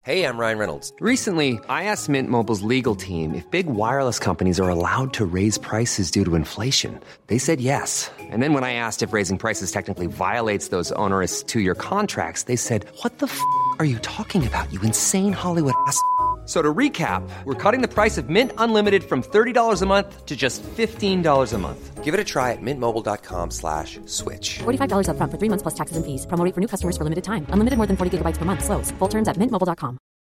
Hey, I'm Ryan Reynolds. Recently, I asked Mint Mobile's legal team if big wireless companies are allowed to raise prices due to inflation. They said yes. And then when I asked if raising prices technically violates those onerous two-year contracts, they said, "What the f*** are you talking about, you insane Hollywood ass?" So to recap, we're cutting the price of Mint Unlimited from $30 a month to just $15 a month. Give it a try at mintmobile.com/switch. $45 up front for 3 months plus taxes and fees. Promo rate for new customers for limited time. Unlimited more than 40 gigabytes per month. Slows full terms at mintmobile.com.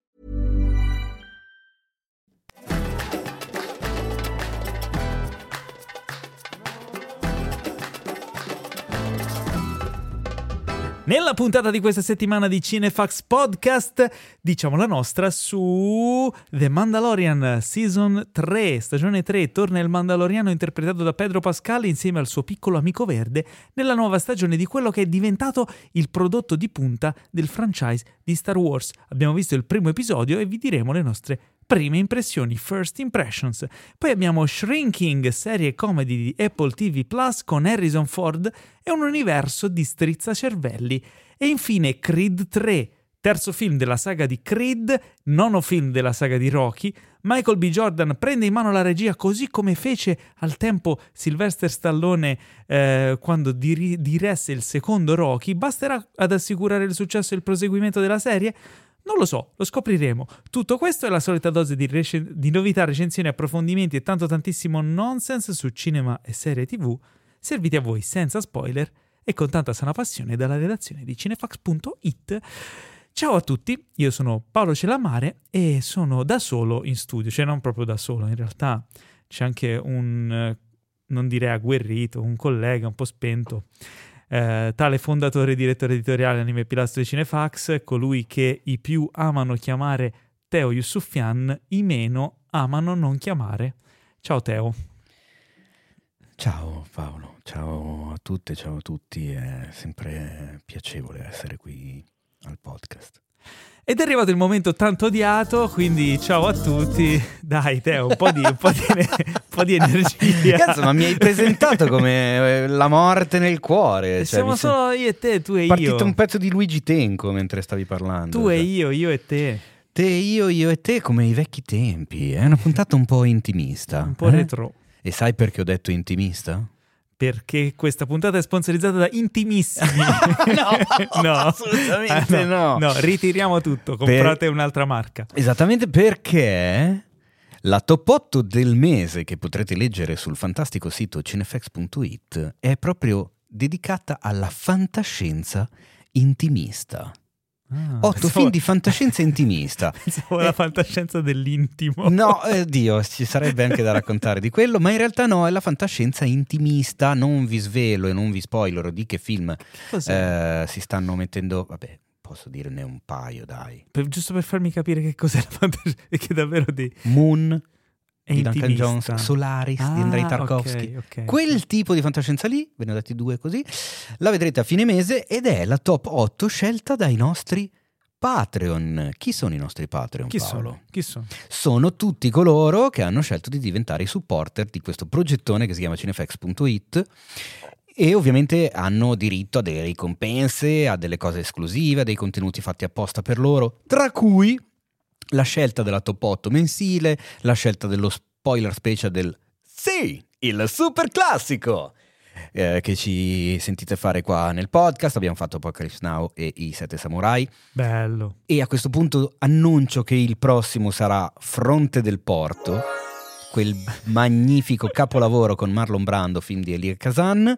Nella puntata di questa settimana di Cinefax Podcast diciamo la nostra su The Mandalorian Season 3, stagione 3. Torna il Mandaloriano interpretato da Pedro Pascal insieme al suo piccolo amico verde nella nuova stagione di quello che è diventato il prodotto di punta del franchise di Star Wars. Abbiamo visto il primo episodio e vi diremo le nostre prime impressioni, first impressions. Poi abbiamo Shrinking, serie comedy di Apple TV Plus con Harrison Ford e un universo di strizzacervelli. E infine Creed 3, terzo film della saga di Creed, nono film della saga di Rocky. Michael B. Jordan prende in mano la regia così come fece al tempo Sylvester Stallone quando diresse il secondo Rocky. Basterà ad assicurare il successo e il proseguimento della serie? Non lo so, lo scopriremo. Tutto questo è la solita dose di novità, recensioni, approfondimenti e tantissimo nonsense su cinema e serie TV, serviti a voi senza spoiler e con tanta sana passione dalla redazione di cinefax.it. Ciao a tutti, io sono Paolo Celamare e sono da solo in studio, cioè non proprio da solo, in realtà c'è anche un, non direi agguerrito, un collega un po' spento, tale fondatore e direttore editoriale Anime Pilastro di Cinefax, colui che i più amano chiamare Teo Yusufian, i meno amano non chiamare. Ciao Teo. Ciao Paolo, ciao a tutte, ciao a tutti, è sempre piacevole essere qui al podcast. Ed è arrivato il momento tanto odiato, quindi ciao a tutti. Dai Teo, un po' di energia. Cazzo, ma mi hai presentato come la morte nel cuore. Cioè, siamo solo io e te, tu e io. Partito un pezzo di Luigi Tenco mentre stavi parlando. Tu e io e te. Te, io e te come i vecchi tempi. È una puntata un po' intimista. Un po' retro. E sai perché ho detto intimista? Perché questa puntata è sponsorizzata da Intimissimi. No, assolutamente no. No, ritiriamo tutto, comprate un'altra marca. Esattamente, perché la top 8 del mese che potrete leggere sul fantastico sito cinefax.it è proprio dedicata alla fantascienza intimista. 8 film di fantascienza intimista. Pensavo alla fantascienza dell'intimo. No, Dio, ci sarebbe anche da raccontare di quello, ma in realtà no, è la fantascienza intimista. Non vi svelo e non vi spoilerò di che film si stanno mettendo. Vabbè, posso dirne un paio, dai. Giusto per farmi capire che cos'è la fantascienza, che davvero di Moon è di Duncan intimista. Jones, Solaris di Andrei Tarkovsky. Okay. Quel tipo di fantascienza lì, ve ne ho dati 2 così, la vedrete a fine mese ed è la top 8 scelta dai nostri Patreon. Chi sono i nostri Patreon, Paolo? Chi sono? Sono tutti coloro che hanno scelto di diventare i supporter di questo progettone che si chiama cinefax.it e ovviamente hanno diritto a delle ricompense, a delle cose esclusive, a dei contenuti fatti apposta per loro, tra cui la scelta della top 8 mensile, la scelta dello spoiler special del sì, il super classico che ci sentite fare qua nel podcast. Abbiamo fatto Apocalypse Now e i 7 Samurai. Bello. E a questo punto annuncio che il prossimo sarà Fronte del Porto, quel magnifico capolavoro con Marlon Brando, film di Elia Kazan.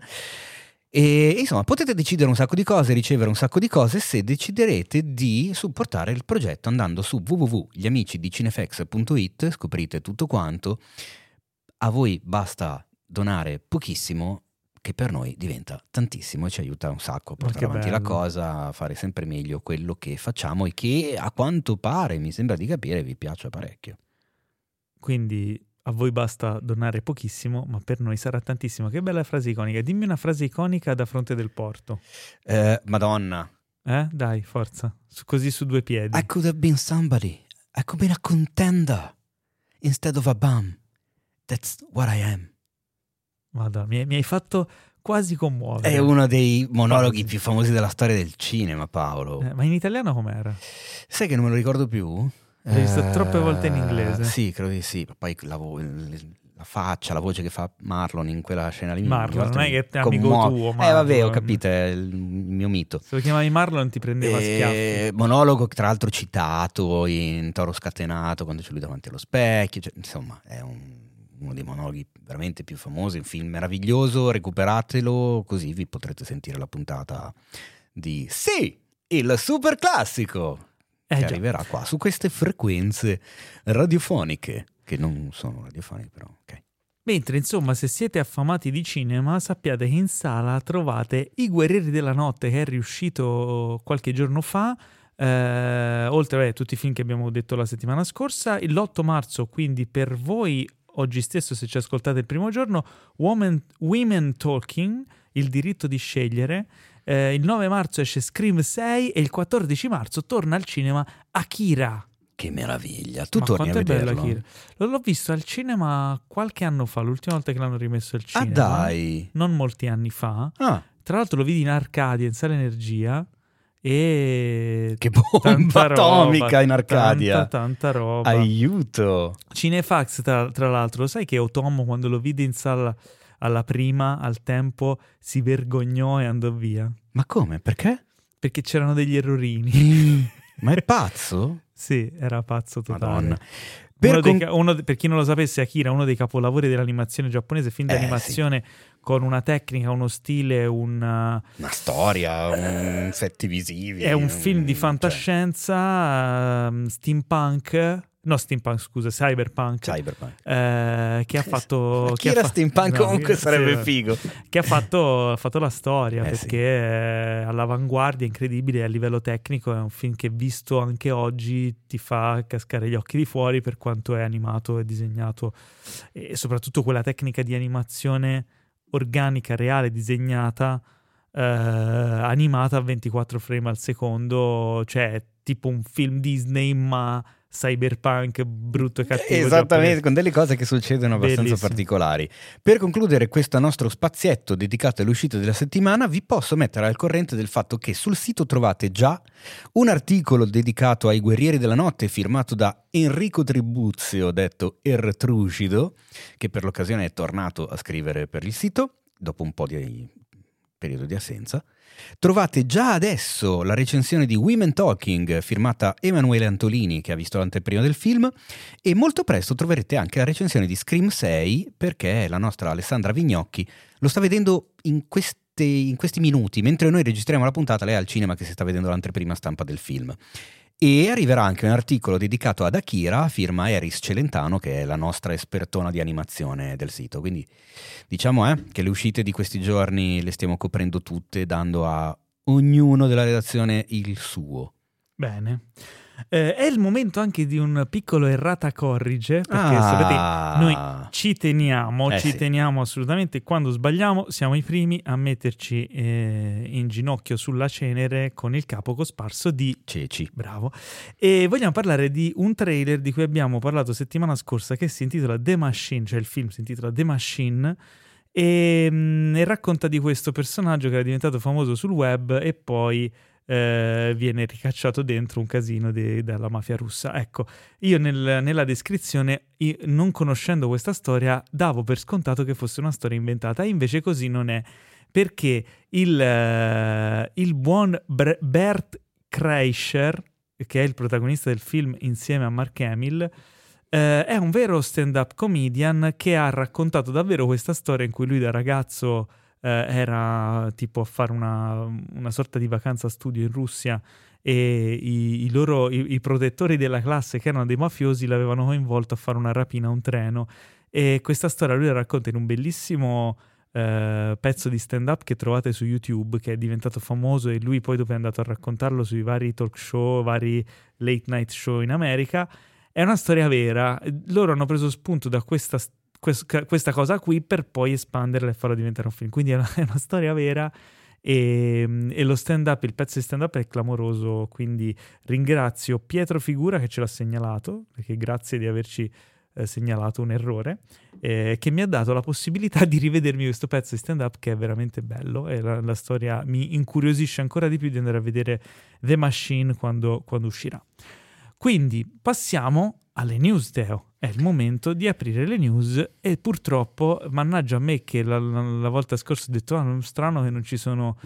E insomma potete decidere un sacco di cose, ricevere un sacco di cose se deciderete di supportare il progetto andando su www.gliamicidicinefx.it, scoprite tutto quanto. A voi basta donare pochissimo, che per noi diventa tantissimo e ci aiuta un sacco a portare avanti la cosa, a fare sempre meglio quello che facciamo e che a quanto pare, mi sembra di capire, vi piace parecchio. Quindi a voi basta donare pochissimo, ma per noi sarà tantissimo. Che bella frase iconica. Dimmi una frase iconica da Fronte del Porto. Madonna. Dai, forza. Così su 2 piedi. I could have been somebody. I could have been a contender instead of a bum. That's what I am. Guarda, mi hai fatto quasi commuovere. È uno dei monologhi più famosi della storia del cinema, Paolo. Ma in italiano com'era? Sai che non me lo ricordo più? L'hai visto troppe volte in inglese. Sì, credo di sì. Poi la faccia, la voce che fa Marlon in quella scena lì. Marlon, non è che è amico tuo, Marlon. Vabbè, ho capito, è il mio mito. Se lo chiamavi Marlon ti prendeva schiaffi. Monologo tra l'altro citato in Toro Scatenato, quando c'è lui davanti allo specchio, cioè, insomma è uno dei monologhi veramente più famosi, un film meraviglioso, recuperatelo così vi potrete sentire la puntata di Sì, il super classico che arriverà qua su queste frequenze radiofoniche, che non sono radiofoniche però, ok. Mentre insomma, se siete affamati di cinema, sappiate che in sala trovate I Guerrieri della Notte, che è riuscito qualche giorno fa, oltre a tutti i film che abbiamo detto la settimana scorsa. L'8 marzo, quindi per voi, oggi stesso se ci ascoltate il primo giorno, Women Talking, Il diritto di scegliere. Il 9 marzo esce Scream 6 e il 14 marzo torna al cinema Akira. Che meraviglia, tu torni a vederlo? Bello, l'ho visto al cinema qualche anno fa, l'ultima volta che l'hanno rimesso al cinema. Ah dai! Non molti anni fa. Ah. Tra l'altro lo vidi in Arcadia, in Sala Energia, e... Che bomba atomica in Arcadia! Tanta roba. Aiuto! Cinefax, tra l'altro, lo sai che Otomo, quando lo vide in sala alla prima, al tempo, si vergognò e andò via? Ma come? Perché? Perché c'erano degli errorini. Ma è pazzo? Sì, era pazzo totale. Madonna. Per chi non lo sapesse, Akira è uno dei capolavori dell'animazione giapponese, film di animazione con una tecnica, uno stile, una storia, effetti visivi. È un film di fantascienza, cyberpunk. Che ha fatto... Akira steampunk comunque sarebbe figo. Che ha fatto la storia, perché è all'avanguardia, incredibile a livello tecnico. È un film che visto anche oggi ti fa cascare gli occhi di fuori per quanto è animato e disegnato, e soprattutto quella tecnica di animazione organica, reale, disegnata, animata a 24 frame al secondo, cioè tipo un film Disney ma cyberpunk, brutto e cattivo. Esattamente, giapponese. con delle cose che succedono abbastanza Bellissimo. particolari. Per concludere questo nostro spazietto dedicato alle uscite della settimana, vi posso mettere al corrente del fatto che sul sito trovate già un articolo dedicato ai Guerrieri della Notte firmato da Enrico Tribuzio, detto Ertrucido, che per l'occasione è tornato a scrivere per il sito dopo un po' di periodo di assenza. Trovate già adesso la recensione di Women Talking firmata Emanuele Antolini, che ha visto l'anteprima del film, e molto presto troverete anche la recensione di Scream 6, perché la nostra Alessandra Vignocchi lo sta vedendo in questi minuti, mentre noi registriamo la puntata. Lei è al cinema che si sta vedendo l'anteprima stampa del film. E arriverà anche un articolo dedicato ad Akira, firma Eris Celentano, che è la nostra espertona di animazione del sito. Quindi diciamo che le uscite di questi giorni le stiamo coprendo tutte, dando a ognuno della redazione il suo. Bene. È il momento anche di un piccolo errata corrige, perché sapete, noi ci teniamo assolutamente. Quando sbagliamo siamo i primi a metterci in ginocchio sulla cenere con il capo cosparso di ceci. Bravo. E vogliamo parlare di un trailer di cui abbiamo parlato settimana scorsa, che si intitola The Machine, cioè il film si intitola The Machine, e racconta di questo personaggio che era diventato famoso sul web e poi viene ricacciato dentro un casino dalla mafia russa. Ecco, io nella descrizione, non conoscendo questa storia, davo per scontato che fosse una storia inventata, e invece così non è, perché il buon Bert Kreischer, che è il protagonista del film insieme a Mark Hamill, è un vero stand-up comedian che ha raccontato davvero questa storia in cui lui da ragazzo era tipo a fare una sorta di vacanza studio in Russia, e i protettori della classe, che erano dei mafiosi, l'avevano coinvolto a fare una rapina a un treno, e questa storia lui la racconta in un bellissimo pezzo di stand-up che trovate su YouTube, che è diventato famoso, e lui poi dopo è andato a raccontarlo sui vari talk show, vari late night show in America. È una storia vera, loro hanno preso spunto da questa cosa qui per poi espanderla e farla diventare un film, quindi è una storia vera, e lo stand-up, il pezzo di stand-up è clamoroso, quindi ringrazio Pietro Figura che ce l'ha segnalato, perché grazie di averci segnalato un errore, che mi ha dato la possibilità di rivedermi questo pezzo di stand-up che è veramente bello, e la storia mi incuriosisce ancora di più di andare a vedere The Machine quando uscirà. Quindi passiamo alle news, Teo. È il momento di aprire le news e purtroppo, mannaggia a me che la volta scorsa ho detto strano che non ci sono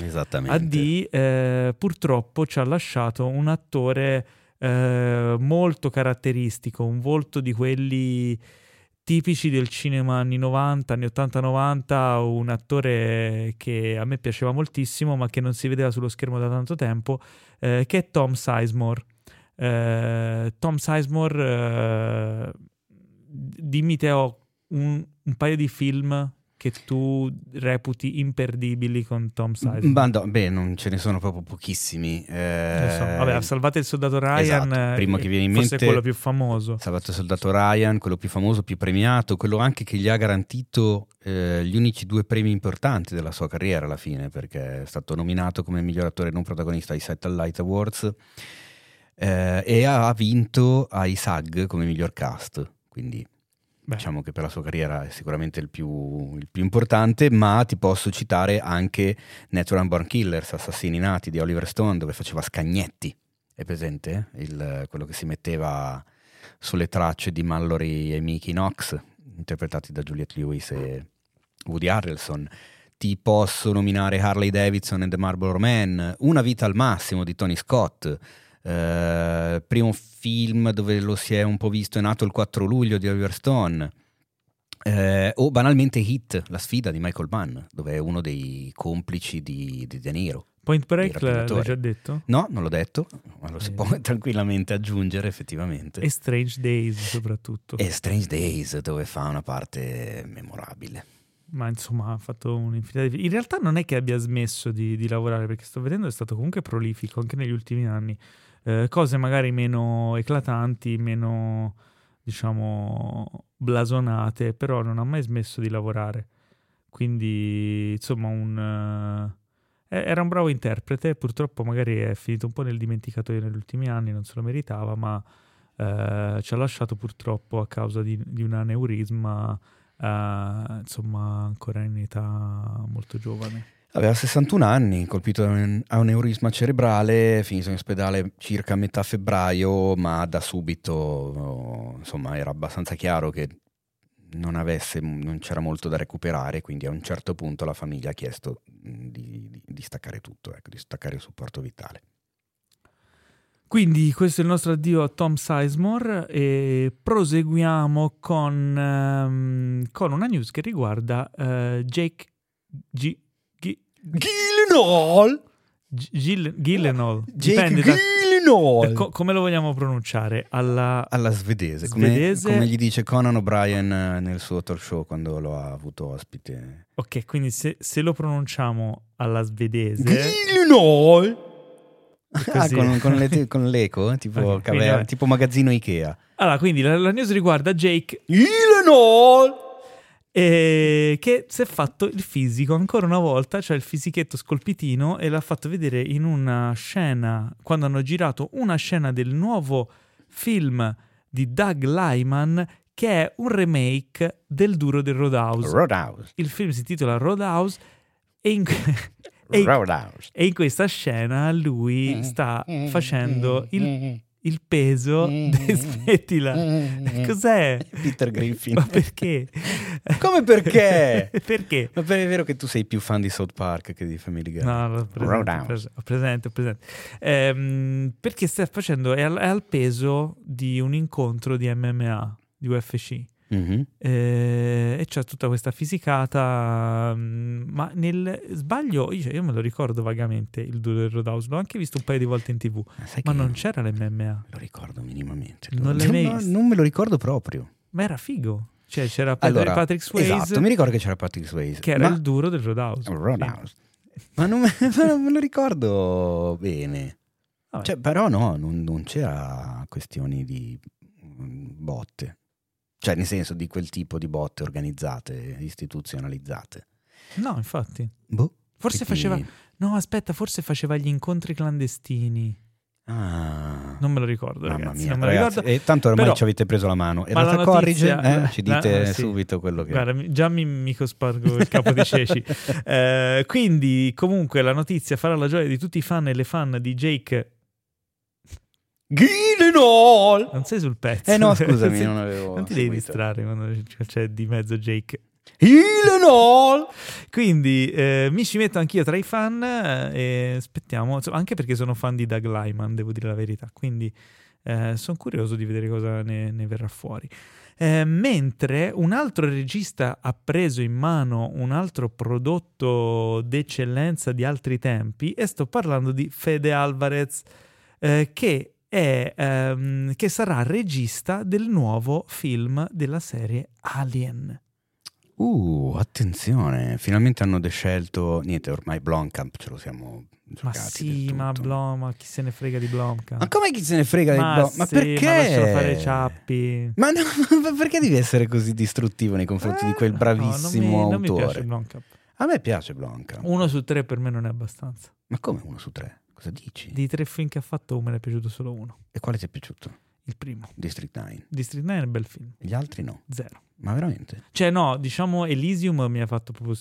AD, purtroppo ci ha lasciato un attore molto caratteristico, un volto di quelli tipici del cinema anni 90, anni 80-90, un attore che a me piaceva moltissimo ma che non si vedeva sullo schermo da tanto tempo, che è Tom Sizemore. Tom Sizemore, dimmi Teo un paio di film che tu reputi imperdibili con Tom Sizemore. Non ce ne sono proprio pochissimi. Lo so. Vabbè, Salvate il soldato Ryan, esatto, primo che viene in mente, forse quello più famoso. Salvate il soldato Ryan, quello più famoso, più premiato, quello anche che gli ha garantito gli unici 2 premi importanti della sua carriera alla fine, perché è stato nominato come miglior attore non protagonista ai Satellite Awards e ha vinto ai SAG come miglior cast, quindi diciamo che per la sua carriera è sicuramente il più importante. Ma ti posso citare anche Natural Born Killers, Assassini nati di Oliver Stone, dove faceva Scagnetti, è presente? Quello che si metteva sulle tracce di Mallory e Mickey Knox, interpretati da Juliette Lewis e Woody Harrelson. Ti posso nominare Harley Davidson and the Marlboro Man, Una vita al massimo di Tony Scott. Primo film dove lo si è un po' visto è nato il 4 luglio di Oliver Stone, o banalmente Hit, la sfida di Michael Mann, dove è uno dei complici di De Niro. Point Break l'hai già detto? No, non l'ho detto, ma lo si può tranquillamente aggiungere effettivamente. E Strange Days soprattutto. E Strange Days, dove fa una parte memorabile. Ma insomma ha fatto un'infinità di... In realtà non è che abbia smesso di lavorare, perché sto vedendo è stato comunque prolifico anche negli ultimi anni. Cose magari meno eclatanti, meno diciamo blasonate, però non ha mai smesso di lavorare. Quindi insomma era un bravo interprete. Purtroppo magari è finito un po' nel dimenticatoio negli ultimi anni, non se lo meritava, ma ci ha lasciato purtroppo a causa di un aneurisma, insomma ancora in età molto giovane. Aveva 61 anni, colpito da un aneurisma cerebrale, finito in ospedale circa a metà febbraio, ma da subito insomma era abbastanza chiaro che non c'era molto da recuperare, quindi a un certo punto la famiglia ha chiesto di staccare tutto, di staccare il supporto vitale. Quindi questo è il nostro addio a Tom Sizemore e proseguiamo con una news che riguarda Jake Gyllenhaal. Gyllenhaal. Jake Gyllenhaal. Come lo vogliamo pronunciare? Alla svedese. Come gli dice Conan O'Brien nel suo talk show quando lo ha avuto ospite. Ok, quindi se lo pronunciamo alla svedese... Gyllenhaal. Con l'eco, tipo, okay, tipo magazzino Ikea. Allora, quindi la news riguarda Jake Gyllenhaal, che si è fatto il fisico ancora una volta, cioè il fisichetto scolpitino, e l'ha fatto vedere in una scena, quando hanno girato una scena del nuovo film di Doug Liman, che è un remake del Duro del Roadhouse. Il film si intitola Roadhouse e in questa scena lui sta facendo il peso. Smettila. Cos'è? Peter Griffin. Ma perché? Come perché? Perché? Ma è vero che tu sei più fan di South Park che di Family Guy. No, ho presente. Perché sta facendo, è al peso di un incontro di MMA, di UFC. Mm-hmm. E c'è tutta questa fisicata, ma nel sbaglio io me lo ricordo vagamente il Duro del Roadhouse, l'ho anche visto un paio di volte in TV, ma non c'era l'MMA. Lo ricordo minimamente. Non l'hai mai visto? Non me lo ricordo proprio. Ma era figo, cioè c'era Patrick Swayze. Esatto, mi ricordo che c'era Patrick Swayze, che era il Duro del Roadhouse. Ma non me lo ricordo bene. Cioè, però no, non c'era questioni di botte. Cioè, nel senso di quel tipo di botte organizzate, istituzionalizzate. No, infatti. Forse faceva... No, aspetta, forse faceva gli incontri clandestini. Non me lo ricordo, Mamma ragazzi. mia, Non me lo ragazzi. ricordo. E tanto ormai Però- ci avete preso la mano. E ma la la corrige? notizia- Ci dite sì. subito quello che... Guarda, già mi cospargo il capo di ceci. Quindi, comunque, la notizia farà la gioia di tutti i fan e le fan di Jake. Gyllenhaal! Non sei sul pezzo. No, scusami, Sì. non avevo Non ti devi seguito. distrarre quando c'è di mezzo Jake. Gyllenhaal! Quindi mi ci metto anch'io tra i fan e aspettiamo, insomma, anche perché sono fan di Doug Liman, devo dire la verità, quindi sono curioso di vedere cosa ne verrà fuori. Mentre un altro regista ha preso in mano un altro prodotto d'eccellenza di altri tempi, e sto parlando di Fede Alvarez, che sarà regista del nuovo film della serie Alien. Attenzione, finalmente hanno scelto, niente, ormai Blomkamp ce lo siamo Ma giocati sì, del ma tutto. ma chi se ne frega di Blomkamp? Ma come chi se ne frega di Ma Blomkamp? Ma sì, perché? ma lascialo fare i ciappi. Ma no, ma perché devi essere così distruttivo nei confronti di quel bravissimo non mi piace autore? Blomkamp. A me piace Blomkamp. 1 su 3 per me non è abbastanza. Ma come 1 su 3? Cosa dici? Di 3 film che ha fatto, me ne è piaciuto solo uno. E quale ti è piaciuto? Il primo. District 9. District 9 è un bel film. Gli altri no. 0. Ma veramente? Cioè no, diciamo Elysium mi ha fatto proprio...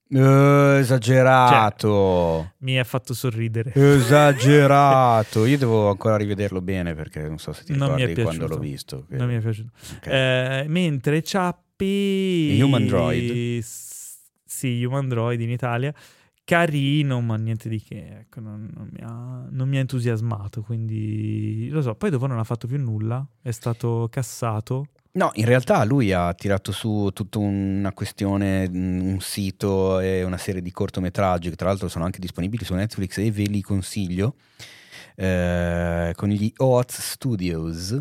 Esagerato. mi ha fatto sorridere. Esagerato. Io devo ancora rivederlo bene perché non so se ti Non mi è ricordi quando piaciuto. l'ho visto. che- Non mi è piaciuto. Ok. Mentre Ciappi... Human Droid. Sì, Human Droid in Italia. Carino, ma niente di che. Ecco, non mi ha entusiasmato, quindi... Lo so, poi dopo non ha fatto più nulla. È stato cassato. No, in realtà lui ha tirato su tutta una questione, un sito e una serie di cortometraggi che tra l'altro sono anche disponibili su Netflix e ve li consiglio, con gli Oats Studios,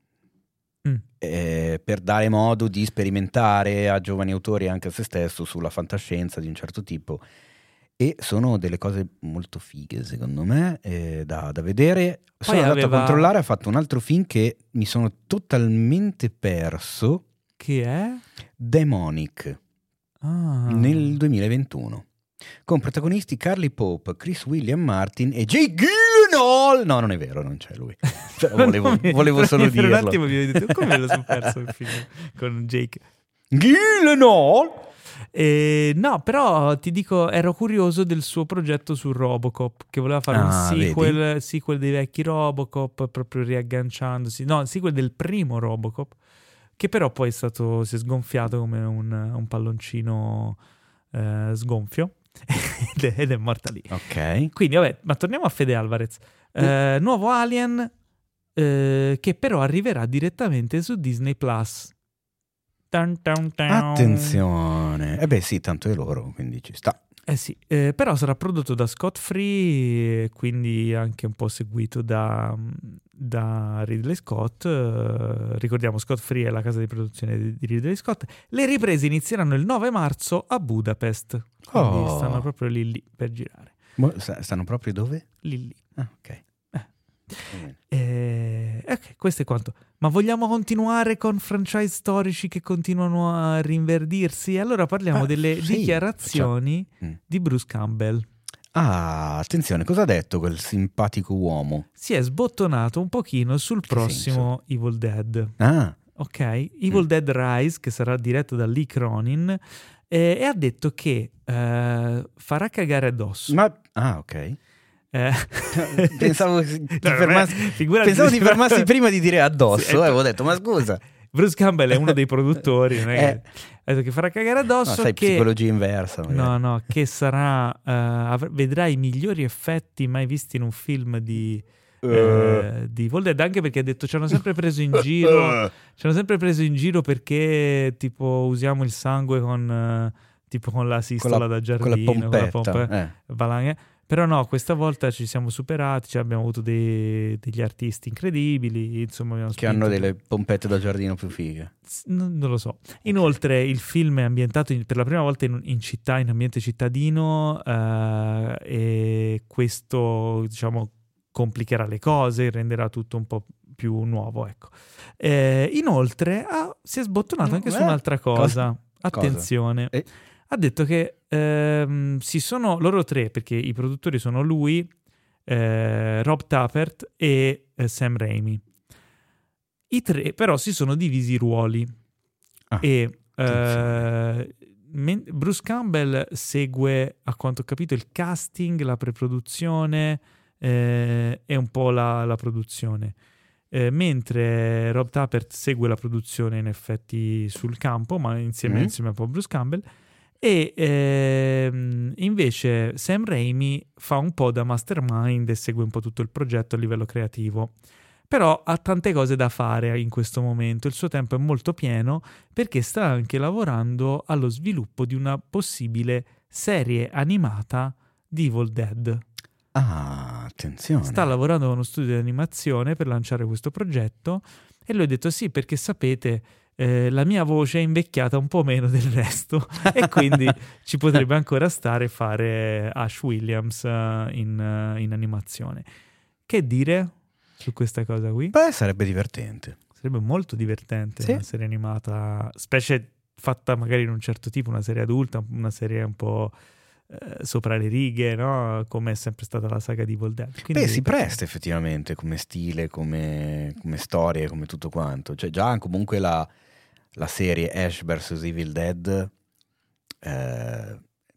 per dare modo di sperimentare a giovani autori e anche a se stesso sulla fantascienza di un certo tipo. E sono delle cose molto fighe, secondo me, da vedere. Poi Sono andato aveva- a controllare, ha fatto un altro film che mi sono totalmente perso, Che è? Demonic, nel 2021, con protagonisti Carly Pope, Chris William Martin e Jake Gyllenhaal. No, non è vero, non c'è lui. Però volevo solo Per un dirlo. attimo mi avevi detto, come lo sono perso il film con Jake? Gyllenhaal! No, però ti dico, ero curioso del suo progetto su Robocop, che voleva fare un sequel dei vecchi Robocop, proprio riagganciandosi. No, il sequel del primo Robocop, che però poi si è sgonfiato come un palloncino sgonfio ed è morta lì. Ok. Quindi, vabbè, ma torniamo a Fede Alvarez. Nuovo Alien, che però arriverà direttamente su Disney Plus. Attenzione. Sì, tanto è loro, quindi ci sta. Sì, però sarà prodotto da Scott Free, quindi anche un po' seguito da Ridley Scott. Ricordiamo, Scott Free è la casa di produzione di Ridley Scott. Le riprese inizieranno il 9 marzo a Budapest, quindi stanno proprio lì per girare. Stanno proprio dove? Lì. Ah, ok. Ok, questo è quanto. Ma vogliamo continuare con franchise storici che continuano a rinverdirsi? Allora parliamo delle sì, dichiarazioni di Bruce Campbell. Attenzione, cosa ha detto quel simpatico uomo? Si è sbottonato un pochino sul prossimo Evil Dead. Ok, Evil Dead Rise, che sarà diretto da Lee Cronin, e ha detto che farà cagare addosso. Ok. Pensavo ti fermassi prima di dire addosso. Sì, avevo detto, ma scusa. Bruce Campbell è uno dei produttori, non è che ha detto che farà cagare addosso. No, sai, che... psicologia inversa. Magari. No, che sarà vedrà i migliori effetti mai visti in un film di Evil Dead, anche perché ha detto ci hanno sempre preso in giro perché tipo usiamo il sangue con la sistola da giardino, con la pompetta, valanga. Però no, questa volta ci siamo superati, abbiamo avuto degli artisti incredibili, insomma, che hanno delle pompette da giardino più fighe. Non lo so. Inoltre il film è ambientato per la prima volta in città, in ambiente cittadino, e questo, diciamo, complicherà le cose, renderà tutto un po' più nuovo, ecco. Inoltre si è sbottonato anche su un'altra cosa. Attenzione. Ha detto che si sono loro tre, perché i produttori sono lui, Rob Tappert e Sam Raimi. I tre però si sono divisi i ruoli e Bruce Campbell segue, a quanto ho capito, il casting, la preproduzione e un po' la produzione, mentre Rob Tappert segue la produzione in effetti sul campo, ma insieme un po' a Bruce Campbell, e invece Sam Raimi fa un po' da mastermind e segue un po' tutto il progetto a livello creativo. Però ha tante cose da fare in questo momento, il suo tempo è molto pieno perché sta anche lavorando allo sviluppo di una possibile serie animata di Evil Dead. Ah, attenzione. Sta lavorando con uno studio di animazione per lanciare questo progetto e lui ha detto sì, perché sapete, la mia voce è invecchiata un po' meno del resto e quindi ci potrebbe ancora stare fare Ash Williams in animazione. Che dire su questa cosa qui? Beh, sarebbe divertente. Sarebbe molto divertente, sì. Una serie animata, specie fatta magari in un certo tipo, una serie adulta, una serie un po' sopra le righe, no? Come è sempre stata la saga di Evil Dead. Quindi si presta effettivamente come stile, come storie, come tutto quanto. Cioè già comunque la serie Ash vs Evil Dead era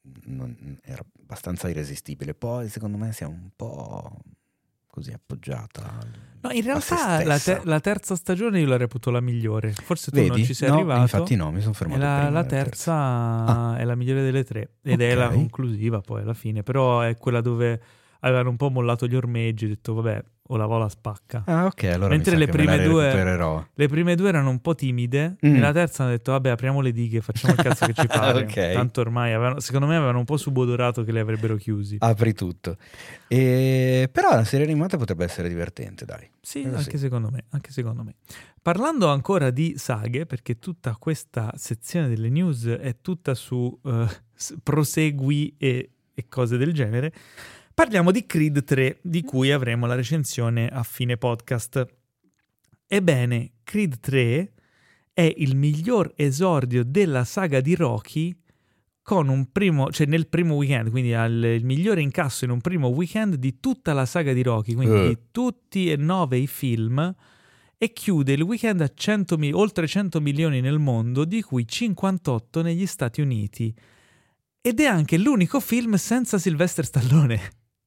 abbastanza irresistibile. Poi secondo me si è un po' così appoggiata. No, in realtà la terza stagione io la reputo la migliore. Forse tu non ci sei no, arrivato. Infatti no, mi sono fermato prima. La terza è la migliore delle tre ed è la conclusiva poi alla fine, però è quella dove avevano un po' mollato gli ormeggi, ho detto vabbè, o la vola spacca. Ah, ok, allora mentre le prime due erano un po' timide, e la terza hanno detto vabbè, apriamo le dighe, facciamo il cazzo che ci pare. Tanto ormai secondo me avevano un po' subodorato che le avrebbero chiusi. Apri tutto. Però la serie animata potrebbe essere divertente, dai. Sì, anche secondo me. Parlando ancora di saghe, perché tutta questa sezione delle news è tutta su prosegui e cose del genere, parliamo di Creed 3, di cui avremo la recensione a fine podcast. Ebbene, Creed 3 è il miglior esordio della saga di Rocky con nel primo weekend, quindi il migliore incasso in un primo weekend di tutta la saga di Rocky, quindi di tutti e 9 i film, e chiude il weekend a oltre 100 milioni nel mondo, di cui 58 negli Stati Uniti. Ed è anche l'unico film senza Sylvester Stallone.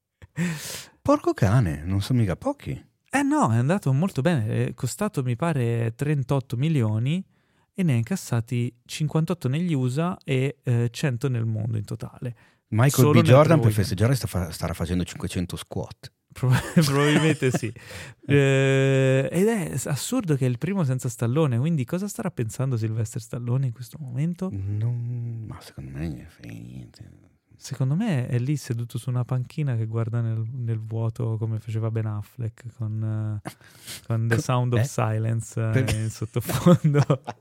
Porco cane, non sono mica pochi. No, è andato molto bene, è costato mi pare 38 milioni e ne ha incassati 58 negli USA e 100 nel mondo in totale. Michael B. Jordan per festeggiare starà facendo 500 squat. Probabilmente sì. Ed è assurdo che è il primo senza Stallone, quindi cosa starà pensando Sylvester Stallone in questo momento? Ma secondo me non frega niente. Secondo me è lì seduto su una panchina che guarda nel vuoto come faceva Ben Affleck con The Sound of Silence in sottofondo.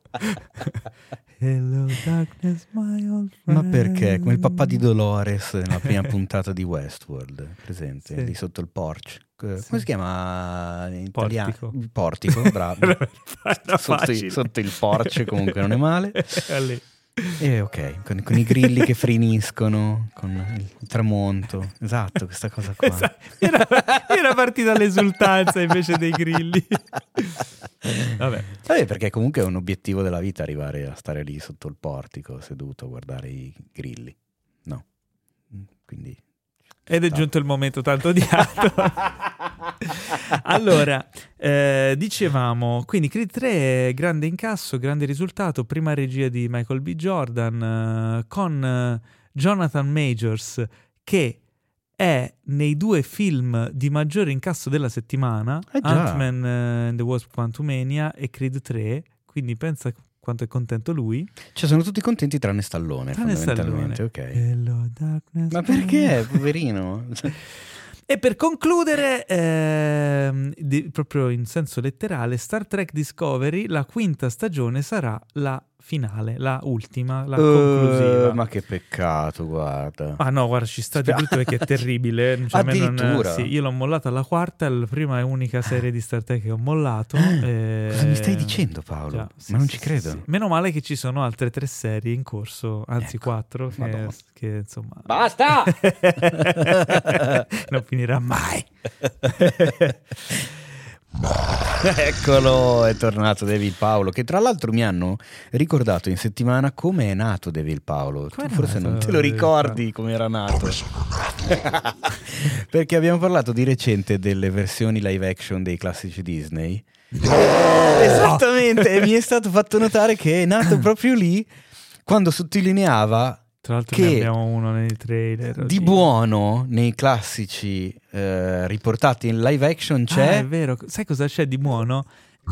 Hello darkness my old friend. Ma perché? Come il papà di Dolores nella prima puntata di Westworld, presente? Sì. Lì sotto il porch. Come si chiama in italiano? Portico, bravo. sotto il porch comunque non è male. Ok, con i grilli che friniscono, con il tramonto. Esatto, questa cosa qua. Era partita l'esultanza invece dei grilli. Vabbè, perché comunque è un obiettivo della vita arrivare a stare lì sotto il portico, seduto a guardare i grilli. No. Quindi... Ed è giunto il momento tanto odiato. Allora, dicevamo, quindi Creed 3, grande incasso, grande risultato, prima regia di Michael B. Jordan, con Jonathan Majors, che è nei 2 film di maggiore incasso della settimana, Ant-Man and the Wasp Quantumania e Creed 3, quindi pensa quanto è contento lui. Cioè sono tutti contenti tranne Stallone, fondamentalmente. Ok. Hello, darkness. Ma perché, poverino? E per concludere, proprio in senso letterale, Star Trek Discovery, la 5ª stagione sarà la finale, la ultima, la conclusiva. Ma che peccato, guarda. Ah no, guarda, ci sta di brutto perché è terribile. Cioè, addirittura? Sì, io l'ho mollato alla quarta, la prima e unica serie di Star Trek che ho mollato. Cosa mi stai dicendo, Paolo? Già, sì, ma non sì, ci credo. sì. Meno male che ci sono altre 3 serie in corso, anzi 4, che insomma... Basta! non finirà mai. Eccolo, è tornato Devil Paolo, che tra l'altro mi hanno ricordato in settimana come è nato Devil Paolo. Tu forse non te lo ricordi come era nato. Perché abbiamo parlato di recente delle versioni live action dei classici Disney. Esattamente, e mi è stato fatto notare che è nato proprio lì, quando sottolineava tra l'altro che ne abbiamo uno nei trailer. di buono nei classici riportati in live action c'è... è vero, sai cosa c'è di buono?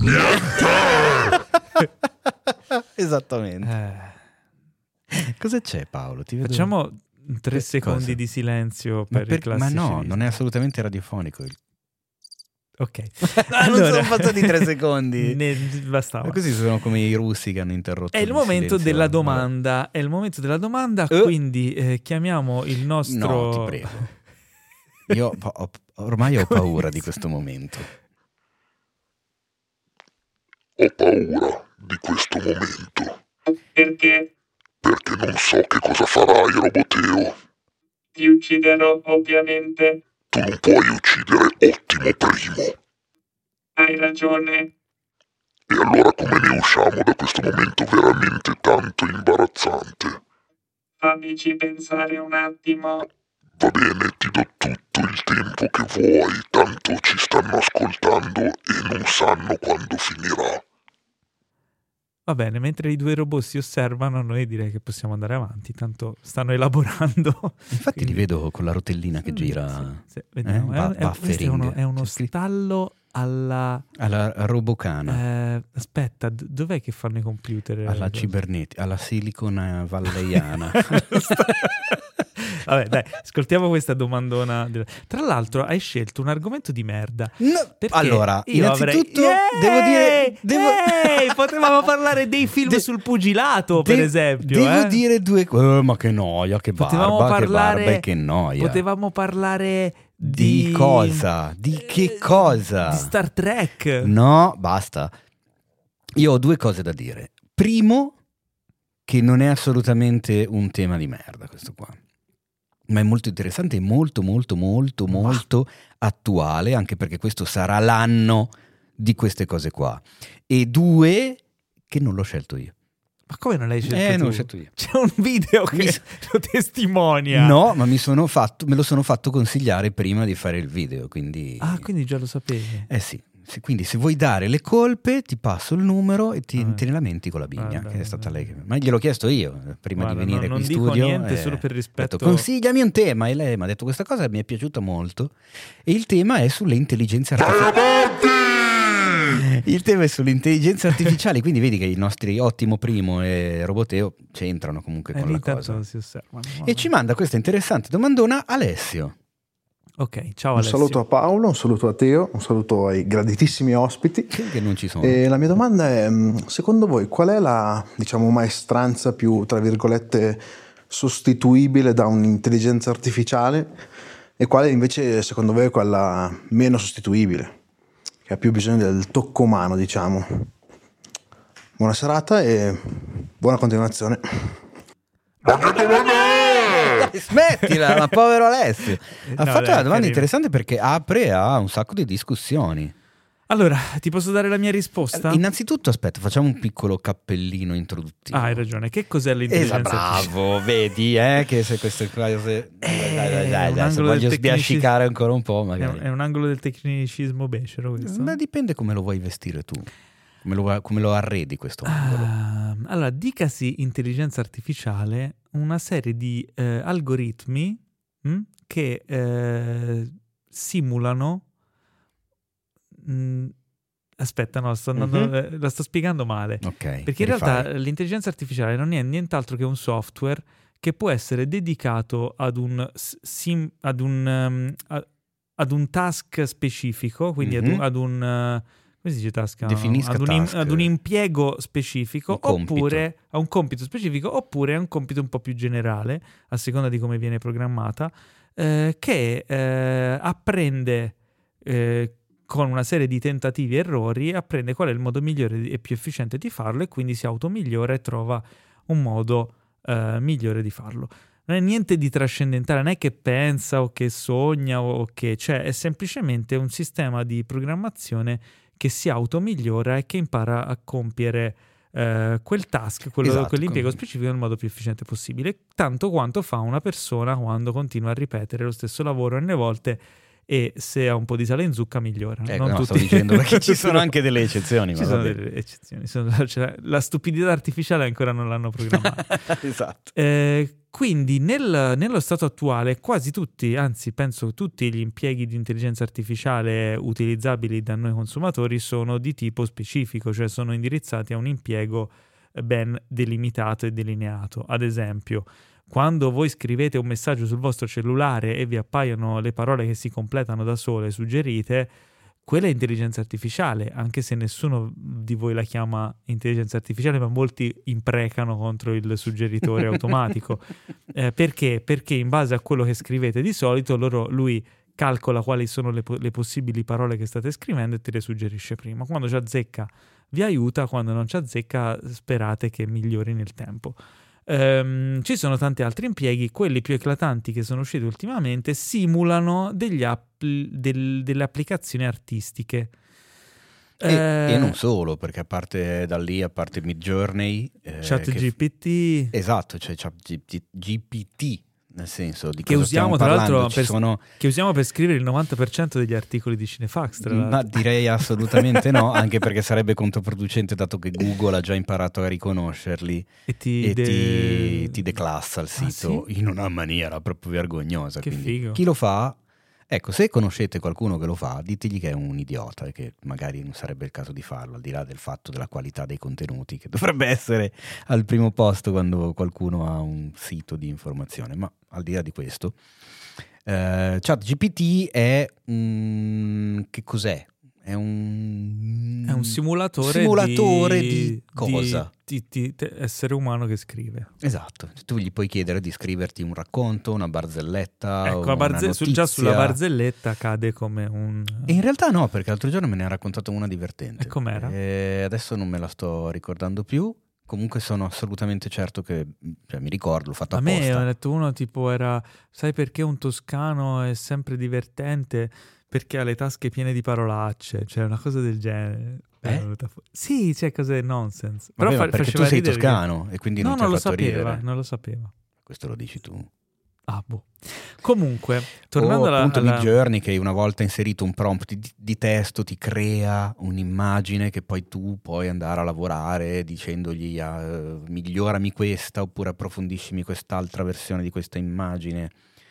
Esattamente. Cosa c'è, Paolo? Ti vedo... Facciamo 3 secondi di silenzio per i classici. Ma no, Disney. non è assolutamente radiofonico. Ok. Non sono passati 3 secondi. Ne bastava. Ma così sono come i russi che hanno interrotto. È il momento della domanda. È il momento della domanda, quindi chiamiamo il nostro... No, ti prego. Io ormai ho paura di questo momento. Ho paura di questo momento. Perché? Perché non so che cosa farai, Roboteo. Ti ucciderò, ovviamente. Tu non puoi uccidere Ottimo Primo. Hai ragione. E allora come ne usciamo da questo momento veramente tanto imbarazzante? Fammici pensare un attimo. Va bene, ti do tutto il tempo che vuoi, tanto ci stanno ascoltando e non sanno quando finirà. Va bene, mentre i 2 robot si osservano, noi direi che possiamo andare avanti, tanto stanno elaborando. Infatti li vedo con la rotellina che gira. Sì, vediamo. Buffering. È uno stallo alla Robocana. Aspetta, dov'è che fanno i computer? Alla cibernetica, alla Silicon Valleyana. Vabbè, dai, ascoltiamo questa domandona. Tra l'altro hai scelto un argomento di merda. No. Allora, innanzitutto devo dire... potevamo parlare dei film sul pugilato, per esempio. Devo dire 2 cose. Ma che noia, che barba, che barba e che noia. Potevamo parlare di cosa? Di che cosa? Di Star Trek. No, basta. Io ho 2 cose da dire. Primo, che non è assolutamente un tema di merda questo qua, ma è molto interessante e molto attuale, anche perché questo sarà l'anno di queste cose qua. E 2, che non l'ho scelto io. Ma come non l'hai scelto tu? Non l'ho scelto io. C'è un video che lo testimonia. No, ma me lo sono fatto consigliare prima di fare il video, quindi... Ah, quindi già lo sapevi? Sì. Quindi se vuoi dare le colpe ti passo il numero e te ne lamenti con la Bigna, che è stata lei che... Ma gliel'ho chiesto io prima di venire qui in studio. Non dico niente solo per rispetto. Ho detto, consigliami un tema, e lei mi ha detto questa cosa, mi è piaciuta molto, e il tema è sulle intelligenze artificiali. Il tema è sulle intelligenze artificiali, quindi vedi che i nostri Ottimo Primo e Roboteo c'entrano comunque con la cosa. Si osservano. E ci manda questa interessante domandona Alessio. Ok, ciao Alessio. Un saluto a Paolo, un saluto a Teo, un saluto ai graditissimi ospiti. Che non ci sono. E la mia domanda è, secondo voi qual è la, maestranza più, tra virgolette, sostituibile da un'intelligenza artificiale e quale invece secondo voi è quella meno sostituibile, che ha più bisogno del tocco umano, diciamo? Buona serata e buona continuazione. Smettila, ma povero Alessio. Ha fatto una domanda carino. interessante perché apre a un sacco di discussioni. Allora, ti posso dare la mia risposta? Innanzitutto, aspetta, facciamo un piccolo cappellino introduttivo. Hai ragione. Che cos'è l'intelligenza artificiale? Bravo, vedi, che se queste cose... Dai, se voglio sbiascicare ancora un po', magari. È un angolo del tecnicismo becero questo? Ma dipende come lo vuoi vestire tu. Come lo arredi questo angolo? Allora, dicasi intelligenza artificiale, una serie di algoritmi che simulano... aspetta, no, sto andando, la sto spiegando male. Ok. Perché in realtà l'intelligenza artificiale non è nient'altro che un software che può essere dedicato ad un ad un task specifico, quindi ad un come si dice task? Definisca task. Ad un impiego specifico, Un compito. oppure a un compito specifico, oppure a un compito un po' più generale, a seconda di come viene programmata, che apprende con una serie di tentativi e errori, apprende qual è il modo migliore e più efficiente di farlo, e quindi si automigliora e trova un modo migliore di farlo. Non è niente di trascendentale, non è che pensa o che sogna o che... cioè è semplicemente un sistema di programmazione che si automigliora e che impara a compiere quel task, Esatto, quell'impiego specifico nel modo più efficiente possibile, tanto quanto fa una persona quando continua a ripetere lo stesso lavoro n volte, e se ha un po' di sale in zucca migliora. Ecco, Non no, tutti. stavo dicendo perché ci sono anche delle eccezioni. Ci ma sono vabbè. delle eccezioni. Cioè, la stupidità artificiale ancora non l'hanno programmata. Esatto. Quindi nello stato attuale quasi tutti, anzi penso tutti gli impieghi di intelligenza artificiale utilizzabili da noi consumatori sono di tipo specifico, cioè sono indirizzati a un impiego ben delimitato e delineato. Ad esempio, quando voi scrivete un messaggio sul vostro cellulare e vi appaiono le parole che si completano da sole suggerite, quella è intelligenza artificiale, anche se nessuno di voi la chiama intelligenza artificiale, ma molti imprecano contro il suggeritore automatico. Perché? Perché in base a quello che scrivete di solito, lui calcola quali sono le possibili parole che state scrivendo e te le suggerisce prima. Quando ci azzecca vi aiuta, quando non ci azzecca sperate che migliori nel tempo. Ci sono tanti altri impieghi, quelli più eclatanti che sono usciti ultimamente simulano delle applicazioni artistiche. E non solo, perché a parte Midjourney, ChatGPT, esatto, cioè GPT, nel senso di che cosa usiamo stiamo tra parlando. l'altro che usiamo per scrivere il 90% degli articoli di Cinefax, tra l'altro. Ma direi assolutamente no, anche perché sarebbe controproducente, dato che Google ha già imparato a riconoscerli e ti declassa il sito in una maniera proprio vergognosa. Che quindi figo. Chi lo fa? Ecco, se conoscete qualcuno che lo fa, ditegli che è un idiota e che magari non sarebbe il caso di farlo, al di là del fatto della qualità dei contenuti, che dovrebbe essere al primo posto quando qualcuno ha un sito di informazione. Ma al di là di questo, ChatGPT è che cos'è? È un simulatore di cosa? Di essere umano che scrive. Esatto, tu gli puoi chiedere di scriverti un racconto, una barzelletta, ecco, una notizia. già sulla barzelletta cade come un... E in realtà no, perché l'altro giorno me ne ha raccontato una divertente. E com'era? Adesso non me la sto ricordando più. Comunque sono assolutamente certo che, cioè, mi ricordo, l'ho fatto apposta. A me ho detto uno tipo era, sai perché un toscano è sempre divertente? Perché ha le tasche piene di parolacce, cioè una cosa del genere. Sì, c'è cose nonsense. Vabbè, Però perché tu sei toscano e quindi non ti ha fatto ridere. Non lo sapeva. Questo lo dici tu. Ah, boh. Comunque, tornando appunto Midjourney, che una volta inserito un prompt di testo ti crea un'immagine che poi tu puoi andare a lavorare dicendogli migliorami questa oppure approfondiscimi quest'altra versione di questa immagine.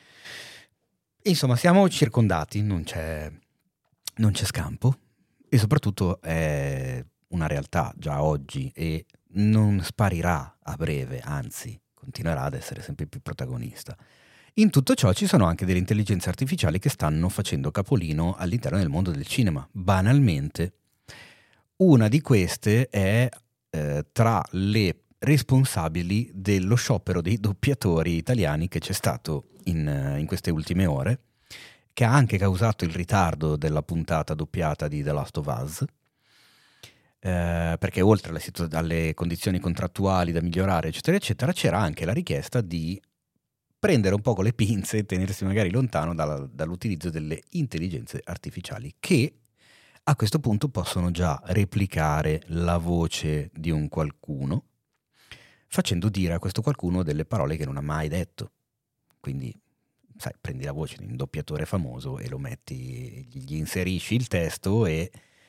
Insomma, siamo circondati, non c'è scampo, e soprattutto è una realtà già oggi e non sparirà a breve, anzi continuerà ad essere sempre più protagonista. In tutto ciò ci sono anche delle intelligenze artificiali che stanno facendo capolino all'interno del mondo del cinema. Banalmente, una di queste è tra le responsabili dello sciopero dei doppiatori italiani che c'è stato in queste ultime ore, che ha anche causato il ritardo della puntata doppiata di The Last of Us, perché oltre alle condizioni contrattuali da migliorare eccetera eccetera, c'era anche la richiesta di prendere un po' con le pinze e tenersi magari lontano dall'utilizzo delle intelligenze artificiali, che a questo punto possono già replicare la voce di un qualcuno, facendo dire a questo qualcuno delle parole che non ha mai detto. Quindi, sai, prendi la voce di un doppiatore famoso e lo metti, gli inserisci il testo e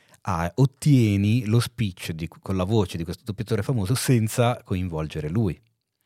ottieni lo speech con la voce di questo doppiatore famoso senza coinvolgere lui.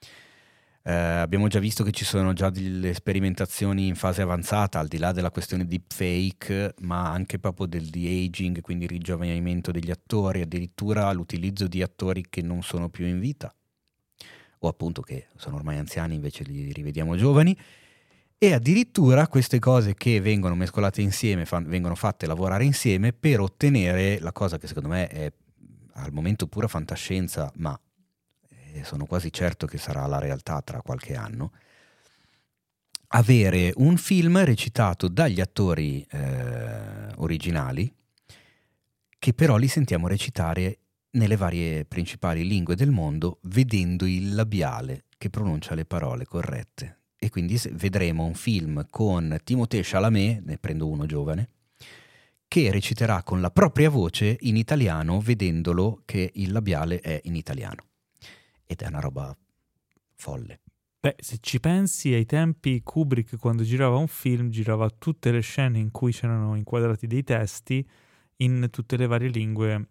Abbiamo già visto che ci sono già delle sperimentazioni in fase avanzata, al di là della questione deepfake, ma anche proprio del de-aging, quindi il ringiovanimento degli attori, addirittura l'utilizzo di attori che non sono più in vita, o appunto che sono ormai anziani invece li rivediamo giovani. E addirittura queste cose che vengono mescolate insieme, vengono fatte lavorare insieme per ottenere la cosa che secondo me è al momento pura fantascienza, ma sono quasi certo che sarà la realtà tra qualche anno, avere un film recitato dagli attori originali, che però li sentiamo recitare nelle varie principali lingue del mondo, vedendo il labiale che pronuncia le parole corrette. E quindi vedremo un film con Timothée Chalamet, ne prendo uno giovane, che reciterà con la propria voce in italiano, vedendolo che il labiale è in italiano. Ed è una roba folle. Beh, se ci pensi ai tempi, Kubrick quando girava un film girava tutte le scene in cui c'erano inquadrati dei testi in tutte le varie lingue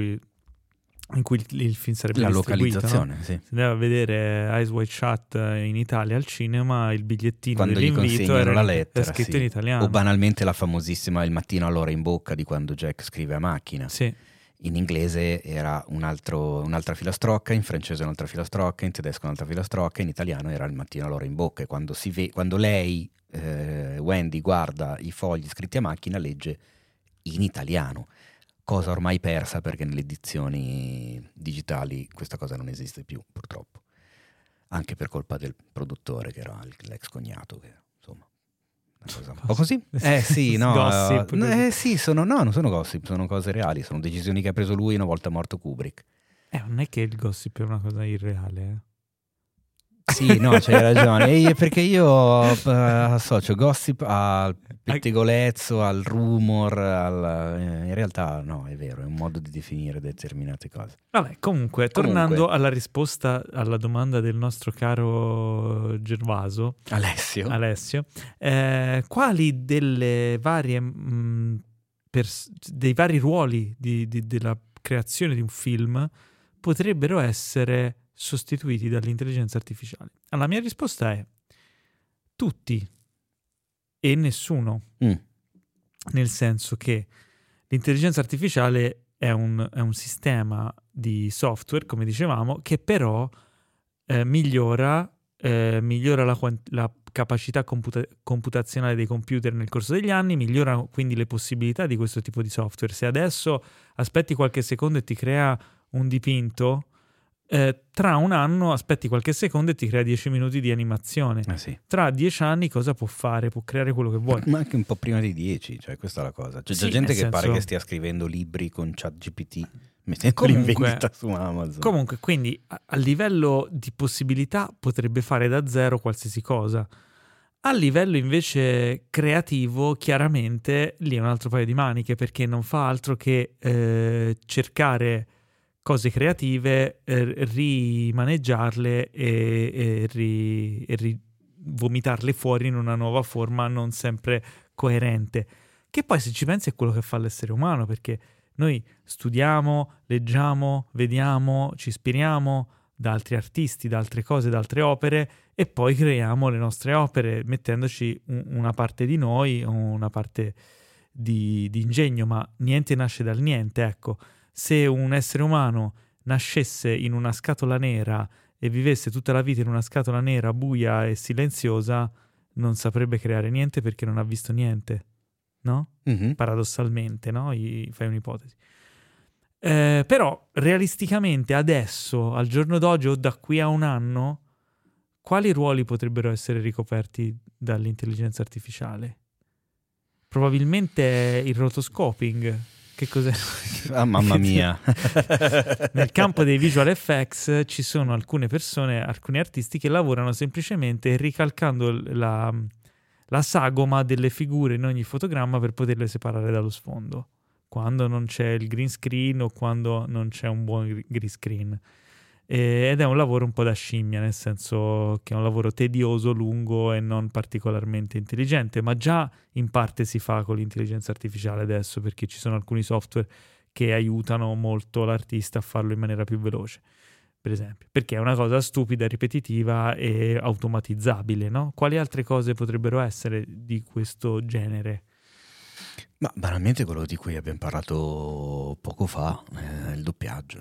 in cui il film sarebbe la distribuito, localizzazione, no? sì. Si andava a vedere Eyes Wide Shut in Italia al cinema, il bigliettino Quando gli dell'invito consegnano era la lettera, scritto sì. in italiano. O banalmente la famosissima Il mattino all'ora in bocca di quando Jack scrive a macchina. Sì. In inglese era un'altra filastrocca, in francese un'altra filastrocca, in tedesco un'altra filastrocca, in italiano era Il mattino all'ora in bocca. E quando lei, Wendy, guarda i fogli scritti a macchina, legge in italiano. Cosa ormai persa perché nelle edizioni digitali questa cosa non esiste più, purtroppo. Anche per colpa del produttore, che era l'ex cognato, che insomma una cosa un po' così. Sì, no. Gossip. Sì, non sono gossip, sono cose reali, sono decisioni che ha preso lui una volta morto Kubrick. Non è che il gossip è una cosa irreale, Sì, no, c'hai ragione. Perché io associo gossip al pettegolezzo, al rumor, in realtà no, è vero, è un modo di definire determinate cose. Vabbè, comunque, tornando alla risposta alla domanda del nostro caro Gervaso Alessio, quali delle varie dei vari ruoli della creazione di un film potrebbero essere sostituiti dall'intelligenza artificiale? La mia risposta è tutti e nessuno, nel senso che l'intelligenza artificiale è un sistema di software, come dicevamo, che però migliora la capacità computazionale dei computer nel corso degli anni, migliora quindi le possibilità di questo tipo di software. Se adesso aspetti qualche secondo e ti crea un dipinto, tra un anno aspetti qualche secondo e ti crea 10 minuti di animazione. Sì. Tra 10 anni cosa può fare? Può creare quello che vuole. Ma anche un po' prima di 10, cioè questa è la cosa. C'è già gente che pare che stia scrivendo libri con ChatGPT, mettendoli in vendita su Amazon. Comunque, quindi a livello di possibilità potrebbe fare da zero qualsiasi cosa. A livello invece creativo, chiaramente lì è un altro paio di maniche, perché non fa altro che cercare cose creative, rimaneggiarle e vomitarle fuori in una nuova forma non sempre coerente, che poi, se ci pensi, è quello che fa l'essere umano, perché noi studiamo, leggiamo, vediamo, ci ispiriamo da altri artisti, da altre cose, da altre opere, e poi creiamo le nostre opere mettendoci una parte di noi, una parte di ingegno, ma niente nasce dal niente, ecco. Se un essere umano nascesse in una scatola nera e vivesse tutta la vita in una scatola nera, buia e silenziosa, non saprebbe creare niente perché non ha visto niente, no? Mm-hmm. Paradossalmente, no? Fai un'ipotesi. Però, realisticamente, adesso, al giorno d'oggi o da qui a un anno, quali ruoli potrebbero essere ricoperti dall'intelligenza artificiale? Probabilmente il rotoscoping. Che cos'è? Ah, mamma mia. Nel campo dei visual effects ci sono alcune persone, alcuni artisti che lavorano semplicemente ricalcando la sagoma delle figure in ogni fotogramma per poterle separare dallo sfondo, quando non c'è il green screen o quando non c'è un buon green screen. Ed è un lavoro un po' da scimmia, nel senso che è un lavoro tedioso, lungo e non particolarmente intelligente, ma già in parte si fa con l'intelligenza artificiale adesso, perché ci sono alcuni software che aiutano molto l'artista a farlo in maniera più veloce, per esempio, perché è una cosa stupida, ripetitiva e automatizzabile, no? Quali altre cose potrebbero essere di questo genere? Ma banalmente quello di cui abbiamo parlato poco fa, il doppiaggio.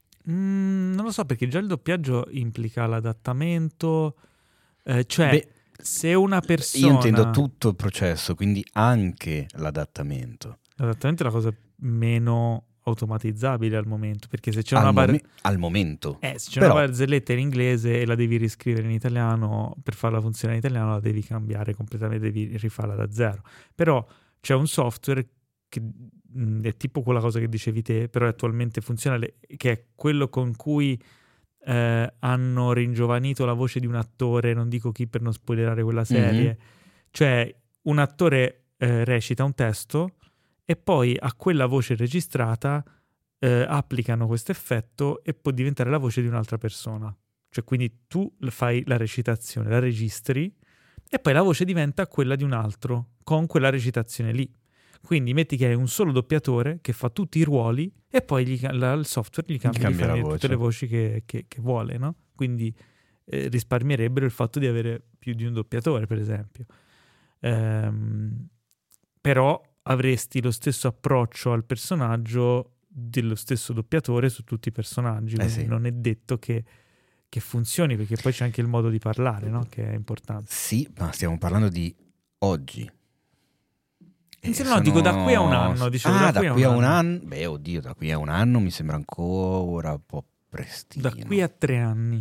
Non lo so, perché già il doppiaggio implica l'adattamento, se una persona... Io intendo tutto il processo, quindi anche l'adattamento. L'adattamento è la cosa meno automatizzabile al momento, perché se c'è una al momento. Se c'è una barzelletta in inglese e la devi riscrivere in italiano, per farla funzionare in italiano la devi cambiare completamente, devi rifarla da zero. Però c'è un software che è tipo quella cosa che dicevi te, però è attualmente funzionale, che è quello con cui hanno ringiovanito la voce di un attore, non dico chi per non spoilerare quella serie, cioè un attore recita un testo e poi a quella voce registrata applicano questo effetto e può diventare la voce di un'altra persona. Cioè quindi tu fai la recitazione, la registri e poi la voce diventa quella di un altro con quella recitazione lì. Quindi metti che hai un solo doppiatore che fa tutti i ruoli e poi il software gli cambia la voce. tutte le voci che vuole, no? Quindi risparmierebbero il fatto di avere più di un doppiatore, per esempio. Però avresti lo stesso approccio al personaggio dello stesso doppiatore su tutti i personaggi. Quindi non è detto che funzioni, perché poi c'è anche il modo di parlare, no? Che è importante. Sì, ma stiamo parlando di oggi. Dico da qui a un anno. Da qui a un anno? Beh, oddio, da qui a un anno mi sembra ancora un po' prestino. Da qui a 3 anni.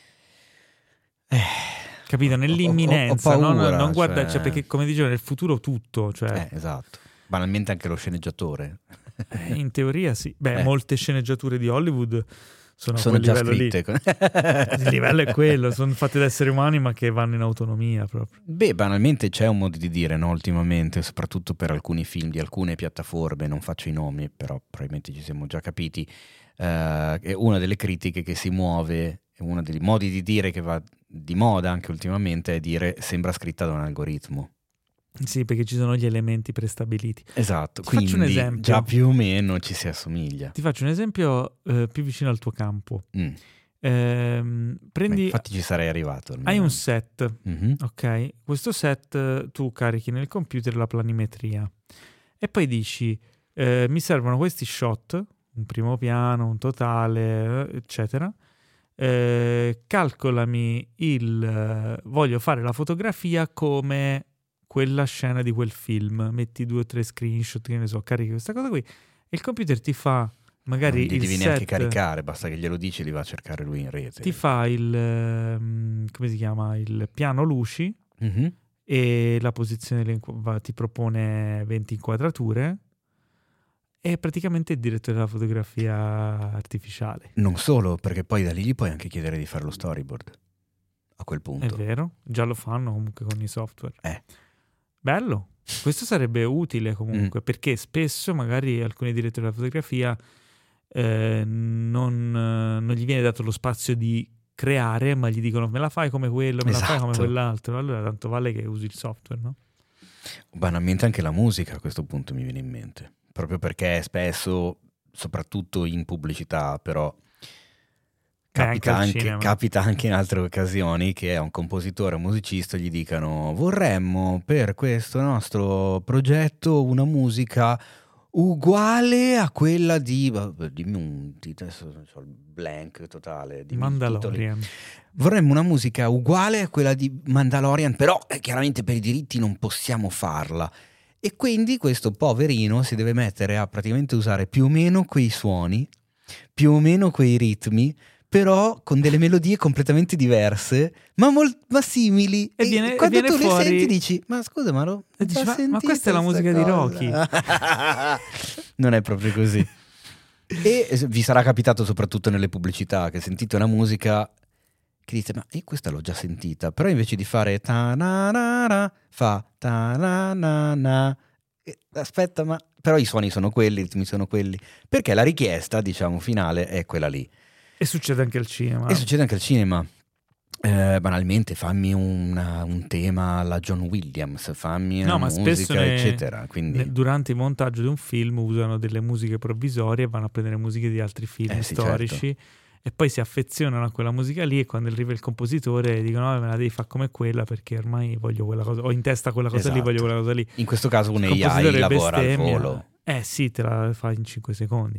Capito? Nell'imminenza. Ho paura, non guarda, cioè, perché come dicevo, nel futuro tutto. Cioè, esatto. Banalmente anche lo sceneggiatore. In teoria sì. Molte sceneggiature di Hollywood sono già scritte. Il livello è quello, sono fatte da esseri umani ma che vanno in autonomia proprio. Beh, banalmente c'è un modo di dire, no, ultimamente, soprattutto per alcuni film di alcune piattaforme, non faccio i nomi, però probabilmente ci siamo già capiti, è una delle critiche che si muove, è uno dei modi di dire che va di moda anche ultimamente, è dire sembra scritta da un algoritmo. Sì, perché ci sono gli elementi prestabiliti. Esatto, Ti faccio un esempio. Già più o meno ci si assomiglia. Ti faccio un esempio più vicino al tuo campo. Prendi... infatti ci sarei arrivato. Hai un set, ok? Questo set tu carichi nel computer la planimetria e poi dici mi servono questi shot, un primo piano, un totale, eccetera. Calcolami voglio fare la fotografia come quella scena di quel film, metti 2 o 3 screenshot, che ne so, carichi questa cosa qui e il computer ti fa magari non li il devi set, neanche caricare, basta che glielo dici e li va a cercare lui in rete. ti fa come si chiama, il piano luci e la posizione ti propone 20 inquadrature. È praticamente il direttore della fotografia artificiale. Non solo, perché poi da lì gli puoi anche chiedere di fare lo storyboard. A quel punto. È vero, già lo fanno comunque con i software. Bello, questo sarebbe utile comunque, perché spesso magari alcuni direttori della fotografia non gli viene dato lo spazio di creare, ma gli dicono me la fai come quello, me la fai come quell'altro. Allora tanto vale che usi il software, no? Banalmente anche la musica a questo punto mi viene in mente. Proprio perché spesso, soprattutto in pubblicità, però capita anche in altre occasioni che a un compositore o musicista gli dicano vorremmo per questo nostro progetto una musica uguale a quella di dimmi un titolo, adesso ho il blank totale di Mandalorian. Vorremmo una musica uguale a quella di Mandalorian, però chiaramente per i diritti non possiamo farla. E quindi questo poverino si deve mettere a praticamente usare più o meno quei suoni, più o meno quei ritmi, però con delle melodie completamente diverse, ma simili. E quando tu le senti dici, ma scusa, ma questa è la musica di Rocky. Non è proprio così. E vi sarà capitato soprattutto nelle pubblicità che sentite una musica che dite, ma io questa l'ho già sentita, però invece di fare ta-na-na-na, fa ta-na-na-na. Aspetta, ma però i suoni sono quelli, i ritmi sono quelli, perché la richiesta, diciamo, finale è quella lì. E succede anche al cinema. Banalmente fammi un tema alla John Williams, fammi una musica, eccetera. Quindi durante il montaggio di un film usano delle musiche provvisorie, vanno a prendere musiche di altri film storici, certo. E poi si affezionano a quella musica lì e quando arriva il compositore dicono me la devi fare come quella perché ormai voglio quella cosa, ho in testa quella cosa lì, voglio quella cosa lì. In questo caso un AI lavora al volo. Sì, te la fa in 5 secondi.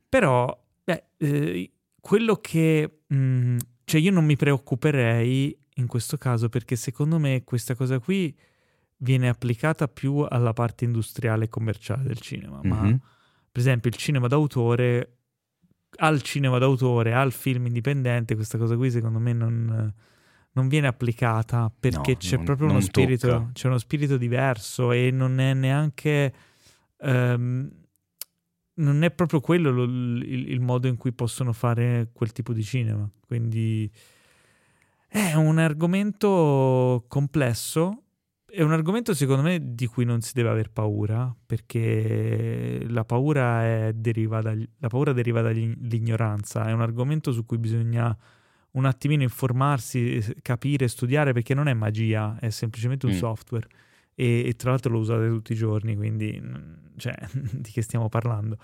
Però quello che cioè io non mi preoccuperei in questo caso, perché secondo me questa cosa qui viene applicata più alla parte industriale e commerciale del cinema, ma per esempio il cinema d'autore, al film indipendente, questa cosa qui secondo me non viene applicata, perché c'è proprio uno spirito, c'è uno spirito diverso, e non è neanche non è proprio quello il modo in cui possono fare quel tipo di cinema. Quindi è un argomento complesso, è un argomento secondo me di cui non si deve aver paura, perché la paura deriva dall'ignoranza, è un argomento su cui bisogna un attimino informarsi, capire, studiare, perché non è magia, è semplicemente un software, e tra l'altro lo usate tutti i giorni, quindi cioè, di che stiamo parlando?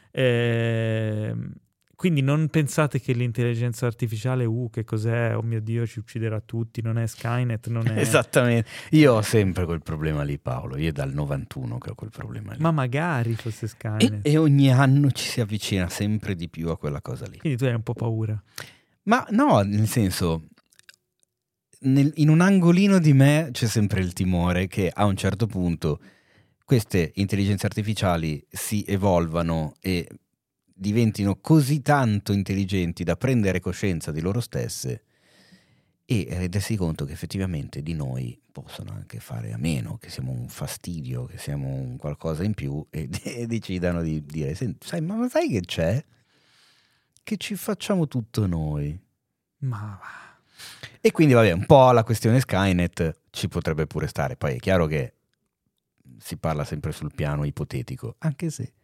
Quindi non pensate che l'intelligenza artificiale, che cos'è, oh mio Dio, ci ucciderà tutti, non è Skynet, non è... Esattamente, io ho sempre quel problema lì, Paolo, io è dal 91 che ho quel problema lì. Ma magari fosse Skynet. E ogni anno ci si avvicina sempre di più a quella cosa lì. Quindi tu hai un po' paura. Ma no, nel senso, in un angolino di me c'è sempre il timore che a un certo punto queste intelligenze artificiali si evolvano e diventino così tanto intelligenti da prendere coscienza di loro stesse e rendersi conto che effettivamente di noi possono anche fare a meno, che siamo un fastidio, che siamo un qualcosa in più, e decidano di dire: ma sai che c'è? Che ci facciamo tutto noi. Ma e quindi vabbè, un po' la questione Skynet ci potrebbe pure stare. Poi è chiaro che si parla sempre sul piano ipotetico, anche se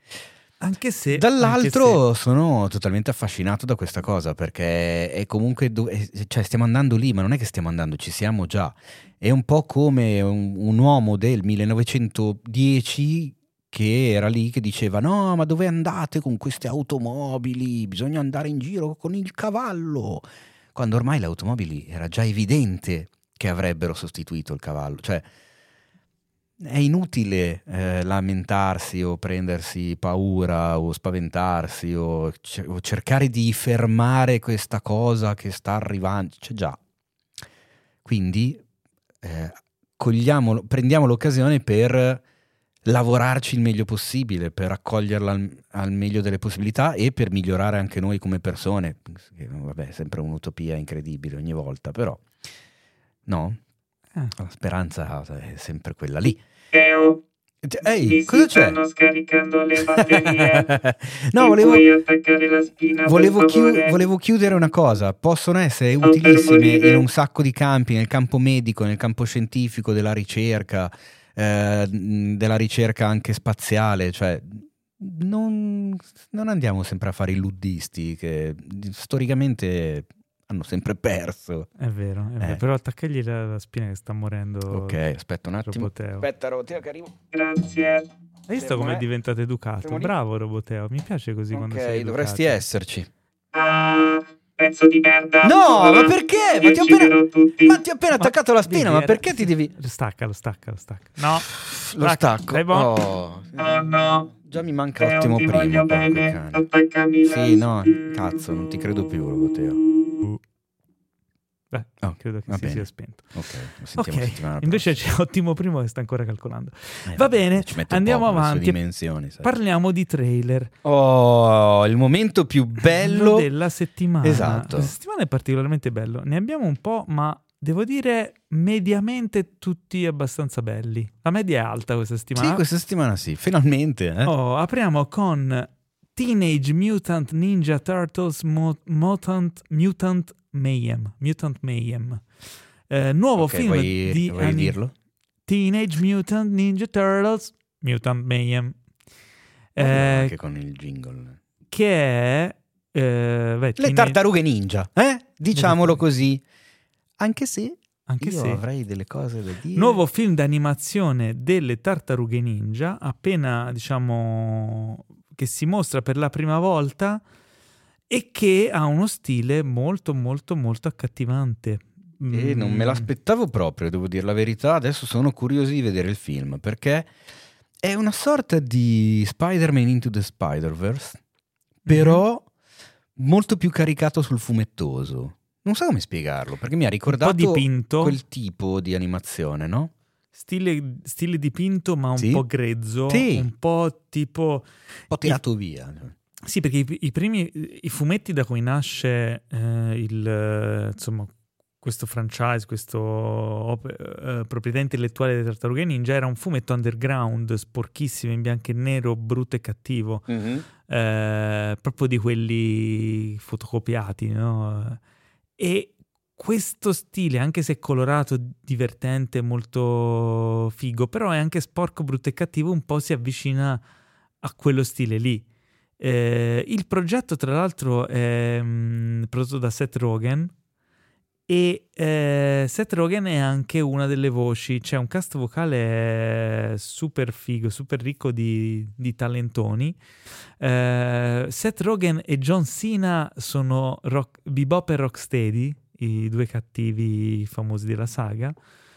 dall'altro sono totalmente affascinato da questa cosa, perché è comunque cioè stiamo andando lì, ma non è che stiamo andando, ci siamo già. È un po' come un uomo del 1910 che era lì che diceva: no, ma dove andate con queste automobili? Bisogna andare in giro con il cavallo, quando ormai le automobili era già evidente che avrebbero sostituito il cavallo. Cioè è inutile lamentarsi o prendersi paura o spaventarsi o cercare di fermare questa cosa che sta arrivando, c'è già. Quindi prendiamo l'occasione per lavorarci il meglio possibile, per accoglierla al meglio delle possibilità e per migliorare anche noi come persone. Vabbè, è sempre un'utopia incredibile ogni volta, però no? La speranza è sempre quella lì. Ehi, cosa c'è? Stanno scaricando le batterie. No, Puoi attaccare la spina, volevo chiudere una cosa. Possono essere utilissime in un sacco di campi, nel campo medico, nel campo scientifico, della ricerca anche spaziale. Cioè non andiamo sempre a fare i luddisti che storicamente hanno sempre perso. È vero, però attaccagli la spina che sta morendo. Ok, aspetta un attimo. Roboteo. Aspetta, Roboteo, che arrivo. Grazie. Hai visto come è diventato educato? Bravo Roboteo, mi piace così quando sei educato. Dovresti esserci. Pezzo di merda. No, ma perché? Ma ti ho appena attaccato la spina, ma perché ti devi... Staccalo. No. Lo stacco. Dai, Oh no. Già mi manca l'ottimo primo. Sì, no, cazzo, non ti credo più, Roboteo. Beh, credo che si sia spento. Ok, invece c'è Ottimo Primo che sta ancora calcolando. Va bene, andiamo avanti. Dimensioni, sai. Parliamo di trailer. Oh, il momento più bello della settimana. Esatto. Questa settimana è particolarmente bello. Ne abbiamo un po', ma devo dire mediamente tutti abbastanza belli. La media è alta questa settimana. Sì, questa settimana sì, finalmente. Apriamo con Teenage Mutant Ninja Turtles Mutant Mayhem. Nuovo film vuoi dirlo? Teenage Mutant Ninja Turtles Mutant Mayhem. Anche con il jingle. Che è le tartarughe ninja, diciamolo così. Anche se avrei delle cose da dire. Nuovo film d'animazione delle tartarughe ninja, appena diciamo che si mostra per la prima volta e che ha uno stile molto molto molto accattivante. E non me l'aspettavo proprio, devo dire la verità. Adesso sono curioso di vedere il film, perché è una sorta di Spider-Man Into the Spider-Verse, però molto più caricato sul fumettoso. Non so come spiegarlo, perché mi ha ricordato dipinto. quel tipo di animazione, no? Stile dipinto, ma un Sì. po' grezzo, Sì. un po' tipo... Un po' tirato via. Sì, perché i fumetti da cui nasce insomma, questo franchise, questo proprietà intellettuale delle Tartarughe Ninja, era un fumetto underground, sporchissimo, in bianco e nero, brutto e cattivo, proprio di quelli fotocopiati, no? E questo stile, anche se colorato, divertente, molto figo, però è anche sporco, brutto e cattivo, un po' si avvicina a quello stile lì. Il progetto, tra l'altro, è prodotto da Seth Rogen, e Seth Rogen è anche una delle voci. C'è un cast vocale super figo, super ricco di talentoni. Seth Rogen e John Cena sono Bebop e Rocksteady, i due cattivi famosi della saga.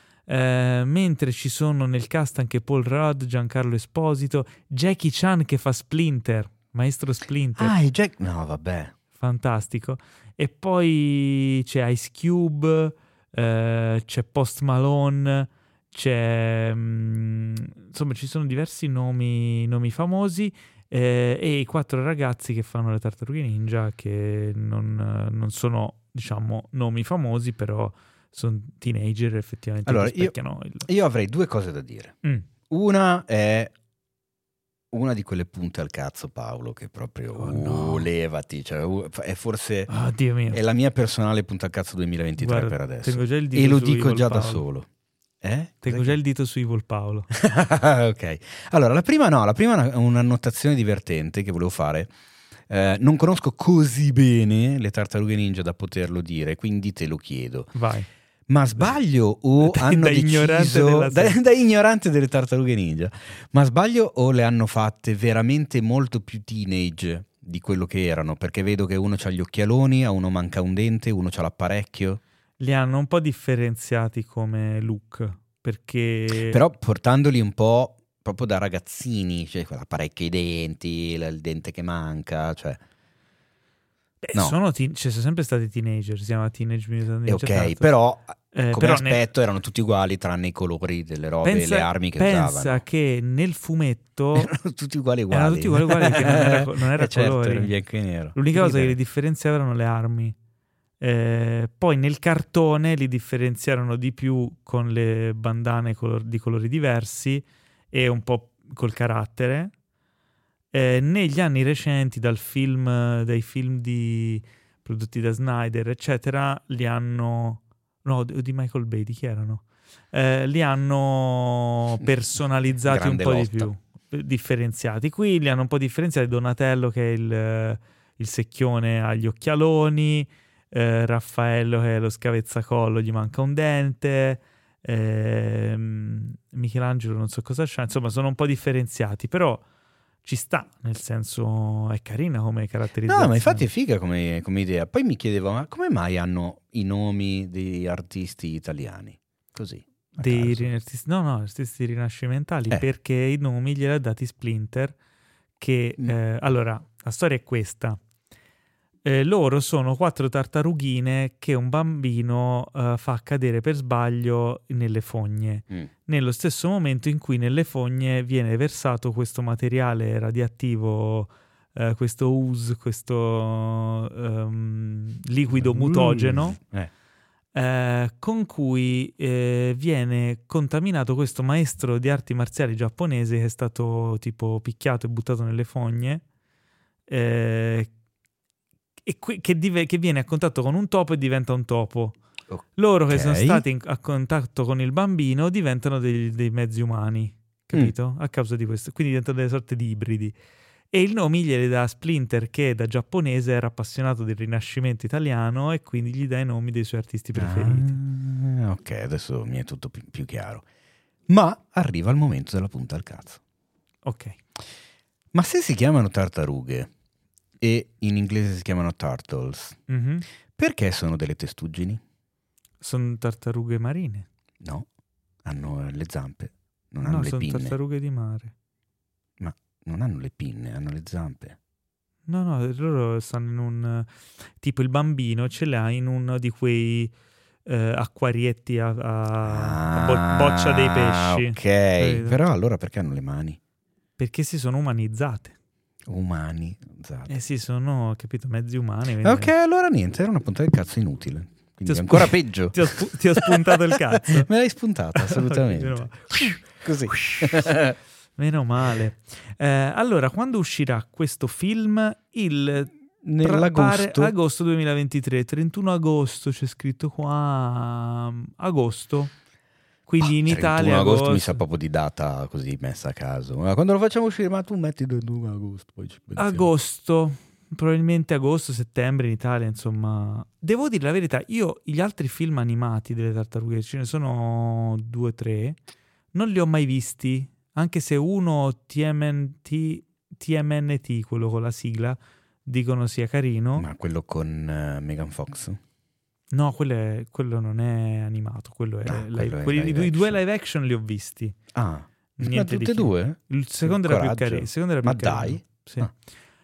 Mentre ci sono nel cast anche Paul Rudd, Giancarlo Esposito, Jackie Chan che fa Splinter, maestro Splinter. Ah, no, vabbè. Fantastico. E poi c'è Ice Cube, c'è Post Malone, c'è insomma ci sono diversi nomi famosi, e i 4 ragazzi che fanno le Tartarughe Ninja, che non sono, diciamo, nomi famosi, però sono teenager, effettivamente. Allora, rispecchiano io avrei 2 cose da dire. Una è una di quelle punte al cazzo, Paolo, che proprio levati, cioè, è forse Dio mio. è la mia personale punta al cazzo 2023. Guarda, per adesso, tengo già il dito e lo su dico Evil già da Paolo. solo. Tengo già il dito su Evil Paolo. Ok, allora la prima è un'annotazione divertente che volevo fare. Non conosco così bene le Tartarughe Ninja da poterlo dire, quindi te lo chiedo. Vai. Ma sbaglio o hanno deciso da ignorante delle Tartarughe Ninja, ma sbaglio o le hanno fatte veramente molto più teenage di quello che erano? Perché vedo che uno c'ha gli occhialoni, a uno manca un dente, uno c'ha l'apparecchio. Li hanno un po' differenziati come look, perché Però portandoli un po' proprio da ragazzini, cioè l'apparecchio ai denti, il dente che manca, cioè... No. sono sempre stati teenager, si chiama Teenage Mutant Ninja Ok, Turtles. però come però aspetto erano tutti uguali tranne i colori delle robe e le armi che pensa usavano. Che nel fumetto Erano tutti uguali erano tutti uguali, perché non era certo, colori. era in bianco e nero. L'unica cosa che Ridere. li differenziava erano le armi. Poi nel cartone li differenziarono di più con le bandane di colori diversi e un po' col carattere. Negli anni recenti, dai film prodotti da Snyder, eccetera, li hanno... No, di Michael Bay, di chi erano? Li hanno personalizzati Grande un po' lotta. di più, differenziati. Qui li hanno un po' differenziati. Donatello, che è il secchione, ha gli occhialoni, Raffaello, che è lo scavezzacollo, gli manca un dente, Michelangelo non so cosa c'ha, insomma sono un po' differenziati, però ci sta, nel senso è carina come caratterizzazione. No, ma infatti è figa come idea. Poi mi chiedevo, ma come mai hanno i nomi degli artisti italiani? Così. a caso? artisti rinascimentali, perché i nomi glieli ha dati Splinter, che allora, la storia è questa. Loro sono 4 tartarughine che un bambino fa cadere per sbaglio nelle fogne, nello stesso momento in cui nelle fogne viene versato questo materiale radioattivo, questo ooze, questo liquido mutageno, con cui viene contaminato questo maestro di arti marziali giapponese che è stato tipo picchiato e buttato nelle fogne, che viene a contatto con un topo e diventa un topo. Loro che sono stati a contatto con il bambino diventano dei mezzi umani, capito? A causa di questo, quindi diventano delle sorte di ibridi. E il nome glieli dà Splinter, che da giapponese era appassionato del Rinascimento italiano e quindi gli dà i nomi dei suoi artisti preferiti. Ok, adesso mi è tutto più chiaro. Ma arriva il momento della punta al cazzo. Ok. Ma se si chiamano tartarughe e in inglese si chiamano turtles, perché sono delle testuggini? Sono tartarughe marine. No, hanno le zampe, non hanno le pinne. No, sono tartarughe di mare. Ma non hanno le pinne, hanno le zampe. No, loro stanno in un... tipo il bambino ce l'ha in uno di quei acquarietti a boccia dei pesci. Ok, Capito? però allora perché hanno le mani? Perché si sono umanizzate. Umanizzate. Sì, sono, capito, mezzi umani. Ok, allora niente, era una puntata del cazzo inutile. Quindi ancora peggio. Ti ho spuntato il cazzo. Me l'hai spuntata, assolutamente. Ok, Così. Meno male. Allora, quando uscirà questo film? Nell'agosto. Agosto 2023, 31 agosto c'è scritto qua. Agosto. Quindi in 31 Italia agosto mi sa proprio di data così messa a caso. Ma quando lo facciamo uscire? Ma tu metti 2 agosto, poi ci pensiamo. Agosto. Probabilmente agosto, settembre in Italia, insomma. Devo dire la verità, io gli altri film animati delle tartarughe, ce ne sono 2 o 3, non li ho mai visti, anche se uno TMNT, quello con la sigla, dicono sia carino. Ma quello con Megan Fox? No, quello non è animato, quello è quello è i due live action li ho visti. Ah, Niente ma tutte e di che. due? Il secondo era più Coraggio. carino. Ma dai? Sì. Ah.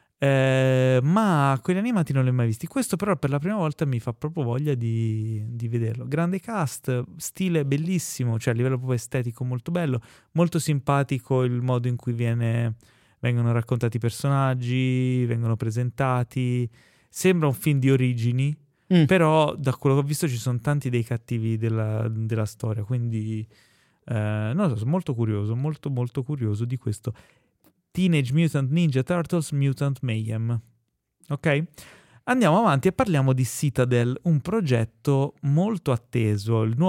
Ma quelli animati non li ho mai visti. Questo però per la prima volta mi fa proprio voglia di vederlo. Grande cast, stile bellissimo, cioè a livello proprio estetico molto bello, molto simpatico il modo in cui vengono raccontati i personaggi, vengono presentati. Sembra un film di origini, però da quello che ho visto ci sono tanti dei cattivi della storia, quindi non lo so, sono molto curioso, molto molto curioso di questo Teenage Mutant Ninja Turtles Mutant Mayhem. Ok? Andiamo avanti e parliamo di Citadel, un progetto molto atteso, il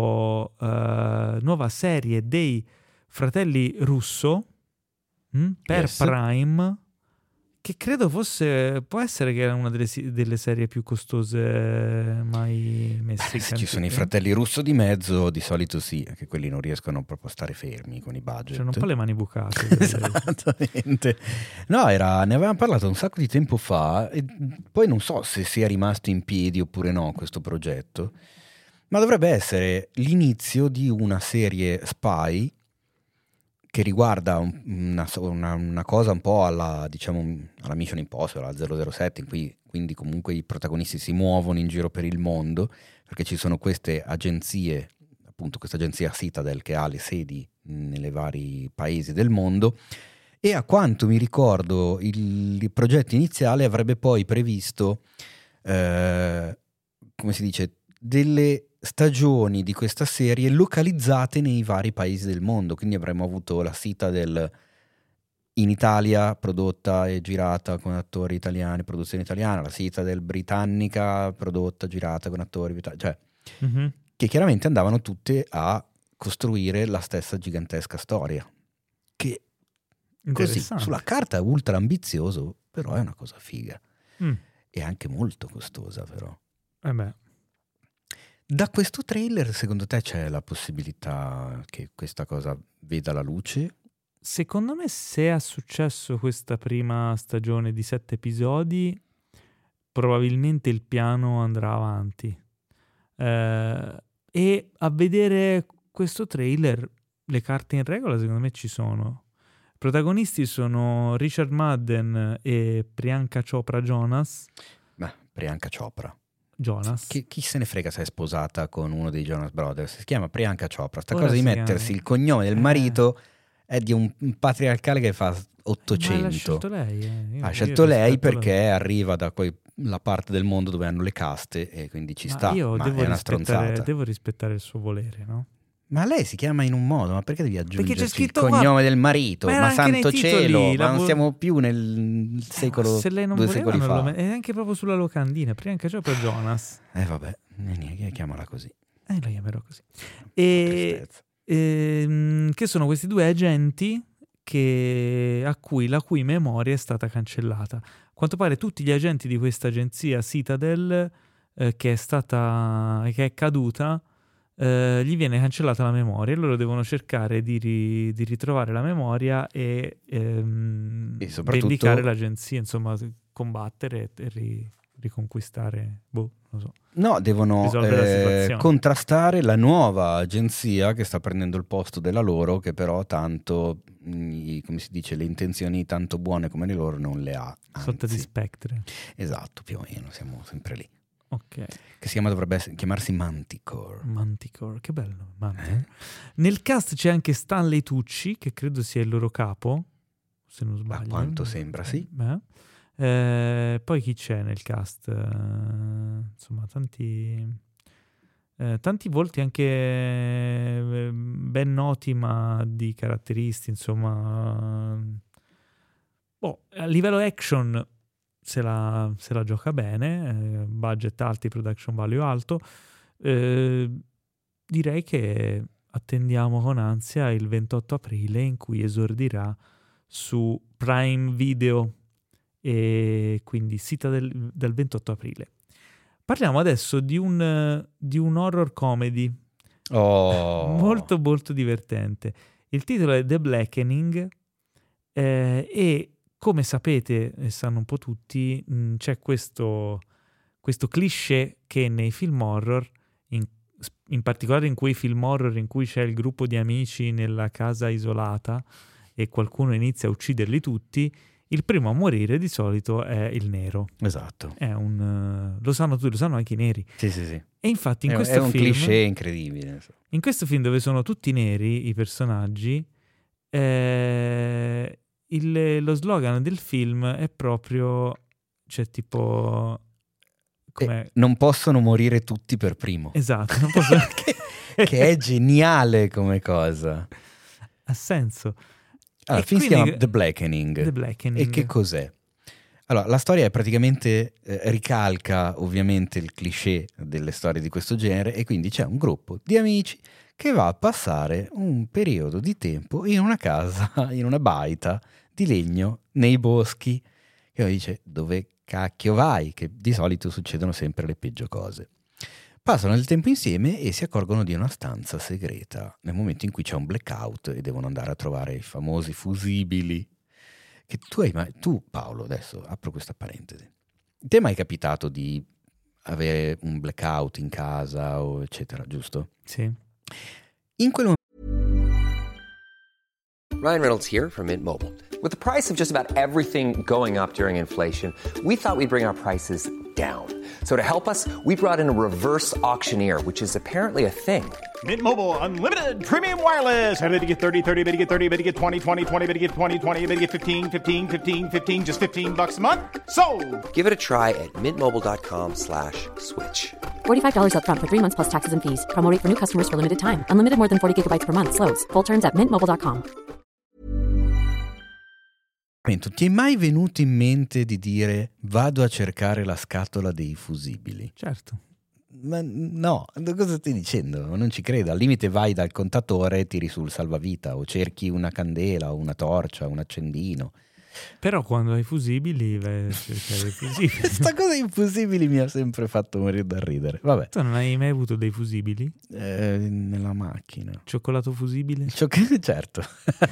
nuova serie dei fratelli Russo per Prime, che credo può essere che era una delle serie più costose mai messe in Se ci sono i fratelli Russo di mezzo, di solito sì, che quelli non riescono proprio a stare fermi con i budget. C'erano un po' le mani bucate. Esattamente. No, ne avevamo parlato un sacco di tempo fa e poi non so se sia rimasto in piedi oppure no questo progetto, ma dovrebbe essere l'inizio di una serie spy che riguarda una cosa un po' alla Mission Impossible, alla 007, quindi comunque i protagonisti si muovono in giro per il mondo, perché ci sono queste agenzie, appunto questa agenzia Citadel che ha le sedi nei vari paesi del mondo, e a quanto mi ricordo il progetto iniziale avrebbe poi previsto, come si dice, delle stagioni di questa serie localizzate nei vari paesi del mondo, quindi avremmo avuto la Citadel in Italia prodotta e girata con attori italiani, produzione italiana, la Citadel britannica prodotta, girata con attori cioè che chiaramente andavano tutte a costruire la stessa gigantesca storia, che così sulla carta è ultra ambizioso, però è una cosa figa e anche molto costosa però. Da questo trailer, secondo te c'è la possibilità che questa cosa veda la luce? Secondo me, se è successo questa prima stagione di 7 episodi, probabilmente il piano andrà avanti. E a vedere questo trailer, le carte in regola secondo me ci sono. I protagonisti sono Richard Madden e Priyanka Chopra Jonas. Priyanka Chopra. Jonas. Chi se ne frega se è sposata con uno dei Jonas Brothers? Si chiama Priyanka Chopra. Sta Ora cosa di si mettersi chiama. il cognome del marito è di un patriarcale che fa 800. Ma l'ha scelto lei. Ha scelto lei perché arriva da quella parte del mondo dove hanno le caste e quindi ci sta. Io ma è una stronzata. devo rispettare il suo volere, no? Ma lei si chiama in un modo, ma perché devi Perché aggiungere c'è scritto il cognome del marito? Ma era Ma anche nei santo titoli, cielo, la ma non siamo più nel secolo, se lei non 2 voleva, secoli non fa. è anche proprio sulla locandina. Priyanka Chopra Jonas. Vabbè, chiamala così. La chiamerò così. Che sono questi due agenti la cui memoria è stata cancellata. A quanto pare tutti gli agenti di questa agenzia Citadel che è caduta, gli viene cancellata la memoria e loro devono cercare di ritrovare la memoria e soprattutto vendicare l'agenzia, insomma combattere e riconquistare, non so. No, devono contrastare la nuova agenzia che sta prendendo il posto della loro, che però tanto come si dice, le intenzioni tanto buone come le loro non le ha. Sorta di Anzi, Spectre. esatto, più o meno, siamo sempre lì. Ok. Che dovrebbe chiamarsi Manticore. Manticore, che bello. Manticore. Nel cast c'è anche Stanley Tucci, che credo sia il loro capo, se non sbaglio. A quanto sembra, sì. Poi chi c'è nel cast? Insomma, tanti volti anche ben noti, ma di caratteristi, insomma. A livello action se la gioca bene, budget alti, production value alto. Direi che attendiamo con ansia il 28 aprile in cui esordirà su Prime Video, e quindi sita del 28 aprile. Parliamo adesso di un horror comedy molto molto divertente. Il titolo è The Blackening, e come sapete, e sanno un po' tutti, c'è questo cliché che nei film horror, in particolare in quei film horror in cui c'è il gruppo di amici nella casa isolata e qualcuno inizia a ucciderli tutti, il primo a morire di solito è il nero. Esatto. Lo sanno tutti, lo sanno anche i neri. Sì. E infatti in questo è un film, cliché incredibile. in questo film dove sono tutti neri i personaggi, lo slogan del film è proprio, cioè tipo, non possono morire tutti per primo. Esatto, non posso... che è geniale come cosa. Ha senso. Allora, il film si chiama The Blackening. The Blackening. E che cos'è? Allora, la storia è praticamente ricalca ovviamente il cliché delle storie di questo genere, e quindi c'è un gruppo di amici che va a passare un periodo di tempo in una casa, in una baita di legno nei boschi, e uno dice: dove cacchio vai? Che di solito succedono sempre le peggio cose. Passano il tempo insieme e si accorgono di una stanza segreta nel momento in cui c'è un blackout e devono andare a trovare i famosi fusibili. Che tu, Paolo, adesso apro questa parentesi. Ti è mai capitato di avere un blackout in casa o eccetera, giusto? Sì. In quel momento Ryan Reynolds here from Mint Mobile. With the price of just about everything going up during inflation, we thought we'd bring our prices down. So to help us, we brought in a reverse auctioneer, which is apparently a thing. Mint Mobile Unlimited Premium Wireless. How to get 30, 30, bit to get 30, bit to get 20, 20, 20, bit to get 20, 20, bit to get 15, 15, 15, 15, just $15 a month? Sold! Give it a try at mintmobile.com/switch. $45 up front for 3 months plus taxes and fees. Promo rate for new customers for limited time. Unlimited more than 40 gigabytes per month. Slows full terms at mintmobile.com. ti è mai venuto in mente di dire: vado a cercare la scatola dei fusibili? Certo. Ma no, cosa stai dicendo? Non ci credo. Al limite vai dal contatore e tiri sul salvavita, o cerchi una candela o una torcia, un accendino. Però quando hai fusibili, vai a cercare i fusibili. Questa cosa dei fusibili mi ha sempre fatto morire da ridere. Vabbè. Tu non hai mai avuto dei fusibili? Nella macchina. Cioccolato fusibile? Certo.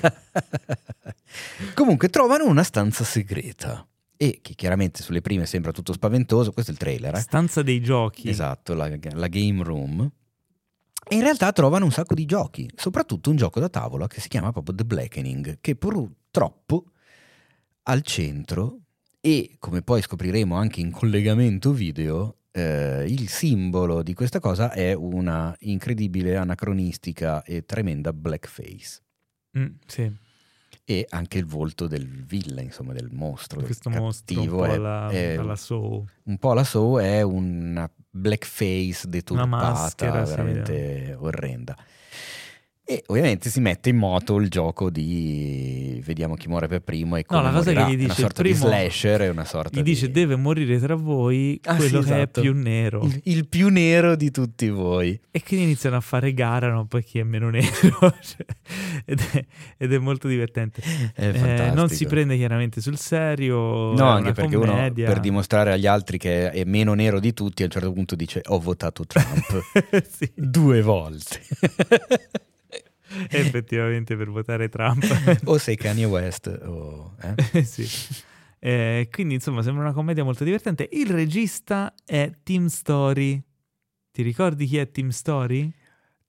Comunque trovano una stanza segreta, e che chiaramente sulle prime sembra tutto spaventoso. Questo è il trailer, Stanza dei giochi. Esatto, la game room. E in realtà trovano un sacco di giochi, soprattutto un gioco da tavola che si chiama proprio The Blackening, che purtroppo al centro, e come poi scopriremo anche in collegamento video, il simbolo di questa cosa è una incredibile, anacronistica e tremenda blackface. Sì. E anche il volto del villain, insomma, del mostro. Questo del mostro cattivo, un po' è alla Saw. Un po' la Saw, è una blackface deturpata, una maschera, veramente orrenda. E ovviamente si mette in moto il gioco di vediamo chi muore per primo e come la cosa morirà. che gli dice, una sorta il primo, di slasher, è una sorta gli dice deve morire tra voi quello sì, che esatto. è più nero, il più nero di tutti voi, e quindi iniziano a fare gara, no? Poi chi è meno nero. ed è molto divertente. È fantastico. Non si prende chiaramente sul serio, no, è anche perché commedia. uno, per dimostrare agli altri che è meno nero di tutti, a un certo punto dice ho votato Trump sì. 2 volte. Effettivamente per votare Trump o sei Kanye West sì. Quindi insomma sembra una commedia molto divertente. Il regista è Tim Story. Ti ricordi chi è Tim Story?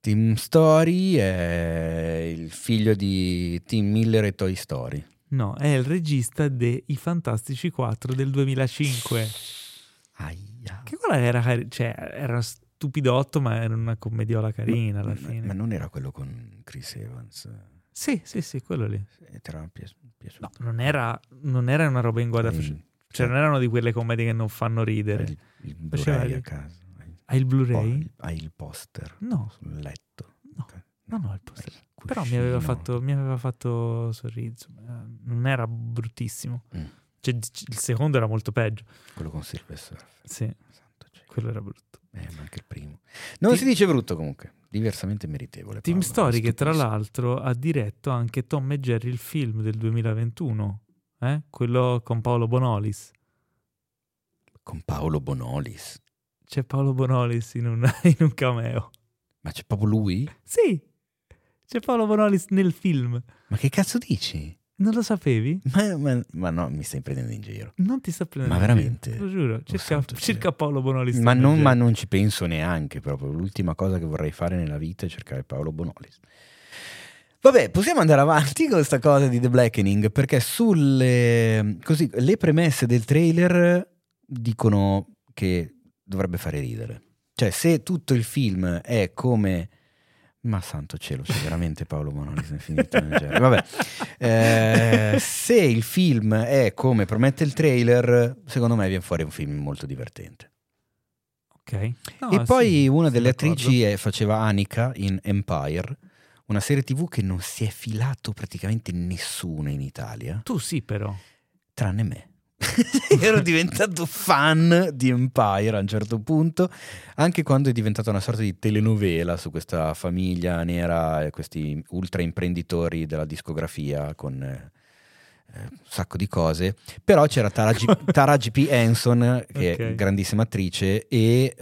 Tim Story è il figlio di Tim Miller e Toy Story. No, è il regista dei Fantastici 4 del 2005. Aia. Che quella era stupidotto, ma era una commediola carina alla fine. Ma non era quello con Chris Evans? Sì, quello lì. Ti era piaciuto? No, non era una roba in guarda. Cioè, non erano di quelle commedie che non fanno ridere. Il Blu-ray a casa. Hai il Blu-ray? Hai il poster? No. Sul letto? No, non ho il poster. Cuscino. Però mi aveva fatto sorriso. Non era bruttissimo. Cioè, il secondo era molto peggio. Quello con Sylvester. Sì, quello era brutto. Ma anche il primo. Non si dice brutto comunque. Diversamente meritevole. Tim Paolo, Story, che tra l'altro ha diretto anche Tom e Jerry, il film del 2021. Quello con Paolo Bonolis. Con Paolo Bonolis? C'è Paolo Bonolis in un cameo. Ma c'è proprio lui? Sì, c'è Paolo Bonolis nel film. Ma che cazzo dici? Non lo sapevi? Ma no, mi stai prendendo in giro. Non ti sta prendendo ma in veramente? giro. Lo giuro, cerca Paolo Bonolis. Ma non ci penso neanche proprio. L'ultima cosa che vorrei fare nella vita è cercare Paolo Bonolis. Vabbè, possiamo andare avanti con questa cosa di The Blackening, perché le premesse del trailer dicono che dovrebbe fare ridere. Cioè, se tutto il film è come... Ma santo cielo, c'è veramente Paolo Bonolis infinito. Vabbè, se il film è come promette il trailer, secondo me viene fuori un film molto divertente. Ok. No, e poi una delle d'accordo. attrici faceva Annika in Empire, una serie TV che non si è filato praticamente nessuno in Italia. Tu sì, però. Tranne me. Ero diventato fan di Empire a un certo punto, anche quando è diventata una sorta di telenovela su questa famiglia nera e questi ultra imprenditori della discografia con un sacco di cose. Però c'era Taraji P. Henson, che è grandissima attrice, e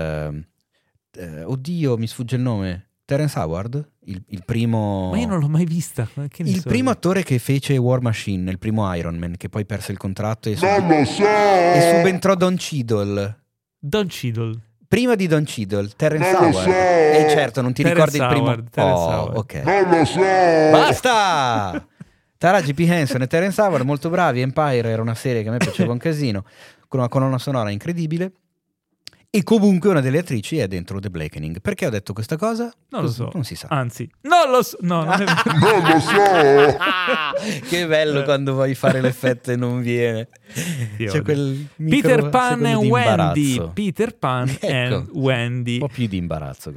oddio, mi sfugge il nome. Terrence Howard, il primo... Ma io non l'ho mai vista. Il primo attore che fece War Machine, il primo Iron Man, che poi perse il contratto e subentrò Don Cheadle. Don Cheadle. Prima di Don Cheadle, Terrence Howard. E certo, non ti ricordi il primo... Ok. Non lo so! Basta! Taraji P. Henson e Terrence Howard, molto bravi. Empire era una serie che a me piaceva un casino, con una colonna sonora incredibile. E comunque una delle attrici è dentro The Blackening. Perché ho detto questa cosa? Non lo so. Non si sa. Anzi, non lo so. No, non è vero. Non lo so! Che bello quando vuoi fare l'effetto e non viene. C'è quel Peter Pan e Wendy. Imbarazzo. Peter Pan e Wendy. Un po' più di imbarazzo.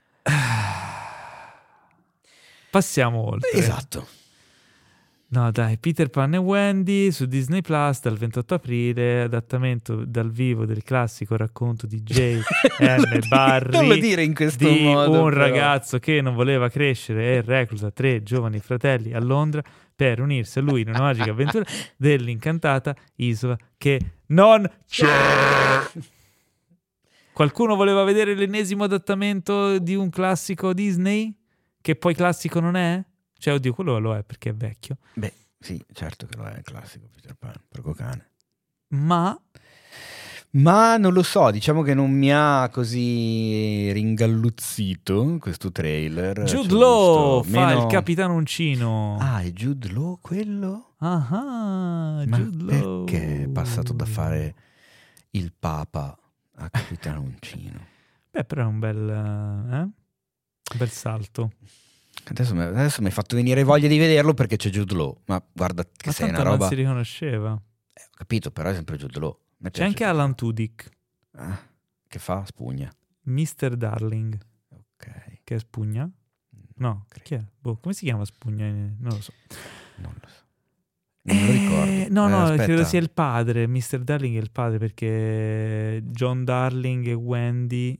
Passiamo oltre. Esatto. No dai, Peter Pan e Wendy su Disney Plus dal 28 aprile, adattamento dal vivo del classico racconto di J.M. Barrie. Non lo dire in questo di modo, un però. ragazzo che non voleva crescere e recluta 3 giovani fratelli a Londra per unirsi a lui in una magica avventura dell'incantata isola che non c'è. Qualcuno voleva vedere l'ennesimo adattamento di un classico Disney? Che poi classico non è? Cioè, oddio, quello lo è perché è vecchio. Beh, sì, certo che lo è il classico Peter Pan, porco cane. Ma non lo so, diciamo che non mi ha così ringalluzzito questo trailer. Jude Law fa il Capitano Uncino. Ah, è Jude Law quello? Ah, Ma Jude Law. perché è passato da fare il Papa a Capitano Uncino? Beh, però è un bel salto. Adesso mi hai fatto venire voglia di vederlo perché c'è Jude Law. Ma guarda che Ma sei una tanto roba... non si riconosceva. Ho capito, però è sempre Jude Law. Mi C'è piace anche Jude Law. Alan Tudyk, Che fa? Spugna. Mr. Darling, Ok. che è Spugna? No, chi è? Boh, come si chiama Spugna? Non lo so. Non lo so. Non me lo ricordo. No, Aspetta. credo sia il padre. Mr. Darling è il padre perché John Darling e Wendy...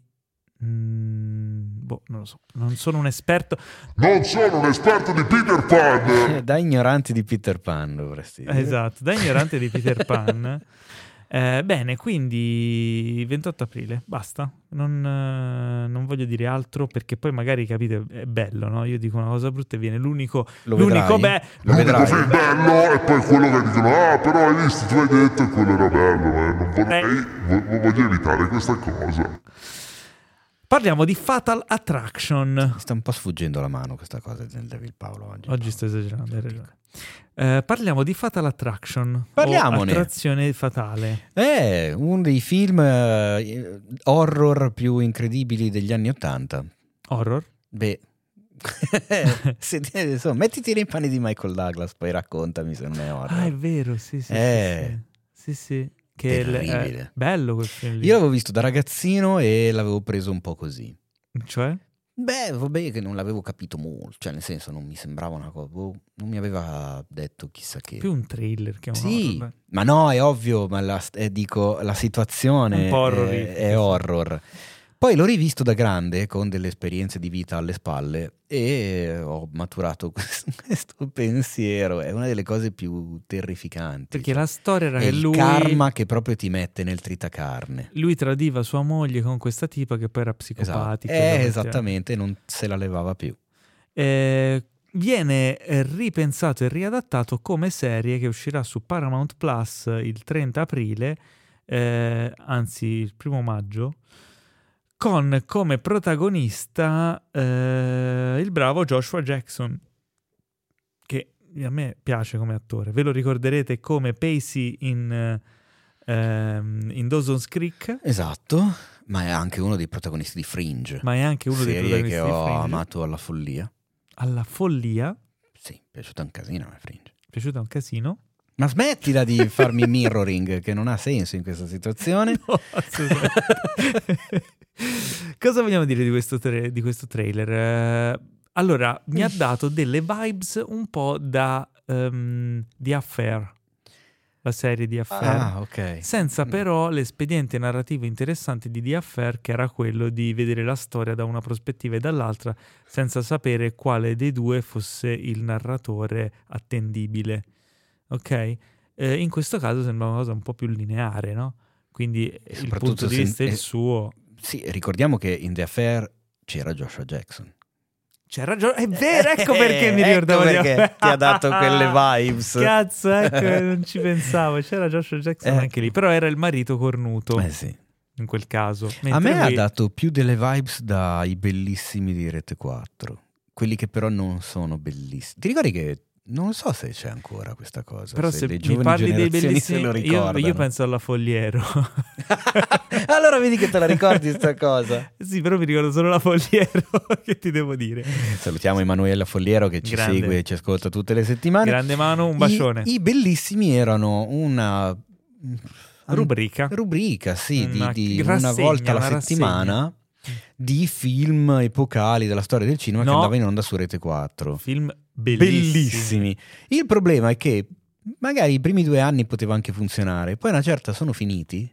non lo so, non sono un esperto. Non sono un esperto di Peter Pan! Da ignoranti di Peter Pan dovresti dire. Esatto, da ignorante di Peter Pan. Bene, quindi 28 aprile, basta. Non voglio dire altro perché poi magari, capite, è bello, no? Io dico una cosa brutta e viene l'unico vedrai? Lo L'unico vedrai. film bello e poi quello che dicono però hai visto, tu hai detto e quello era bello, non voglio evitare questa cosa. Parliamo di Fatal Attraction. Mi sta un po' sfuggendo la mano questa cosa del Devil Paolo oggi. Oggi sto esagerando, hai ragione. Parliamo di Fatal Attraction. Parliamone. O Attrazione fatale. Uno dei film horror più incredibili degli anni '80. Horror? Beh, insomma, mettiti nei panni di Michael Douglas, poi raccontami se non è horror. Ah, è vero, sì. Sì. Che terribile. Bello quel film lì. Io l'avevo visto da ragazzino e l'avevo preso un po' così. Cioè? Beh, vabbè, che non l'avevo capito molto, cioè nel senso non mi sembrava una cosa, non mi aveva detto chissà che. Più un thriller che un sì, horror. ma no, è ovvio, ma dico, la situazione un po' è horror. Poi l'ho rivisto da grande con delle esperienze di vita alle spalle e ho maturato questo pensiero. È una delle cose più terrificanti. Perché la storia era è che il karma che proprio ti mette nel tritacarne. Lui tradiva sua moglie con questa tipa che poi era psicopatica. Esattamente, non se la levava più. Viene ripensato e riadattato come serie che uscirà su Paramount Plus il 30 aprile, anzi il 1 maggio, con come protagonista il bravo Joshua Jackson, che a me piace come attore. Ve lo ricorderete come Pacey in Dawson's Creek. Esatto, ma è anche uno dei protagonisti di Fringe. Serie che ho amato alla follia. Alla follia? Sì, è piaciuta un casino a Fringe. Piaciuta un casino? Ma smettila di farmi mirroring, che non ha senso in questa situazione. No, assolutamente. Cosa vogliamo dire di questo trailer? Allora, mi ha dato delle vibes un po' da The Affair, la serie di Affair, ok. Senza però l'espediente narrativo interessante di The Affair, che era quello di vedere la storia da una prospettiva e dall'altra, senza sapere quale dei due fosse il narratore attendibile. Ok? In questo caso sembra una cosa un po' più lineare, no? Quindi il punto di vista è il suo. Sì, ricordiamo che in The Affair c'era Joshua Jackson. C'era è vero, ecco perché mi ricordavo perché ti ha dato quelle vibes. Cazzo, ecco, non ci pensavo. C'era Joshua Jackson anche lì, però era il marito cornuto. Sì. In quel caso. A me ha dato più delle vibes dai bellissimi di Rete 4. Quelli che però non sono bellissimi. Ti ricordi che non so se c'è ancora questa cosa. Però se le mi parli dei bellissimi, se lo ricordano. io penso alla Fogliero. Allora vedi che te la ricordi sta cosa. Sì, però mi ricordo solo la Fogliero. Che ti devo dire? Salutiamo Emanuela Fogliero che ci segue e ci ascolta tutte le settimane. Grande Manu, un bacione. I bellissimi erano una rubrica, sì, una di rassegna, una volta alla una settimana. Rassegna. Di film epocali della storia del cinema che andava in onda su Rete 4. Film bellissimi. Il problema è che magari i primi 2 anni poteva anche funzionare, poi una certa sono finiti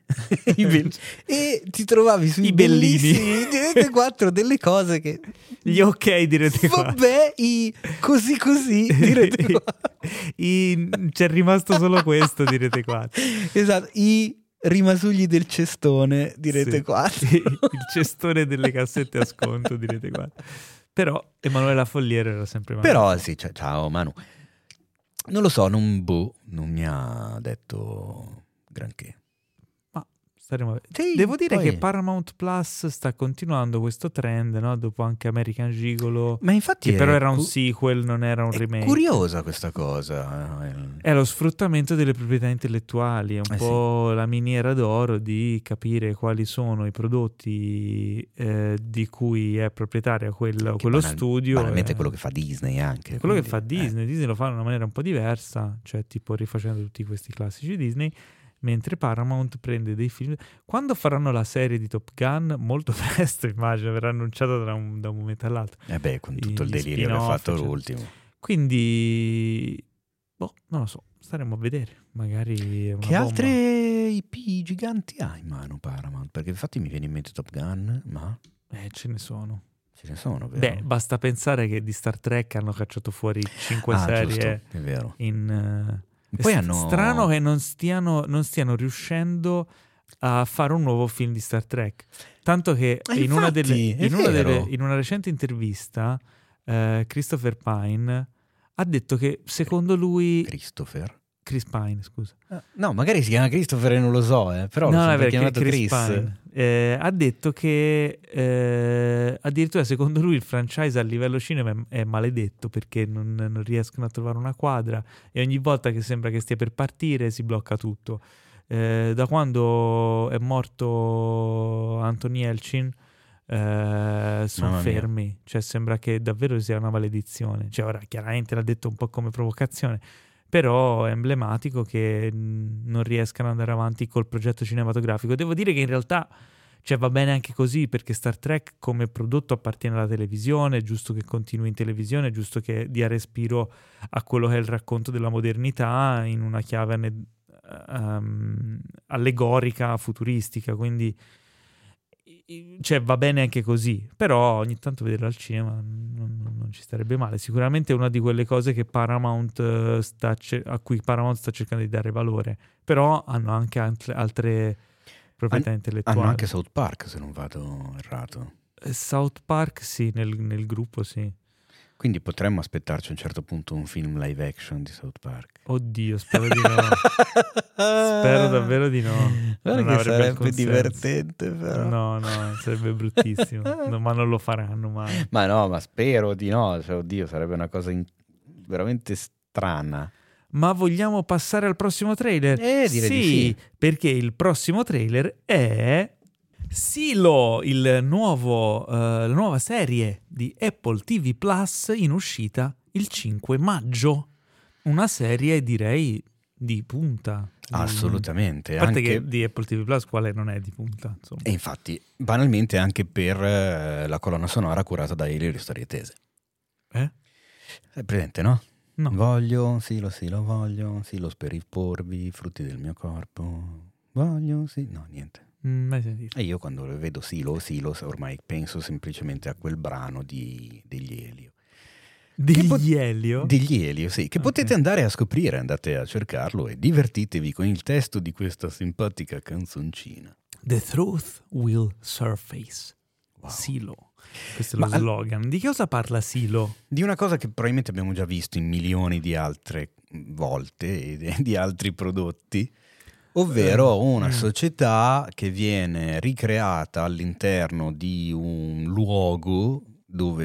e ti trovavi sui bellissimi di Rete 4 delle cose che gli ok di Rete 4. Vabbè, i così di Rete 4. C'è rimasto solo questo di Rete 4. Esatto, i rimasugli del cestone di Rete 4. Il cestone delle cassette a sconto di Rete 4. Però Emanuela Fogliero era sempre Manu. Però sì, ciao Manu. Non lo so, non mi ha detto granché. Ma staremo a vedere. Sì, devo dire poi... che Paramount Plus sta continuando questo trend, no? Dopo anche American Gigolo. Ma infatti che però era un sequel, non era un remake. È curiosa questa cosa. È lo sfruttamento delle proprietà intellettuali, è un po' la miniera d'oro di capire quali sono i prodotti di cui è proprietaria quello studio. Banalmente quello che fa Disney anche. Quello che fa Disney. Disney lo fa in una maniera un po' diversa, cioè tipo rifacendo tutti questi classici Disney, mentre Paramount prende dei film. Quando faranno la serie di Top Gun? Molto presto, immagino, verrà annunciata da un momento all'altro. Con tutto il delirio che ha fatto l'ultimo. Quindi... non lo so, staremo a vedere. Magari è una che bomba. altre IP giganti ha in mano Paramount? Perché infatti mi viene in mente Top Gun, ma... ce ne sono. Ce ne sono, vero? Beh, basta pensare che di Star Trek hanno cacciato fuori 5 serie. Giusto, è vero. Poi strano che non stiano riuscendo a fare un nuovo film di Star Trek. Tanto che in una recente intervista Christopher Pine ha detto che secondo lui Chris Pine, scusa. No, magari si chiama Christopher e non lo so, però l'ho sempre chiamato Chris. Pine. ha detto che addirittura secondo lui il franchise a livello cinema è maledetto perché non riescono a trovare una quadra e ogni volta che sembra che stia per partire si blocca tutto. Da quando è morto Anthony Elchin sono fermi, cioè sembra che davvero sia una maledizione. Cioè ora chiaramente l'ha detto un po' come provocazione, però è emblematico che non riescano ad andare avanti col progetto cinematografico. Devo dire che in realtà va bene anche così, perché Star Trek come prodotto appartiene alla televisione, è giusto che continui in televisione, è giusto che dia respiro a quello che è il racconto della modernità in una chiave allegorica, futuristica, quindi va bene anche così, però ogni tanto vederlo al cinema non ci starebbe male. Sicuramente è una di quelle cose che Paramount a cui Paramount sta cercando di dare valore, però hanno anche altre proprietà intellettuali. Hanno anche South Park, se non vado errato. South Park sì, nel gruppo sì. Quindi potremmo aspettarci a un certo punto un film live action di South Park. Oddio, spero di no. Spero davvero di no. Guarda che sarebbe divertente, però. No, sarebbe bruttissimo. No, ma non lo faranno mai. Ma no, ma spero di no. Cioè, oddio, sarebbe una cosa veramente strana. Ma vogliamo passare al prossimo trailer? Direi di sì. Perché il prossimo trailer è Silo, la nuova serie di Apple TV Plus in uscita il 5 maggio. Una serie, direi, di punta. Assolutamente. A parte anche... che di Apple TV Plus quale non è di punta, insomma. E infatti, banalmente anche per la colonna sonora curata da Elio e le storie tese. È presente, no? No. Voglio, lo voglio, lo speriporvi, frutti del mio corpo. Voglio, no, niente. Mai sentito. E io quando vedo Silo, ormai penso semplicemente a quel brano degli Elio. Degli Elio? Degli Elio, sì, che potete andare a scrivere, andate a cercarlo e divertitevi con il testo di questa simpatica canzoncina. The truth will surface. Wow. Silo. Questo è lo slogan. Di che cosa parla Silo? Di una cosa che probabilmente abbiamo già visto in milioni di altre volte e di altri prodotti, ovvero una società che viene ricreata all'interno di un luogo dove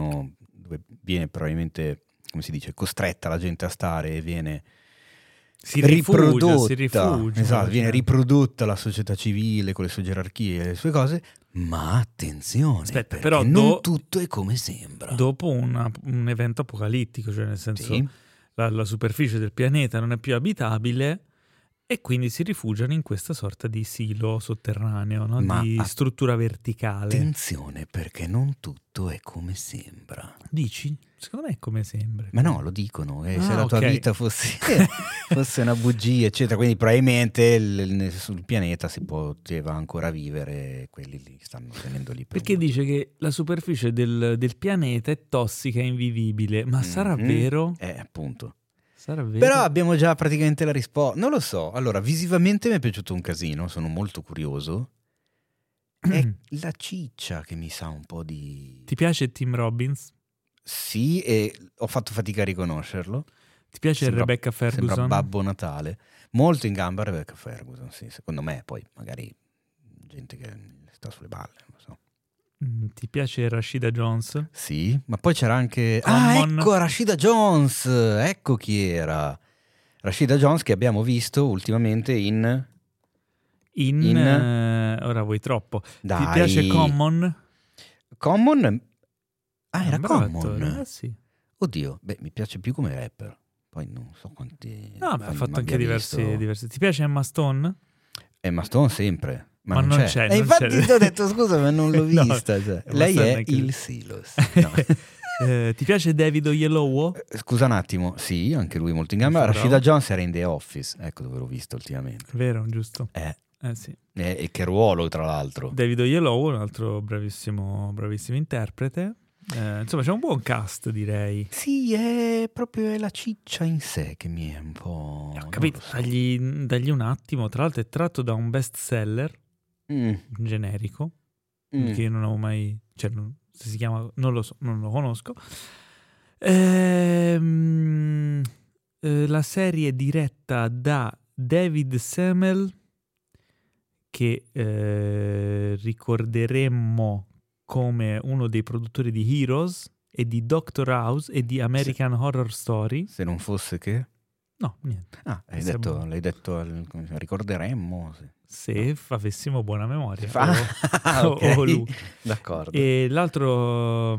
viene probabilmente, come si dice, costretta la gente a stare e viene riprodotta. Esatto, viene riprodotta la società civile con le sue gerarchie e le sue cose. Ma attenzione, aspetta, perché però non tutto è come sembra. Dopo un evento apocalittico, cioè nel senso la superficie del pianeta non è più abitabile e quindi si rifugiano in questa sorta di silo sotterraneo, no? Di struttura verticale. Attenzione, perché non tutto è come sembra. Dici? Secondo me è come sembra. Ma no, lo dicono. Se la tua vita fosse una bugia, eccetera, quindi probabilmente sul pianeta si poteva ancora vivere, quelli lì stanno tenendo lì. Perché dice che la superficie del pianeta è tossica e invivibile, ma sarà vero? Appunto. Però abbiamo già praticamente la risposta. Non lo so. Allora, visivamente mi è piaciuto un casino, sono molto curioso. È la ciccia che mi sa un po' di... Ti piace Tim Robbins? Sì, e ho fatto fatica a riconoscerlo. Ti piace Rebecca Ferguson? Sembra Babbo Natale. Molto in gamba Rebecca Ferguson, sì, secondo me. Poi magari gente che sta sulle balle, non lo so. Ti piace Rashida Jones? Sì, ma poi c'era anche... ecco Rashida Jones! Ecco chi era. Rashida Jones che abbiamo visto ultimamente in... ora vuoi troppo. Dai. Ti piace Common? Common? Era Common? Attore, sì. Oddio, mi piace più come rapper. Poi non so quanti... No, ha fatto anche diversi. Ti piace Emma Stone? Emma Stone sempre. Ma non c'è. E infatti ti ho detto scusa, ma non l'ho vista. No, cioè. Lei è il Silos. No. Ti piace David Oyelowo? Scusa un attimo, sì, anche lui molto in gamba. Rashida Jones era in The Office, ecco dove l'ho visto ultimamente. Vero, giusto. Sì. E che ruolo, tra l'altro. David Oyelowo, un altro bravissimo interprete. Insomma, c'è un buon cast, direi. Sì, è proprio la ciccia in sé che mi è un po'... Ho capito, so. dagli un attimo. Tra l'altro è tratto da un best seller generico, che io non avevo mai... Cioè, se si chiama... Non lo so, non lo conosco. La serie è diretta da David Semel, che ricorderemmo come uno dei produttori di Heroes e di Doctor House e di American Horror Story. Se non fosse che? No, niente. L'hai detto, ricorderemmo. Sì. Se avessimo buona memoria. Okay. O lui. D'accordo. E l'altro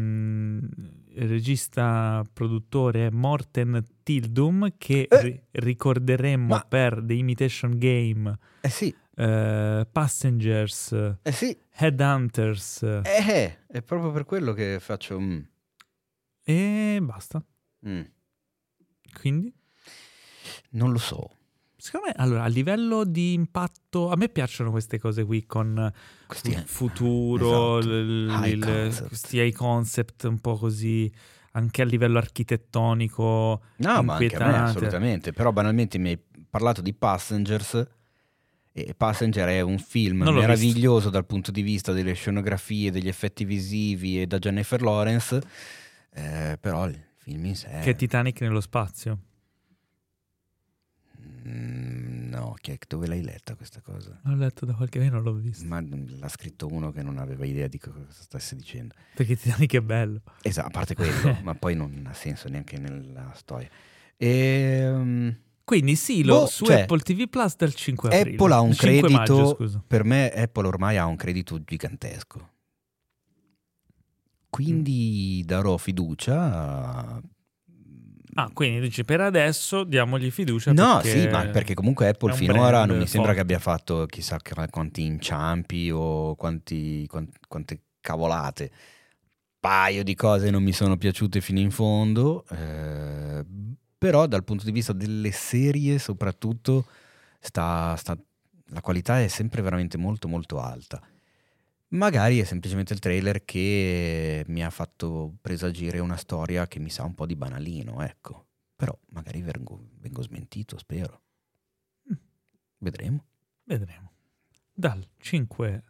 regista produttore è Morten Tildum, che ricorderemmo per The Imitation Game, Sì. Passengers, Sì. Headhunters. È proprio per quello che faccio... E basta. Quindi? Non lo so. Secondo me, allora, a livello di impatto, a me piacciono queste cose qui con Questi futuro, esatto. questi high concept un po' così, anche a livello architettonico. No, ma anche a me, inquietante. assolutamente. Però banalmente mi hai parlato di Passengers, e Passenger è un film Non l'ho meraviglioso dal punto di vista delle scenografie, degli effetti visivi e da Jennifer Lawrence, però il film in sé... Che è Titanic nello spazio. No, dove l'hai letta questa cosa? L'ho letto da qualche... Io non l'ho visto. Ma l'ha scritto uno che non aveva idea di cosa stesse dicendo. Perché Titanic è bello. Esatto, a parte quello, ma poi non ha senso neanche nella storia. Quindi Silo su Apple TV Plus dal 5 aprile. Apple ha un 5 credito, maggio, scusa. Per me Apple ormai ha un credito gigantesco. Quindi darò fiducia. Quindi dici per adesso diamogli fiducia. No, perché sì, ma perché comunque Apple è un finora brand non mi sembra forte. che abbia fatto chissà quanti inciampi o quante cavolate. Paio di cose non mi sono piaciute fino in fondo, però dal punto di vista delle serie soprattutto la qualità è sempre veramente molto molto alta. Magari è semplicemente il trailer che mi ha fatto presagire una storia che mi sa un po' di banalino, ecco. Però magari vengo smentito, spero. Vedremo. Dal 5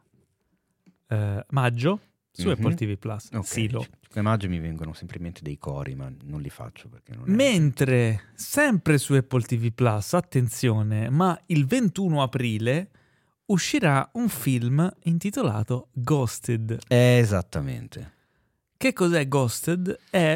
maggio su Apple TV Plus. Ok, Silo. 5 maggio mi vengono sempre in mente dei cori, ma non li faccio perché non è... Mentre sempre su Apple TV Plus, attenzione, ma il 21 aprile uscirà un film intitolato Ghosted. Esattamente. Che cos'è Ghosted? È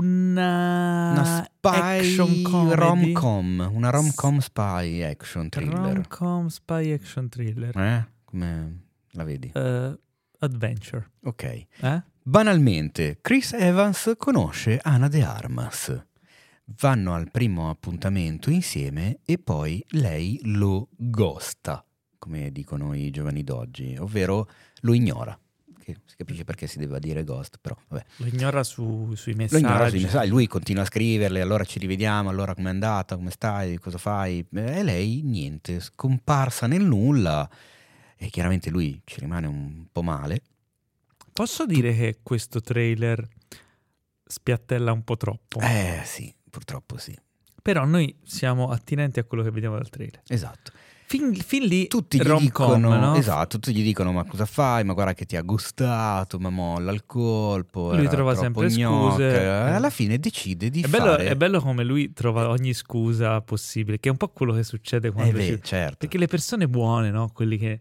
Una spy action comedy. rom-com, una rom-com spy action thriller. Rom-com spy action thriller. Come la vedi? Adventure. Ok. Banalmente, Chris Evans conosce Ana de Armas. Vanno al primo appuntamento insieme e poi lei lo ghosta, come dicono i giovani d'oggi, ovvero lo ignora. Che si capisce perché si deve dire ghost, però vabbè. Lo ignora sui messaggi. Lo ignora sui messaggi, lui continua a scriverle, allora ci rivediamo, allora com'è andata, come stai, cosa fai? E lei niente, scomparsa nel nulla, e chiaramente lui ci rimane un po' male. Posso dire che questo trailer spiattella un po' troppo? Sì, purtroppo sì. Però noi siamo attinenti a quello che vediamo dal trailer. Esatto. Fin lì tutti gli rom-com, dicono, no? esatto, tutti gli dicono ma cosa fai, ma guarda che ti ha gustato, ma molla il colpo, lui era trova troppo sempre gnocca. scuse. Alla fine decide di È fare... bello come lui trova ogni scusa possibile, che è un po' quello che succede quando certo. perché le persone buone, no? Quelli che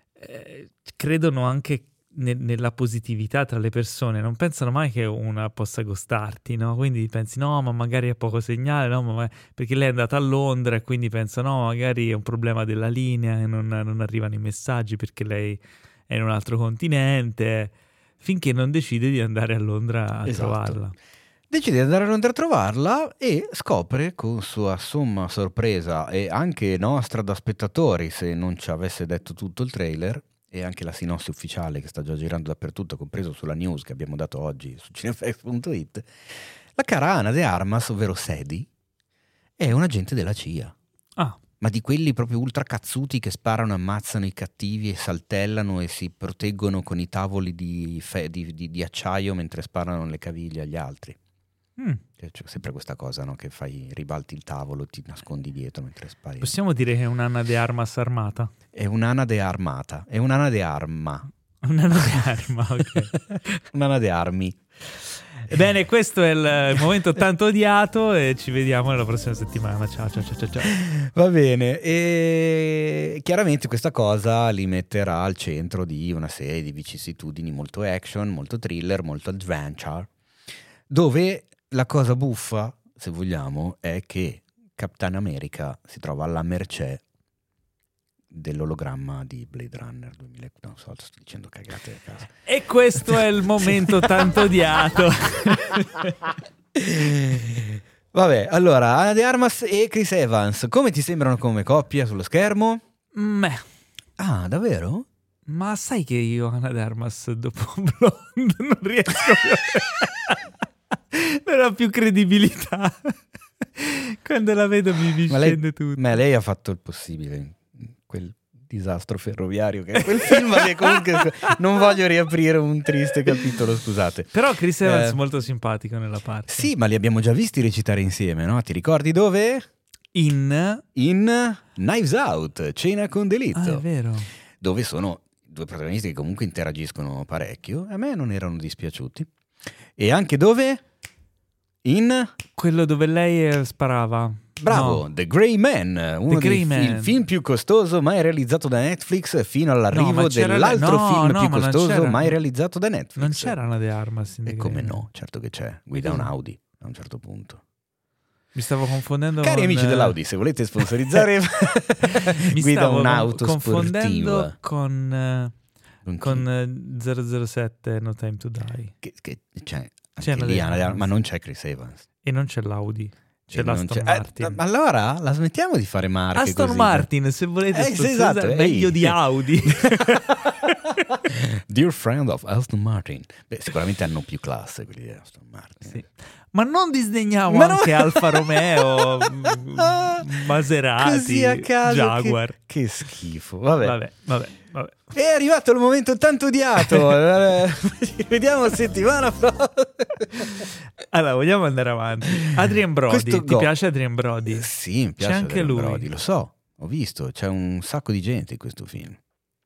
credono anche nella positività tra le persone, non pensano mai che una possa gostarti, no? Quindi pensi no, ma magari è poco segnale, no? Ma perché lei è andata a Londra e quindi pensa no, magari è un problema della linea e non arrivano i messaggi perché lei è in un altro continente, finché non decide di andare a Londra a trovarla. Decide di andare a Londra a trovarla e scopre con sua somma sorpresa e anche nostra da spettatori, se non ci avesse detto tutto il trailer e anche la sinossi ufficiale che sta già girando dappertutto, compreso sulla news che abbiamo dato oggi su cinefx.it, la cara Ana de Armas, ovvero Sadie, è un agente della CIA. Ma di quelli proprio ultra cazzuti che sparano, ammazzano i cattivi e saltellano e si proteggono con i tavoli di acciaio mentre sparano le caviglie agli altri. C'è sempre questa cosa, no? Che ribalti il tavolo, ti nascondi dietro mentre spari. Possiamo dire che è un'Anna de Armas armata? È un'Ana de Armata, è un'Ana de Arma. Un'Anna de Arma, ok. Un'Ana de Armi. Bene, questo è il momento tanto odiato e ci vediamo nella prossima settimana. Ciao. Va bene, e chiaramente questa cosa li metterà al centro di una serie di vicissitudini molto action, molto thriller, molto adventure, dove la cosa buffa, se vogliamo, è che Capitan America si trova alla mercé dell'ologramma di Blade Runner 2000. Non so, sto dicendo cagate a caso. E questo è il momento tanto odiato. Vabbè, allora, Ana de Armas e Chris Evans, come ti sembrano come coppia sullo schermo? Meh. Ah, davvero? Ma sai che io, Ana de Armas, dopo Blonde, non riesco più. Non ho più credibilità. Quando la vedo mi scende tutto. Ma lei ha fatto il possibile in quel disastro ferroviario che è quel film che comunque non voglio riaprire un triste capitolo, scusate. Però Chris Evans è molto simpatico nella parte. Sì, ma li abbiamo già visti recitare insieme, no? Ti ricordi dove? In Knives Out, Cena con delitto. Ah, è vero. Dove sono due protagonisti che comunque interagiscono parecchio. A me non erano dispiaciuti. E anche dove? In quello dove lei sparava. Bravo, No. The Gray Man, uno il film più costoso mai realizzato da Netflix fino all'arrivo dell'altro film più costoso mai realizzato da Netflix. Non c'era Ana de Armas in The E come Gray Man. no, certo che c'è. Guida un Audi a un certo punto. Mi stavo confondendo Cari con, amici dell'Audi, se volete sponsorizzare mi guida stavo un'auto confondendo sportiva. con 007 No Time to Die. Che c'è C'è anche Ana lì, de Armas. ma non c'è Chris Evans. E non c'è l'Audi. C'è E non l'Aston Martin. ma allora la smettiamo di fare marche Aston così. Martin, se volete esatto, meglio di Audi. Dear friend of Aston Martin. Beh, sicuramente hanno più classe quelli di Aston Martin. Sì. Ma non disdegniamo Ma no- anche Alfa Romeo, Maserati, Così a caso, Jaguar. che schifo. Vabbè. Vabbè. È arrivato il momento tanto odiato. Ci vediamo settimana prossima. Allora, vogliamo andare avanti. Adrien Brody, Questo ti piace Adrien Brody? Sì, mi piace C'è anche Adrien lui. Brody, lo so, ho visto, c'è un sacco di gente in questo film.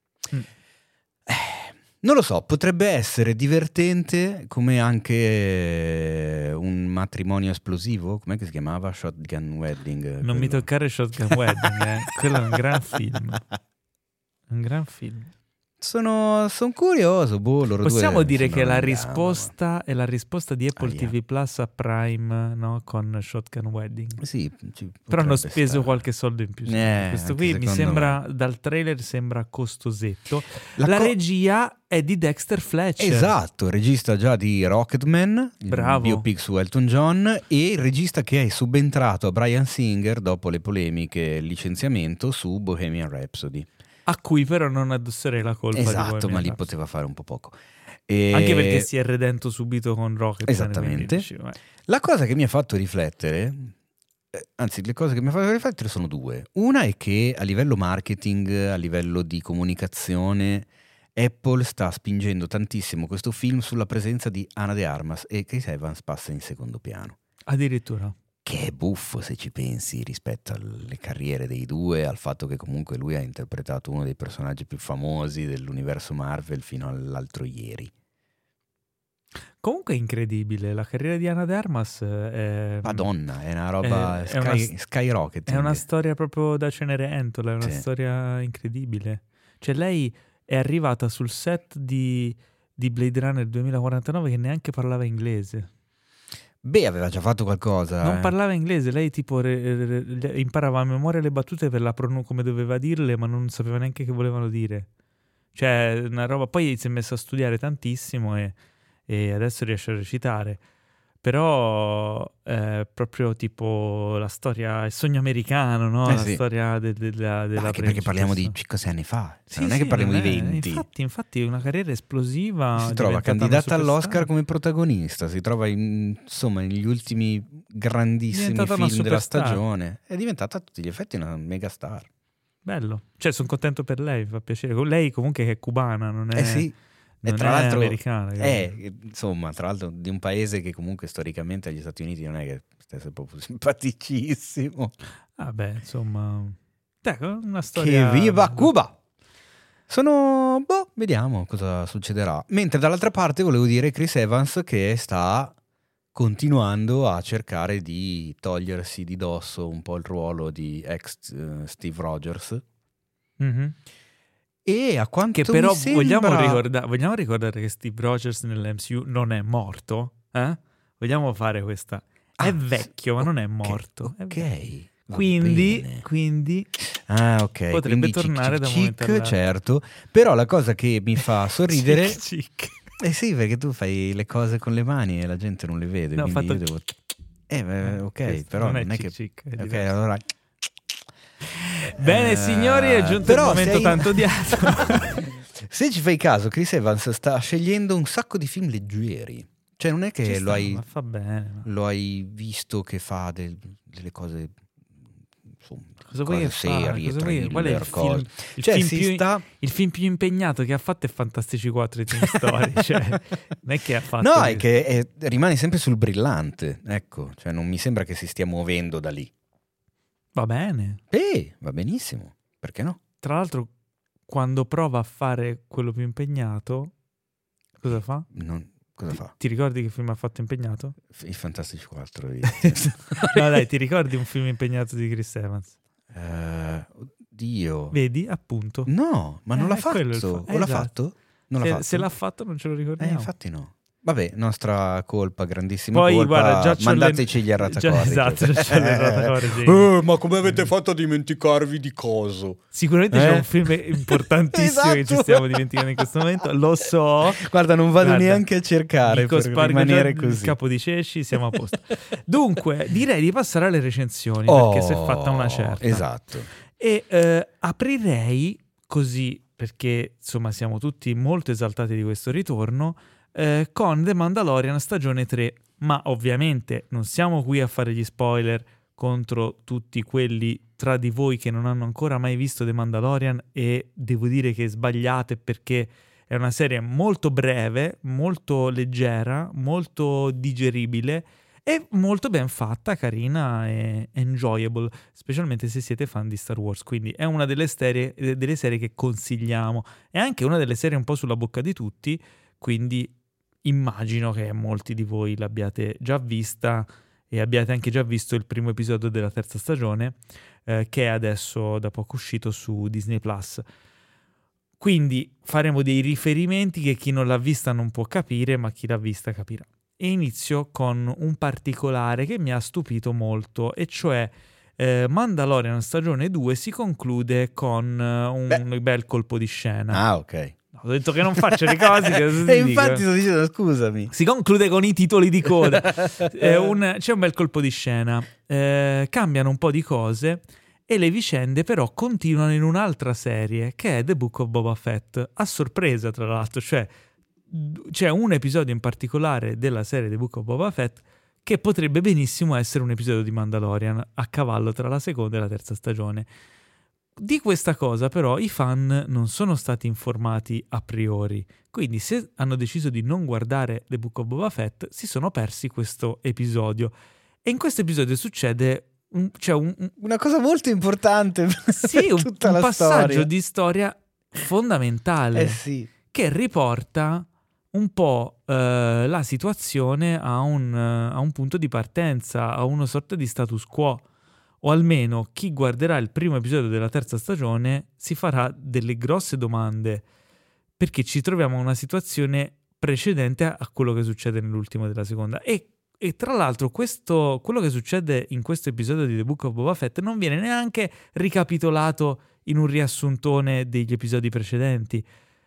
Non lo so, potrebbe essere divertente come anche un matrimonio esplosivo, com'è che si chiamava? Shotgun Wedding. Non mi toccare Shotgun Wedding, quello è un gran film. Un gran film. Sono curioso, loro Possiamo due dire che sembrano la in risposta è la risposta di Apple Aia. TV Plus a Prime, no? Con Shotgun Wedding. Sì, Però hanno potrebbe speso stare. qualche soldo in più. Questo anche qui mi secondo sembra, dal trailer sembra costosetto. La La co- regia è di Dexter Fletcher. Esatto, regista già di Rocketman, il Bravo. biopic su Elton John, e il regista che è subentrato a Bryan Singer dopo le polemiche e il licenziamento su Bohemian Rhapsody. A cui però non addosserei la colpa. Esatto, di Bohemian ma lì Rhapsody. poteva fare un po' poco. Anche perché si è redento subito con Rocketman. Esattamente. quindi dici, La cosa che mi ha fatto riflettere, anzi le cose che mi ha fatto riflettere sono due. Una è che a livello marketing, a livello di comunicazione, Apple sta spingendo tantissimo questo film sulla presenza di Ana de Armas e Chris Evans passa in secondo piano. Addirittura. Che è buffo se ci pensi rispetto alle carriere dei due, al fatto che comunque lui ha interpretato uno dei personaggi più famosi dell'universo Marvel fino all'altro ieri. Comunque è incredibile, la carriera di Ana de Armas è... Madonna, è una roba è una- skyrocketing. È una storia proprio da Cenerentola, è una Sì. storia incredibile. Cioè lei è arrivata sul set di Blade Runner 2049 che neanche parlava inglese. Beh, aveva già fatto qualcosa. Non parlava inglese, lei tipo imparava a memoria le battute per la come doveva dirle, ma non sapeva neanche che volevano dire. Cioè, una roba. Poi si è messa a studiare tantissimo e adesso riesce a recitare. Però proprio tipo la storia, il sogno americano, no? La sì. storia della Anche perché parliamo di 5-6 anni fa, non è che parliamo di 20. Infatti è una carriera esplosiva. Si trova diventata una candidata all'Oscar superstar. come protagonista, si trova insomma negli ultimi grandissimi Diventata una film della superstar. stagione. È diventata a tutti gli effetti una megastar. Bello. Cioè, sono contento per lei, fa piacere. Lei comunque che è cubana, non è... Sì. E non tra è l'altro americana. insomma, tra l'altro di un paese che comunque storicamente agli Stati Uniti non è che stesse proprio simpaticissimo. Vabbè, insomma... Ecco, una storia... Che viva Cuba! Vediamo cosa succederà. Mentre dall'altra parte volevo dire Chris Evans che sta continuando a cercare di togliersi di dosso un po' il ruolo di ex Steve Rogers. Mhm. E a quanto Che però mi sembra... vogliamo ricordare che Steve Rogers nell'MCU non è morto? Vogliamo fare questa... È vecchio, ma non è morto. È vecchio. Ok. Quindi ok. potrebbe Quindi tornare da un chic, momento all'altro. certo. Però la cosa che mi fa sorridere... Cic. sì, perché tu fai le cose con le mani e la gente non le vede. No, ho quindi fatto- io devo... ok, questo però non non è è che... cic, è ok, diverso. allora... Bene signori, è giunto però il momento sei- tanto odiato. Se ci fai caso, Chris Evans sta scegliendo un sacco di film leggeri. Cioè non è che Ci lo sta, hai... ma fa bene. Ma Lo hai visto che fa delle cose, insomma, cosa vuoi cose che fa? serie, Cosa vuoi- qual è thriller, il cose. film, il Cioè, film si più, sta... il film più impegnato che ha fatto è Fantastici 4 i Team Story. Cioè, non è che ha fatto... No, è che rimane sempre sul brillante, ecco, cioè non mi sembra che si stia muovendo da lì. Va bene. Va benissimo, perché no? Tra l'altro, quando prova a fare quello più impegnato, cosa fa? Cosa fa? Ti ricordi che film ha fatto impegnato? I Fantastici 4. No dai, ti ricordi un film impegnato di Chris Evans? Oddio. Vedi, appunto. No, ma non l'ha quello è il fatto. fa- O l'ha esatto. fatto? Non Se, l'ha fatto. se l'ha fatto non ce lo ricordiamo. Infatti no. Vabbè, nostra colpa, grandissima Poi, colpa. guarda, già c'ho mandateci gli già, erratacordi. esatto, già c'ho le erratacordi. Ma come avete fatto a dimenticarvi di coso? Sicuramente c'è un film importantissimo che ci Esatto. stiamo dimenticando in questo momento, lo so. Guarda, non vado Guarda, neanche a cercare dico, per spargo rimanere già così. il capo di ceci, siamo a posto. Dunque, direi di passare alle recensioni, perché si è fatta una certa. Esatto. E aprirei così, perché insomma siamo tutti molto esaltati di questo ritorno, con The Mandalorian stagione 3, ma ovviamente non siamo qui a fare gli spoiler contro tutti quelli tra di voi che non hanno ancora mai visto The Mandalorian, e devo dire che sbagliate, perché è una serie molto breve, molto leggera, molto digeribile e molto ben fatta, carina e enjoyable, specialmente se siete fan di Star Wars. Quindi è una delle serie che consigliamo. È anche una delle serie un po' sulla bocca di tutti, quindi immagino che molti di voi l'abbiate già vista e abbiate anche già visto il primo episodio della terza stagione, che è adesso da poco uscito su Disney+. Quindi faremo dei riferimenti che chi non l'ha vista non può capire, ma chi l'ha vista capirà. E inizio con un particolare che mi ha stupito molto, e cioè Mandalorian stagione 2 si conclude con un bel colpo di scena. Ah, ok. Ho detto che non faccio le cose. E infatti sto dicendo, scusami. Si conclude con i titoli di coda. C'è un bel colpo di scena. Cambiano un po' di cose e le vicende però continuano in un'altra serie che è The Book of Boba Fett. A sorpresa, tra l'altro, cioè c'è un episodio in particolare della serie The Book of Boba Fett che potrebbe benissimo essere un episodio di Mandalorian a cavallo tra la seconda e la terza stagione. Di questa cosa però i fan non sono stati informati a priori, quindi se hanno deciso di non guardare The Book of Boba Fett si sono persi questo episodio. E in questo episodio succede una cosa molto importante per sì, tutta un la passaggio storia. di storia fondamentale Sì. che riporta un po' la situazione a un punto di partenza, a una sorta di status quo. O almeno chi guarderà il primo episodio della terza stagione si farà delle grosse domande, perché ci troviamo in una situazione precedente a quello che succede nell'ultimo della seconda. E tra l'altro quello che succede in questo episodio di The Book of Boba Fett non viene neanche ricapitolato in un riassuntone degli episodi precedenti.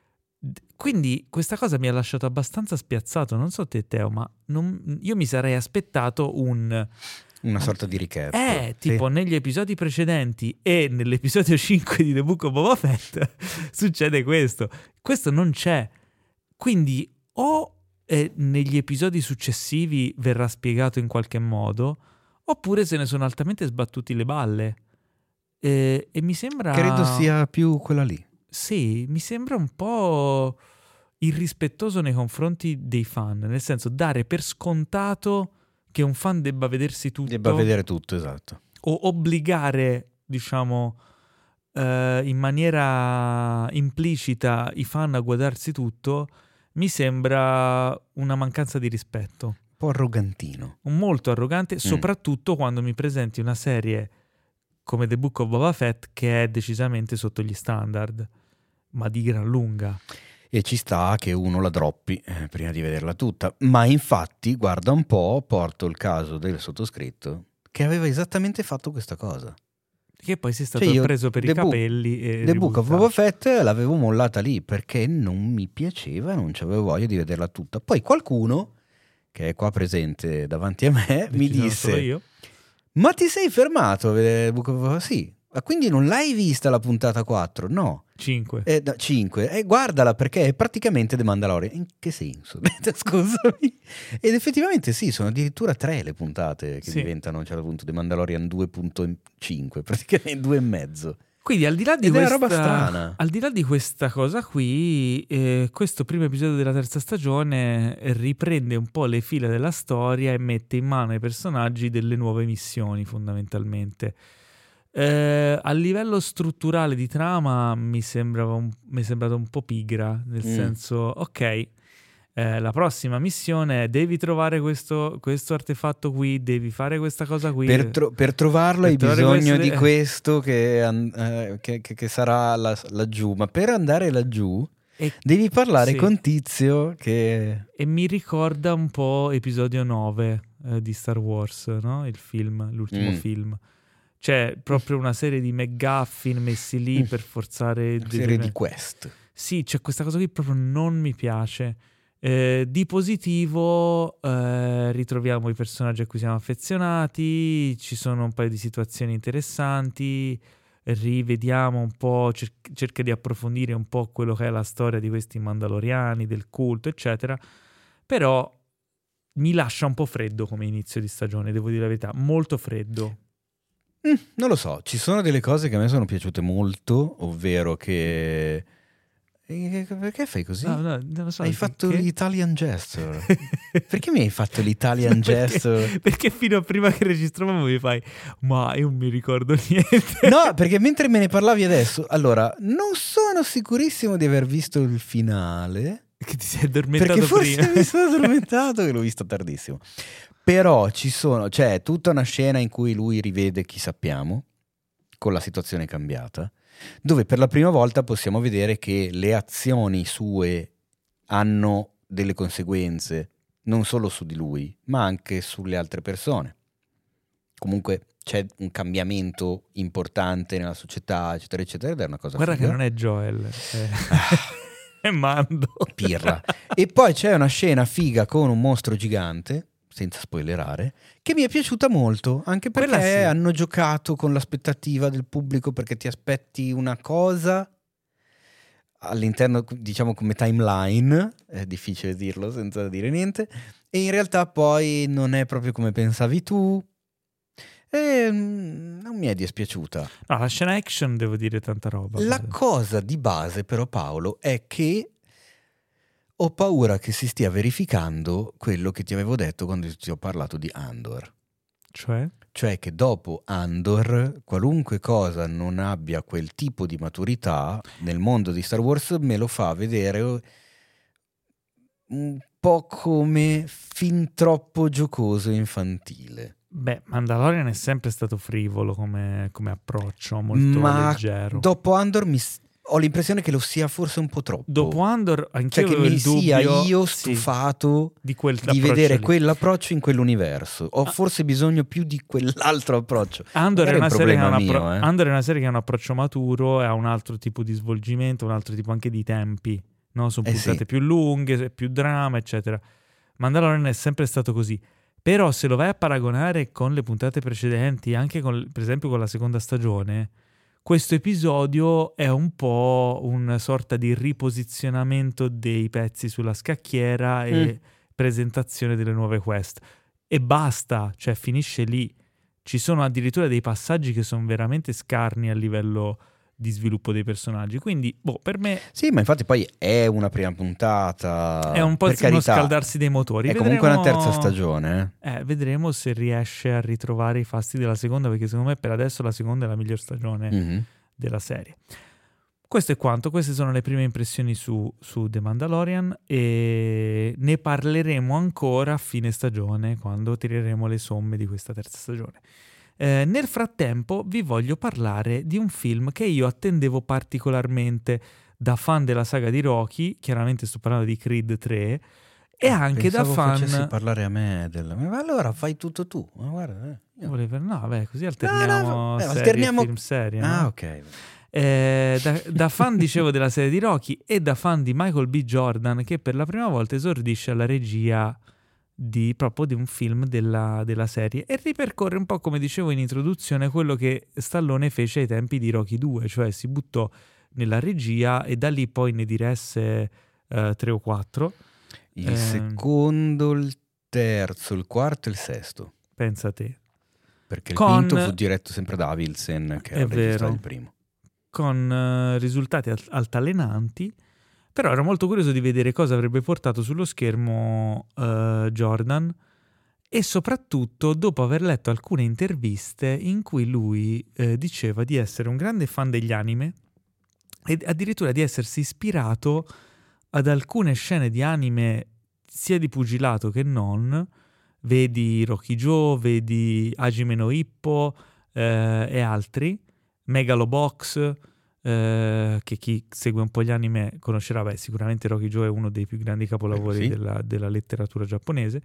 Quindi questa cosa mi ha lasciato abbastanza spiazzato. Non so te, Teo, ma io mi sarei aspettato una sorta di recap. Tipo negli episodi precedenti e nell'episodio 5 di The Book of Boba Fett succede questo. Questo non c'è. Quindi o negli episodi successivi verrà spiegato in qualche modo, oppure se ne sono altamente sbattuti le balle. E mi sembra... Credo sia più quella lì. Sì, mi sembra un po' irrispettoso nei confronti dei fan, nel senso dare per scontato che un fan debba vedersi tutto. Debba vedere tutto, esatto. O obbligare, diciamo, in maniera implicita i fan a guardarsi tutto, mi sembra una mancanza di rispetto. po' arrogantino. Molto arrogante, soprattutto quando mi presenti una serie come The Book of Boba Fett che è decisamente sotto gli standard, ma di gran lunga. E ci sta che uno la droppi prima di vederla tutta. Ma infatti, guarda un po', porto il caso del sottoscritto che aveva esattamente fatto questa cosa. Che poi sei stato preso per i capelli e The Book of Boba Fett l'avevo mollata lì perché non mi piaceva, non c'avevo voglia di vederla tutta. Poi qualcuno, che è qua presente davanti a me, mi disse: io? Ma ti sei fermato a vedere The Book of Boba Fett? Sì. Ma quindi non l'hai vista la puntata 4? No. 5. 5. Guardala perché è praticamente The Mandalorian. In che senso? Scusami. Ed effettivamente sì, sono addirittura 3 le puntate che diventano a un certo punto The Mandalorian 2.5, praticamente 2,5. Quindi al di là di Ed è questa una roba strana. Al di là di questa cosa qui, questo primo episodio della terza stagione riprende un po' le fila della storia e mette in mano ai personaggi delle nuove missioni, fondamentalmente. A livello strutturale di trama mi è sembrato un po' pigra, nel senso, ok, la prossima missione è devi trovare questo artefatto qui, devi fare questa cosa qui. Per trovarlo hai bisogno di questo che sarà laggiù, ma per andare laggiù devi parlare con Tizio che... E mi ricorda un po' episodio 9 di Star Wars, no? Il film, l'ultimo film. C'è proprio una serie di McGuffin messi lì per forzare... Una serie di quest. Sì, c'è questa cosa qui proprio non mi piace. Di positivo ritroviamo i personaggi a cui siamo affezionati, ci sono un paio di situazioni interessanti, rivediamo un po', cerca di approfondire un po' quello che è la storia di questi mandaloriani, del culto, eccetera. Però mi lascia un po' freddo come inizio di stagione, devo dire la verità, molto freddo. Non lo so, ci sono delle cose che a me sono piaciute molto, ovvero che... Perché fai così? No, non lo so. Hai fatto l'Italian gesture. Perché mi hai fatto l'Italian gesture? Perché fino a prima che registravamo mi fai ma io non mi ricordo niente. No, perché mentre me ne parlavi adesso, allora, non sono sicurissimo di aver visto il finale. Che ti sei addormentato perché prima. Forse mi sono addormentato e l'ho visto tardissimo. Però c'è tutta una scena in cui lui rivede chi sappiamo, con la situazione cambiata, dove per la prima volta possiamo vedere che le azioni sue hanno delle conseguenze, non solo su di lui, ma anche sulle altre persone. Comunque c'è un cambiamento importante nella società, eccetera, eccetera, ed è una cosa Guarda figa. che non è Joel, è Mando. Pirla. E poi c'è una scena figa con un mostro gigante, senza spoilerare, che mi è piaciuta molto, anche perché hanno giocato con l'aspettativa del pubblico, perché ti aspetti una cosa all'interno, diciamo, come timeline, è difficile dirlo senza dire niente, e in realtà poi non è proprio come pensavi tu, e non mi è dispiaciuta. No, la scena action devo dire tanta roba. La cosa di base però, Paolo, è che ho paura che si stia verificando quello che ti avevo detto quando ti ho parlato di Andor. Cioè che dopo Andor, qualunque cosa non abbia quel tipo di maturità nel mondo di Star Wars me lo fa vedere un po' come fin troppo giocoso e infantile. Beh, Mandalorian è sempre stato frivolo come approccio, molto leggero. Dopo Andor ho l'impressione che lo sia forse un po' troppo. Dopo Andor anch'io che mi sia io sì, stufato di vedere quell'approccio in quell'universo. Ho forse bisogno più di quell'altro approccio. Andor è una serie che ha un approccio maturo e ha un altro tipo di svolgimento, un altro tipo anche di tempi, no? Sono puntate più lunghe, più drama, eccetera. Mandalorian è sempre stato così. Però se lo vai a paragonare con le puntate precedenti, anche per esempio con la seconda stagione, questo episodio è un po' una sorta di riposizionamento dei pezzi sulla scacchiera e presentazione delle nuove quest. E basta, cioè finisce lì. Ci sono addirittura dei passaggi che sono veramente scarni a livello di sviluppo dei personaggi, quindi per me sì, ma infatti poi è una prima puntata, è un po' uno scaldarsi dei motori. È comunque una terza stagione, vedremo se riesce a ritrovare i fasti della seconda, perché secondo me per adesso la seconda è la miglior stagione della serie. Questo è quanto, queste sono le prime impressioni su The Mandalorian e ne parleremo ancora a fine stagione, quando tireremo le somme di questa terza stagione. Nel frattempo vi voglio parlare di un film che io attendevo particolarmente da fan della saga di Rocky, chiaramente sto parlando di Creed 3, e anche da fan... facessi parlare a me ma allora fai tutto tu, ma guarda... No, vabbè, così alterniamo film serie. Ah, no? ok. Da fan, dicevo, della serie di Rocky e da fan di Michael B. Jordan, che per la prima volta esordisce alla regia proprio di un film della serie e ripercorre un po', come dicevo in introduzione, quello che Stallone fece ai tempi di Rocky 2, cioè si buttò nella regia e da lì poi ne diresse 3 o 4. Il secondo, il terzo, il quarto e il sesto. Pensa a te. Perché il quinto fu diretto sempre da Avilsen, che era regista il primo. Con risultati altalenanti, però ero molto curioso di vedere cosa avrebbe portato sullo schermo Jordan, e soprattutto dopo aver letto alcune interviste in cui lui diceva di essere un grande fan degli anime e addirittura di essersi ispirato ad alcune scene di anime sia di pugilato che non, vedi Rocky Joe, vedi Hajime no Ippo e altri, Megalobox, che chi segue un po' gli anime conoscerà. Sicuramente Rocky Joe è uno dei più grandi capolavori della letteratura giapponese,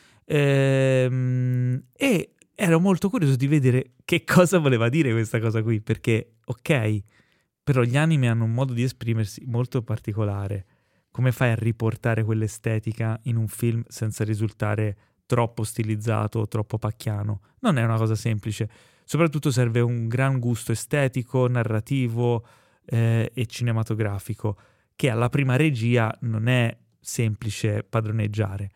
e ero molto curioso di vedere che cosa voleva dire questa cosa qui, perché ok, però gli anime hanno un modo di esprimersi molto particolare. Come fai a riportare quell'estetica in un film senza risultare troppo stilizzato o troppo pacchiano? Non è una cosa semplice. Soprattutto serve un gran gusto estetico, narrativo e cinematografico, che alla prima regia non è semplice padroneggiare.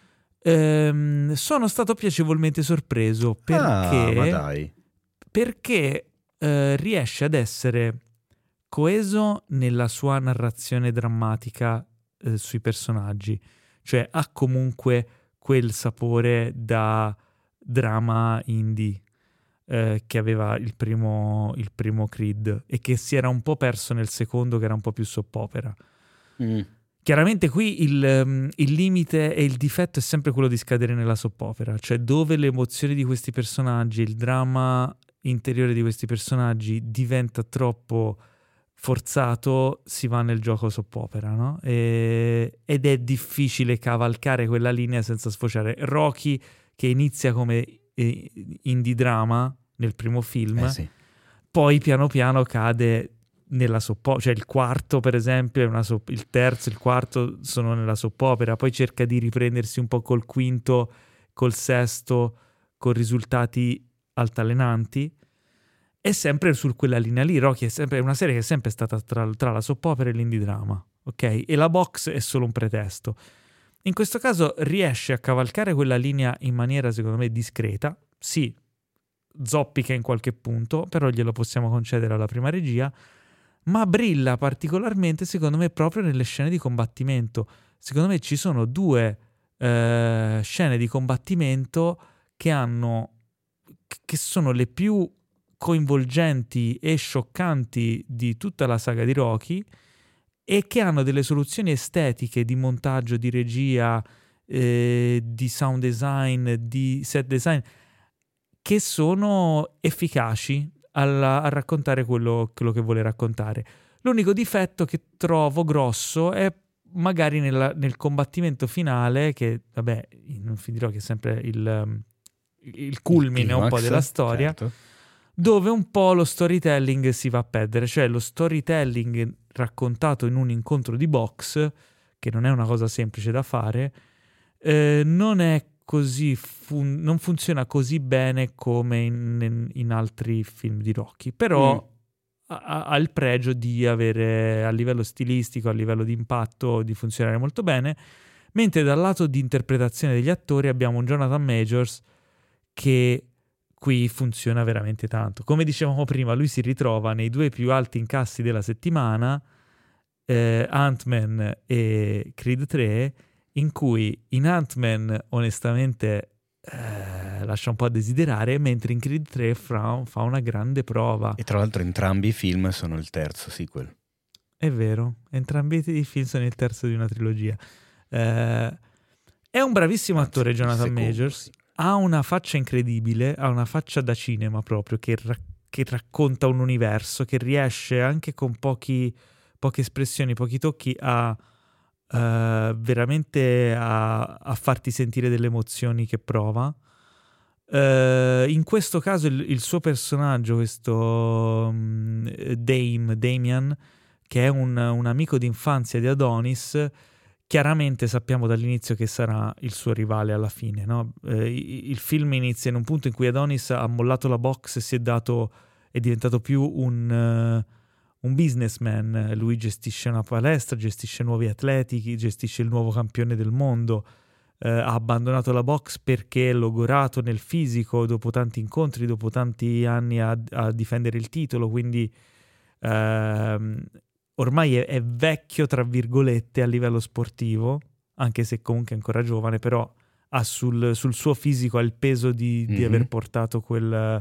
Sono stato piacevolmente sorpreso perché, ma dai. Perché riesce ad essere coeso nella sua narrazione drammatica sui personaggi, cioè ha comunque quel sapore da drama indie che aveva il primo Creed e che si era un po' perso nel secondo, che era un po' più soap opera. Chiaramente qui il limite e il difetto è sempre quello di scadere nella soap opera, cioè dove le emozioni di questi personaggi, il dramma interiore di questi personaggi diventa troppo forzato, si va nel gioco soap opera, no? Ed è difficile cavalcare quella linea senza sfociare. Rocky, che inizia come indie drama nel primo film, poi piano piano cade nella soap opera, cioè il quarto per esempio è il terzo, il quarto sono nella soap opera, poi cerca di riprendersi un po' col quinto, col sesto, con risultati altalenanti. È sempre su quella linea lì. Rocky è una serie che è sempre stata tra la soap opera e l'indie drama, ok? E la box è solo un pretesto. In questo caso riesce a cavalcare quella linea in maniera, secondo me, discreta. Sì, zoppica in qualche punto, però glielo possiamo concedere alla prima regia, ma brilla particolarmente, secondo me, proprio nelle scene di combattimento. Secondo me ci sono 2 scene di combattimento che sono le più coinvolgenti e scioccanti di tutta la saga di Rocky e che hanno delle soluzioni estetiche di montaggio, di regia, di sound design, di set design che sono efficaci a raccontare quello che vuole raccontare. L'unico difetto che trovo grosso è magari nel combattimento finale, che vabbè in un film di Rocky è sempre il culmine un po' della storia, certo, dove un po' lo storytelling si va a perdere, cioè lo storytelling raccontato in un incontro di box, che non è una cosa semplice da fare, non è così non funziona così bene come in altri film di Rocky, però ha il pregio di avere, a livello stilistico, a livello di impatto, di funzionare molto bene, mentre dal lato di interpretazione degli attori abbiamo un Jonathan Majors che qui funziona veramente tanto. Come dicevamo prima, lui si ritrova nei 2 più alti incassi della settimana, Ant-Man e Creed 3, in cui in Ant-Man onestamente lascia un po' a desiderare, mentre in Creed 3 fa una grande prova. E tra l'altro entrambi i film sono il terzo sequel. È vero, entrambi i film sono il terzo di una trilogia. È un bravissimo attore, Jonathan secondo, Majors. sì. Ha una faccia incredibile, ha una faccia da cinema proprio, che racconta un universo, che riesce anche con poche espressioni, pochi tocchi a veramente a farti sentire delle emozioni che prova. In questo caso il suo personaggio, questo Damian, che è un amico d'infanzia di Adonis, chiaramente sappiamo dall'inizio che sarà il suo rivale alla fine, no? Il film inizia in un punto in cui Adonis ha mollato la box e è diventato più un businessman. Lui gestisce una palestra, gestisce nuovi atleti, gestisce il nuovo campione del mondo. Ha abbandonato la box perché è logorato nel fisico dopo tanti incontri, dopo tanti anni a difendere il titolo, quindi ormai è vecchio, tra virgolette, a livello sportivo, anche se comunque è ancora giovane, però ha sul suo fisico ha il peso di aver portato quel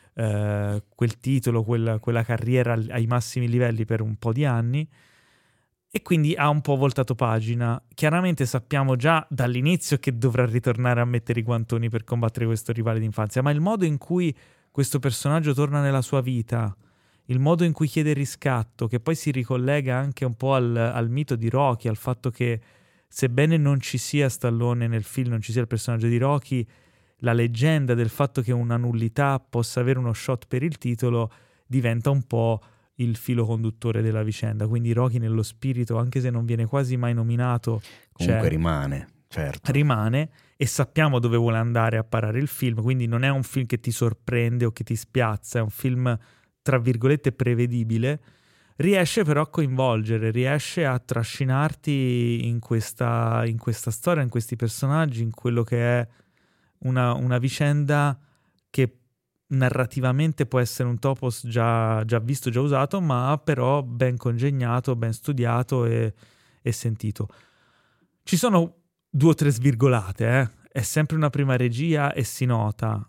titolo, quella carriera ai massimi livelli per un po' di anni, e quindi ha un po' voltato pagina. Chiaramente sappiamo già dall'inizio che dovrà ritornare a mettere i guantoni per combattere questo rivale d'infanzia, ma il modo in cui questo personaggio torna nella sua vita, il modo in cui chiede riscatto, che poi si ricollega anche un po' al mito di Rocky, al fatto che sebbene non ci sia Stallone nel film, non ci sia il personaggio di Rocky, la leggenda del fatto che una nullità possa avere uno shot per il titolo diventa un po' il filo conduttore della vicenda. Quindi Rocky nello spirito, anche se non viene quasi mai nominato, comunque rimane, certo. Rimane, e sappiamo dove vuole andare a parare il film, quindi non è un film che ti sorprende o che ti spiazza, è un film tra virgolette prevedibile. Riesce però a coinvolgere, riesce a trascinarti in questa storia, in questi personaggi, in quello che è una vicenda che narrativamente può essere un topos già visto, già usato, ma però ben congegnato, ben studiato e sentito. Ci sono 2 o 3 svirgolate, è sempre una prima regia e si nota,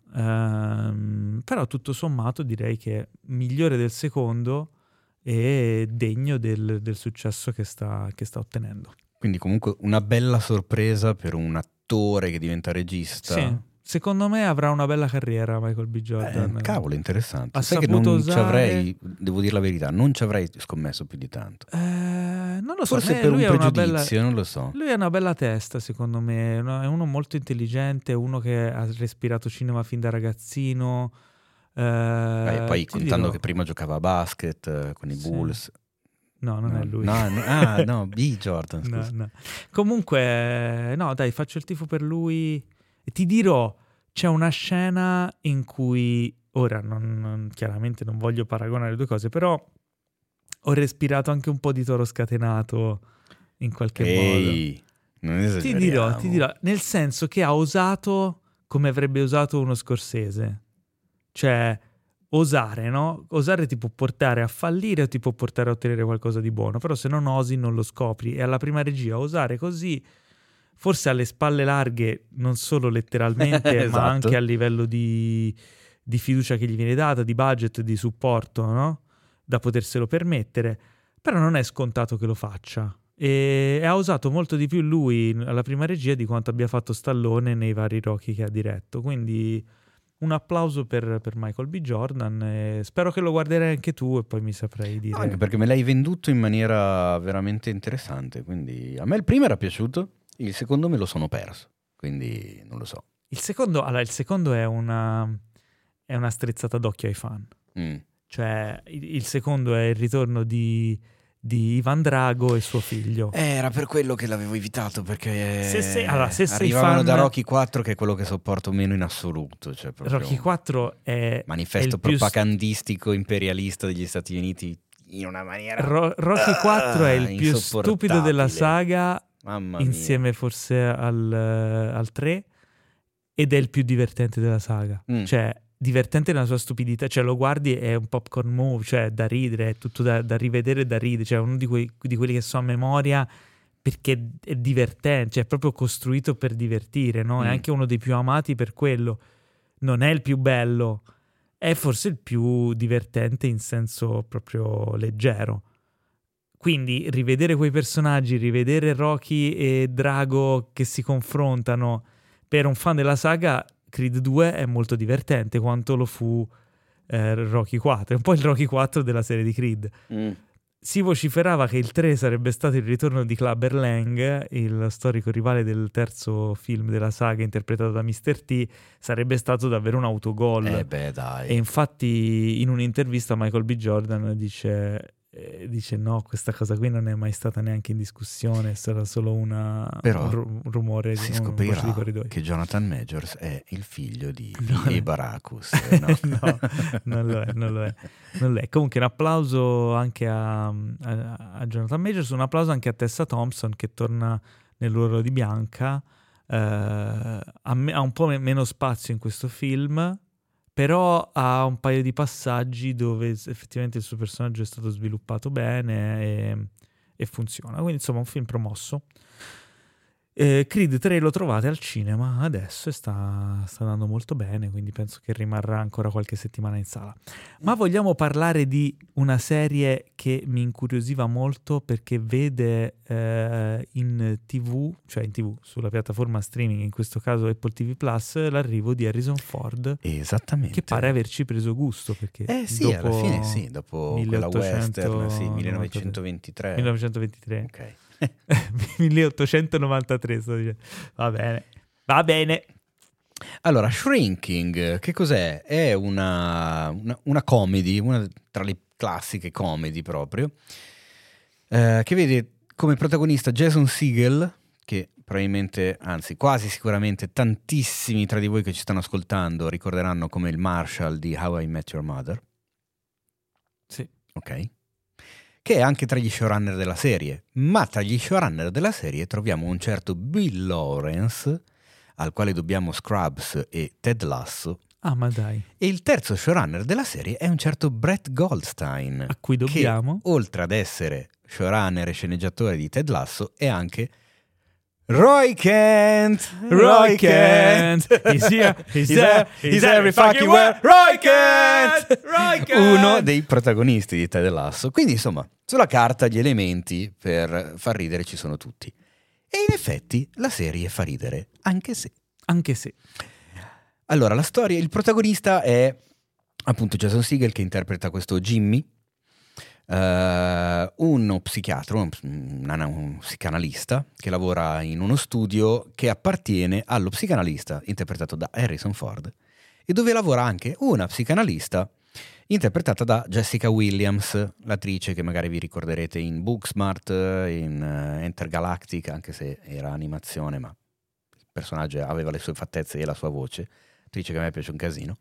però tutto sommato direi che è migliore del secondo e degno del successo che sta ottenendo. Quindi comunque una bella sorpresa per un attore che diventa regista. Sì, secondo me avrà una bella carriera Michael B. Jordan. Cavolo, interessante. Ha Sai che saputo non usare... ci avrei, devo dire la verità, non ci avrei scommesso più di tanto. Non lo so, Forse per un lui è pregiudizio, non lo so. Lui ha una bella testa, secondo me, è uno molto intelligente, uno che ha respirato cinema fin da ragazzino. Poi contando dirò... che prima giocava a basket con i Bulls. No, non è lui. No, B. Jordan, scusa. No. Comunque, no, dai, faccio il tifo per lui. E ti dirò, c'è una scena in cui, ora chiaramente non voglio paragonare le due cose, però ho respirato anche un po' di Toro Scatenato in qualche modo. Non esageriamo. Ti dirò, nel senso che ha osato come avrebbe usato uno Scorsese. Cioè, osare, no? Osare ti può portare a fallire o ti può portare a ottenere qualcosa di buono, però se non osi non lo scopri. E alla prima regia osare così, forse alle spalle larghe, non solo letteralmente, esatto. ma anche a livello di fiducia che gli viene data, di budget, di supporto, no? Da poterselo permettere, però non è scontato che lo faccia. E ha usato molto di più lui alla prima regia di quanto abbia fatto Stallone nei vari Rocky che ha diretto, quindi un applauso per Michael B. Jordan, e spero che lo guarderai anche tu e poi mi saprai dire. Anche perché me l'hai venduto in maniera veramente interessante, quindi a me il primo era piaciuto, il secondo me lo sono perso, quindi non lo so. Il secondo è una strizzata d'occhio ai fan. Cioè il secondo è il ritorno di Ivan Drago e suo figlio. Era per quello che l'avevo evitato, perché se sei arrivavano fan da Rocky 4, che è quello che sopporto meno in assoluto, cioè proprio Rocky 4 è manifesto propagandistico imperialista degli Stati Uniti in una maniera Rocky 4 è il più stupido della saga, insieme forse al 3, ed è il più divertente della saga. Cioè divertente nella sua stupidità, cioè lo guardi è un popcorn movie, cioè da ridere, è tutto da rivedere e da ridere, cioè uno di quelli che so a memoria perché è divertente, cioè è proprio costruito per divertire, no? È anche uno dei più amati per quello. Non è il più bello, è forse il più divertente in senso proprio leggero. quindi rivedere quei personaggi, rivedere Rocky e Drago che si confrontano, per un fan della saga Creed 2 è molto divertente quanto lo fu Rocky 4, è un po' il Rocky 4 della serie di Creed. Si vociferava che il 3 sarebbe stato il ritorno di Clubber Lang, il storico rivale del terzo film della saga interpretato da Mr. T, sarebbe stato davvero un autogol. Dai. E infatti in un'intervista Michael B. Jordan dice no, questa cosa qui non è mai stata neanche in discussione, sarà solo un rumore si di scoprirà di corridoio. che Jonathan Majors è il figlio di Baracus. No, non lo è. Comunque un applauso anche a Jonathan Majors, un applauso anche a Tessa Thompson che torna nel ruolo di Bianca. Ha un po' meno spazio in questo film, però ha un paio di passaggi dove effettivamente il suo personaggio è stato sviluppato bene e funziona. Quindi insomma un film promosso. Creed 3 lo trovate al cinema adesso e sta andando molto bene, quindi penso che rimarrà ancora qualche settimana in sala. Ma vogliamo parlare di una serie che mi incuriosiva molto perché vede in TV, cioè in TV, sulla piattaforma streaming, in questo caso Apple TV Plus, l'arrivo di Harrison Ford. Esattamente. Che pare averci preso gusto perché sì, alla fine sì, dopo quella western, sì, 1923. 1923. Ok. 1893 sto dicendo. Va bene. Allora, Shrinking, che cos'è? È una comedy, una tra le classiche comedy proprio, che vede come protagonista Jason Segel, che probabilmente, anzi quasi sicuramente tantissimi tra di voi che ci stanno ascoltando ricorderanno come il Marshall di How I Met Your Mother. Sì. Ok. Che è anche tra gli showrunner della serie, ma tra gli showrunner della serie troviamo un certo Bill Lawrence, al quale dobbiamo Scrubs e Ted Lasso. Ah, ma dai. E il terzo showrunner della serie è un certo Brett Goldstein, a cui dobbiamo, che, oltre ad essere showrunner e sceneggiatore di Ted Lasso, è anche Roy Kent. He's every fucking where. Roy Kent. Uno dei protagonisti di Ted Lasso. Quindi insomma, sulla carta gli elementi per far ridere ci sono tutti. E in effetti la serie fa ridere, anche se. Allora, la storia, il protagonista è appunto Jason Segel, che interpreta questo Jimmy, uno psichiatra, un psicanalista che lavora in uno studio che appartiene allo psicanalista interpretato da Harrison Ford, e dove lavora anche una psicanalista interpretata da Jessica Williams, l'attrice che magari vi ricorderete in Booksmart, in Intergalactic, anche se era animazione, ma il personaggio aveva le sue fattezze e la sua voce, attrice che a me piace un casino.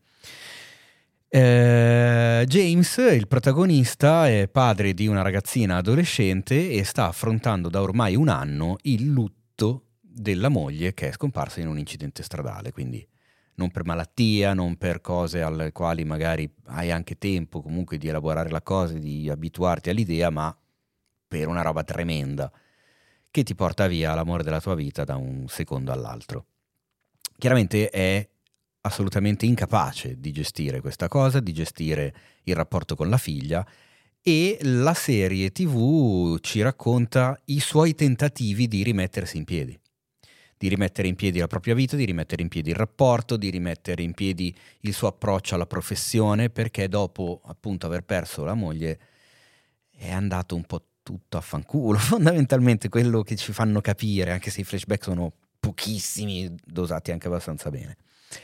James, il protagonista, è padre di una ragazzina adolescente e sta affrontando da ormai un anno il lutto della moglie che è scomparsa in un incidente stradale, quindi non per malattia, non per cose alle quali magari hai anche tempo comunque di elaborare la cosa, di abituarti all'idea, ma per una roba tremenda che ti porta via l'amore della tua vita da un secondo all'altro. Chiaramente è assolutamente incapace di gestire questa cosa, di gestire il rapporto con la figlia, e la serie TV ci racconta i suoi tentativi di rimettersi in piedi, di rimettere in piedi la propria vita, di rimettere in piedi il rapporto, di rimettere in piedi il suo approccio alla professione, perché dopo appunto aver perso la moglie è andato un po' tutto a fanculo, fondamentalmente quello che ci fanno capire, anche se i flashback sono pochissimi, dosati anche abbastanza bene.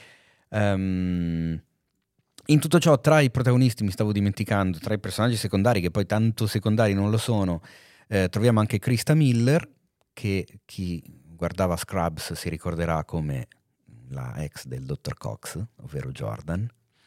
In tutto ciò, tra i protagonisti, mi stavo dimenticando, tra i personaggi secondari, che poi tanto secondari non lo sono, troviamo anche Krista Miller, che chi guardava Scrubs si ricorderà come la ex del Dr. Cox, ovvero Jordan.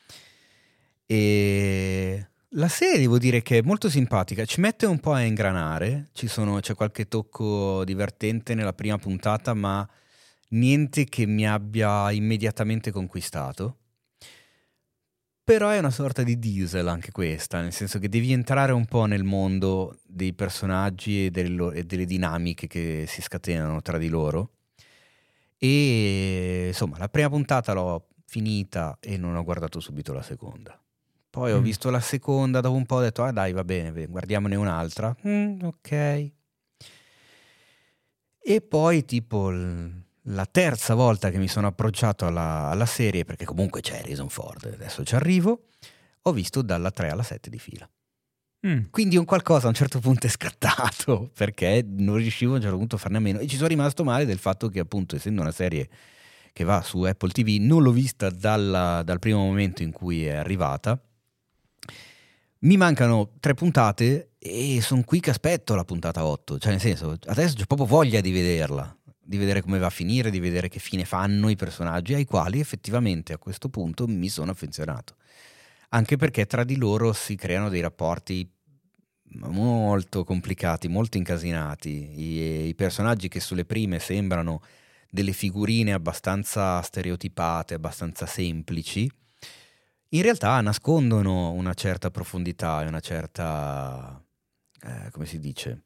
E la serie, devo dire che è molto simpatica, ci mette un po' a ingranare, c'è qualche tocco divertente nella prima puntata, ma niente che mi abbia immediatamente conquistato. Però è una sorta di Diesel anche questa, nel senso che devi entrare un po' nel mondo dei personaggi e delle dinamiche che si scatenano tra di loro. E insomma, la prima puntata l'ho finita e non ho guardato subito la seconda, Poi ho visto la seconda, dopo un po' ho detto dai, va bene, guardiamone un'altra. Ok. E poi tipo la terza volta che mi sono approcciato alla serie, perché comunque c'è Harrison Ford, adesso ci arrivo, ho visto dalla 3 alla 7 di fila. Quindi un qualcosa a un certo punto è scattato, perché non riuscivo a un certo punto a farne a meno, e ci sono rimasto male del fatto che, appunto, essendo una serie che va su Apple TV, non l'ho vista dal primo momento in cui è arrivata. Mi mancano 3 puntate e sono qui che aspetto la puntata 8, cioè nel senso, adesso c'ho proprio voglia di vederla, di vedere come va a finire, di vedere che fine fanno i personaggi ai quali effettivamente a questo punto mi sono affezionato, anche perché tra di loro si creano dei rapporti molto complicati, molto incasinati. I personaggi che sulle prime sembrano delle figurine abbastanza stereotipate, abbastanza semplici, in realtà nascondono una certa profondità e una certa, come si dice,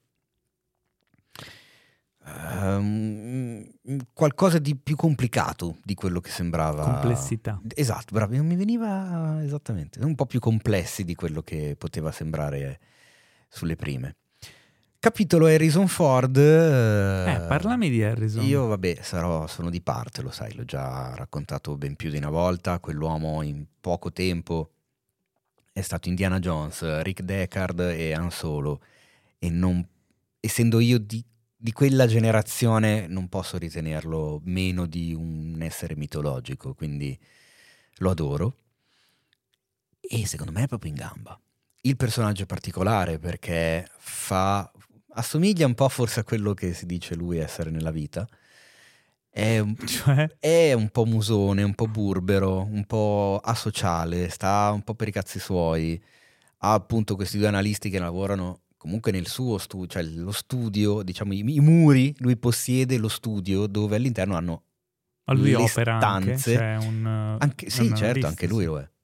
qualcosa di più complicato di quello che sembrava. Complessità. Esatto, bravo, non mi veniva esattamente, un po' più complessi di quello che poteva sembrare sulle prime. Capitolo Harrison Ford. Parlami di Harrison. Io vabbè sono di parte, lo sai, l'ho già raccontato ben più di una volta. Quell'uomo in poco tempo è stato Indiana Jones, Rick Deckard e Han Solo, e non, essendo io di quella generazione, non posso ritenerlo meno di un essere mitologico, quindi lo adoro e secondo me è proprio in gamba. Il personaggio è particolare perché assomiglia un po' forse a quello che si dice lui essere nella vita. È un po' musone, un po' burbero, un po' asociale, sta un po' per i cazzi suoi. Ha appunto questi 2 analisti che lavorano comunque nel suo studio, cioè lo studio, diciamo i muri, lui possiede lo studio dove all'interno hanno lui le opera stanze. anche, sì, certo, anche lui lo è.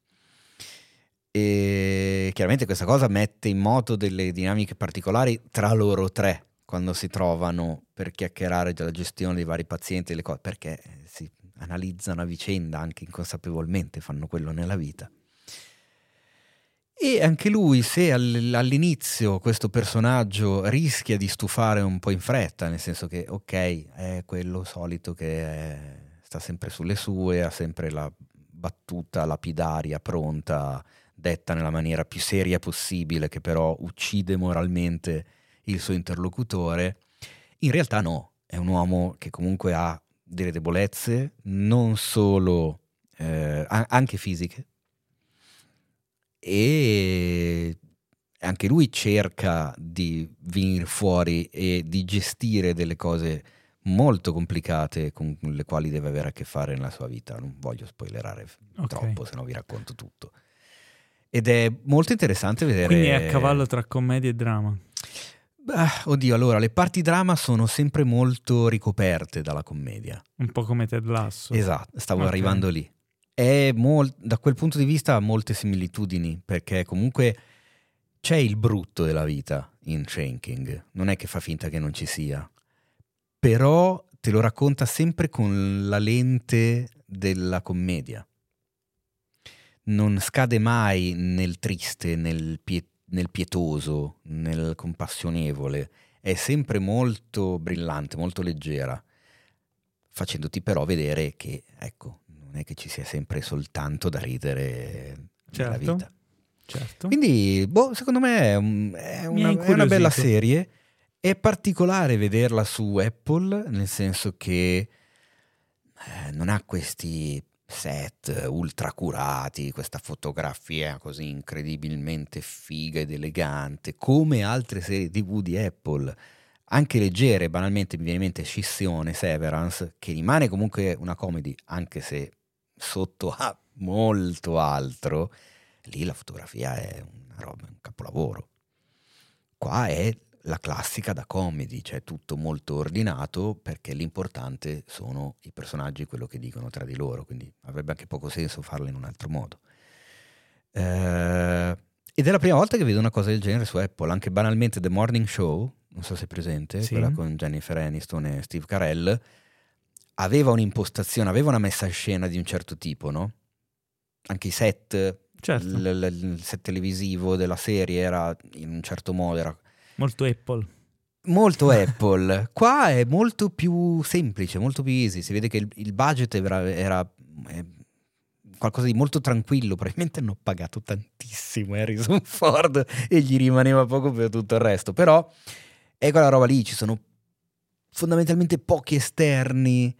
E chiaramente questa cosa mette in moto delle dinamiche particolari tra loro 3 quando si trovano per chiacchierare della gestione dei vari pazienti, le cose, perché si analizzano a vicenda anche inconsapevolmente, fanno quello nella vita. E anche lui, se all'inizio questo personaggio rischia di stufare un po' in fretta, nel senso che ok, è quello solito che sta sempre sulle sue, ha sempre la battuta lapidaria pronta, detta nella maniera più seria possibile, che però uccide moralmente il suo interlocutore, in realtà no, è un uomo che comunque ha delle debolezze, non solo anche fisiche, e anche lui cerca di venire fuori e di gestire delle cose molto complicate con le quali deve avere a che fare nella sua vita. Non voglio spoilerare troppo, se no vi racconto tutto. Ed è molto interessante vedere. Quindi è a cavallo tra commedia e dramma. Oddio, allora le parti drama sono sempre molto ricoperte dalla commedia. Un po' come Ted Lasso. Esatto, stavo arrivando lì. Da quel punto di vista ha molte similitudini, perché comunque c'è il brutto della vita in Shrinking, non è che fa finta che non ci sia, però te lo racconta sempre con la lente della commedia. Non scade mai nel triste, nel pietoso, nel compassionevole, è sempre molto brillante, molto leggera, facendoti però vedere che, ecco, non è che ci sia sempre soltanto da ridere nella vita. Certo. Quindi, secondo me è una bella serie. È particolare vederla su Apple, nel senso che non ha questi set ultra curati, questa fotografia così incredibilmente figa ed elegante, come altre serie TV di Apple, anche leggere. Banalmente mi viene in mente Scissione, Severance, che rimane comunque una comedy, anche se sotto a molto altro. Lì la fotografia è una roba, un capolavoro. Qua è la classica da comedy, cioè tutto molto ordinato, perché l'importante sono i personaggi, quello che dicono tra di loro, quindi avrebbe anche poco senso farlo in un altro modo. Ed è la prima volta che vedo una cosa del genere su Apple. Anche banalmente The Morning Show, non so se è presente, sì, quella con Jennifer Aniston e Steve Carell, aveva un'impostazione, aveva una messa in scena di un certo tipo, no? Anche i set Certo. Il set televisivo della serie era in un certo modo, era Molto Apple. molto Apple. Qua è molto più semplice, molto più easy. Si vede che il budget era qualcosa di molto tranquillo. Probabilmente hanno pagato tantissimo Harrison Ford e gli rimaneva poco per tutto il resto. Però è quella roba lì, ci sono fondamentalmente pochi esterni,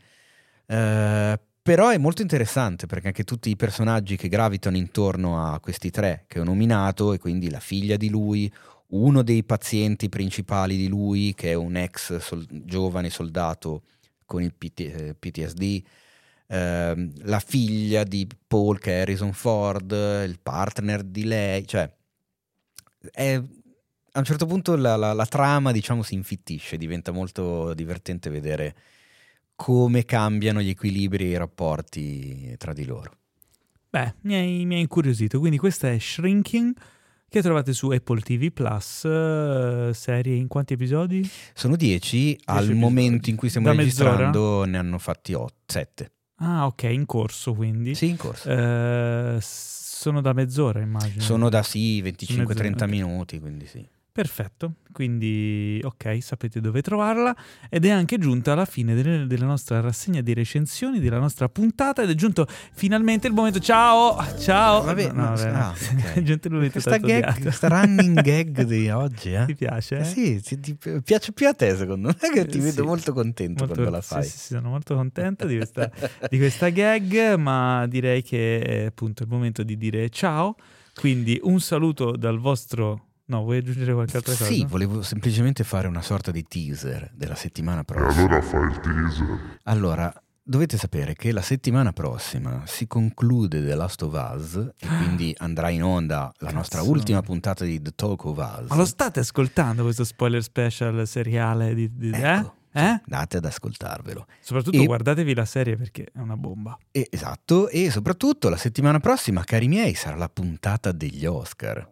però è molto interessante perché anche tutti i personaggi che gravitano intorno a questi tre che ho nominato, e quindi la figlia di lui, uno dei pazienti principali di lui che è un ex giovane soldato con il PTSD, la figlia di Paul che è Harrison Ford, il partner di lei, cioè a un certo punto la trama, diciamo, si infittisce, diventa molto divertente vedere come cambiano gli equilibri e i rapporti tra di loro. Beh, mi hai incuriosito. Quindi questa è Shrinking, che trovate su Apple TV Plus, serie in quanti episodi? Sono 10 al episodi. Momento in cui stiamo Da registrando mezz'ora? ne hanno fatti 7. Ah, ok, in corso quindi. Sì, in corso. Sono da mezz'ora, immagino. Sono da 25-30 ok. minuti, quindi sì. Perfetto, quindi ok, sapete dove trovarla, ed è anche giunta alla fine della nostra rassegna di recensioni, della nostra puntata, ed è giunto finalmente il momento. Ciao! Vabbè, ok. È giunto il momento Questa tanto gag, odiato. questa running gag di oggi, Ti piace? Sì, ti piace più a te, secondo me, che ti Sì. vedo molto contento quando la fai. Sì, sono molto contento di questa gag, ma direi che è appunto il momento di dire ciao, quindi un saluto dal vostro... No, vuoi aggiungere qualche altra cosa? Sì, volevo semplicemente fare una sorta di teaser della settimana E prossima. allora fai il teaser. Allora, dovete sapere che la settimana prossima si conclude The Last of Us e quindi andrà in onda la nostra Cazzo. ultima puntata di The Talk of Us. Ma lo state ascoltando questo spoiler special seriale Ecco, eh? andate ad ascoltarvelo. Soprattutto E- guardatevi la serie perché è una bomba. Esatto, e soprattutto la settimana prossima, cari miei, sarà la puntata degli Oscar.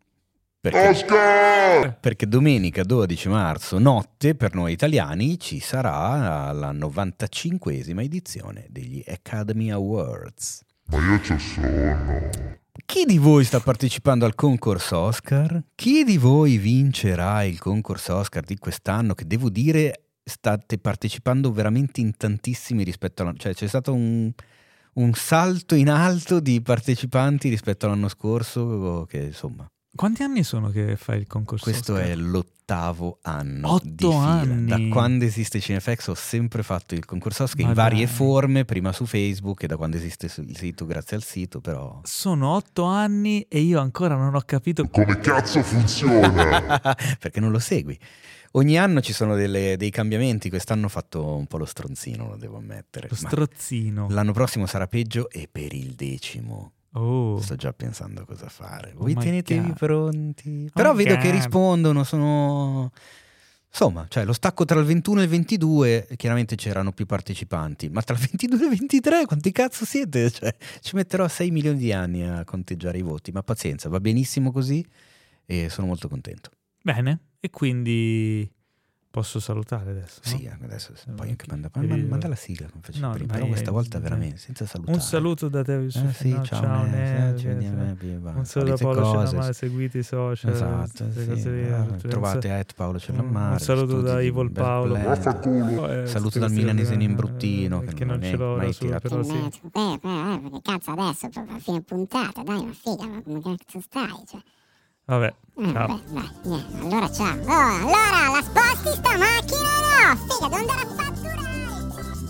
Oscar! Perché domenica 12 marzo, notte, per noi italiani, ci sarà la 95esima edizione degli Academy Awards. Ma io ci sono. Chi di voi sta partecipando al concorso Oscar? Chi di voi vincerà il concorso Oscar di quest'anno? Che devo dire, state partecipando veramente in tantissimi rispetto all'anno. Cioè c'è stato un salto in alto di partecipanti rispetto all'anno scorso, che insomma... Quanti anni sono che fai il concorso? Questo Oscar? è l'8º anno 8 di fila. anni. Da quando esiste Cinefx ho sempre fatto il concorso Oscar Ma in varie dai. forme, prima su Facebook e da quando esiste il sito, grazie al sito, però... Sono 8 anni e io ancora non ho capito. Come cazzo funziona? Perché non lo segui. Ogni anno ci sono dei cambiamenti, quest'anno ho fatto un po' lo stronzino, lo devo ammettere. Lo Ma strozzino. l'anno prossimo sarà peggio e per il 10º. Oh. Sto già pensando a cosa fare. Oh Voi my tenetevi God. pronti. Però Oh vedo che God. rispondono, sono... Insomma, cioè lo stacco tra il 21 e il 22, chiaramente c'erano più partecipanti, ma tra il 22 e il 23 quanti cazzo siete? Cioè, ci metterò 6 milioni di anni a conteggiare i voti, ma pazienza, va benissimo così e sono molto contento. Bene, e quindi posso salutare adesso? no? Sì, adesso poi anche Devi- manda la sigla come facevo No, prima, dai, però questa volta dai. veramente senza salutare. Un saluto da te, Yusuf. Sì, No, ciao, Nel, ci vediamo, un saluto da Paolo Cellamare, seguite i social, Esatto, queste sì. cose lì. Trovate Paolo Cellamare. Un saluto da Evil Paolo. Saluto dal milanesino imbruttino che non ce l'ho mai da solo, tirato. però sì. Che cazzo adesso, proprio a fine puntata, dai, ma figa, ma come cazzo stai? Cioè, Vabbè, ciao. vabbè, dai, niente, allora ciao. Oh, allora, la sposti sta macchina o no? Figa, devo andare a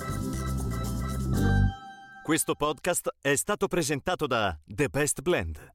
fatturare. Questo podcast è stato presentato da The Best Blend,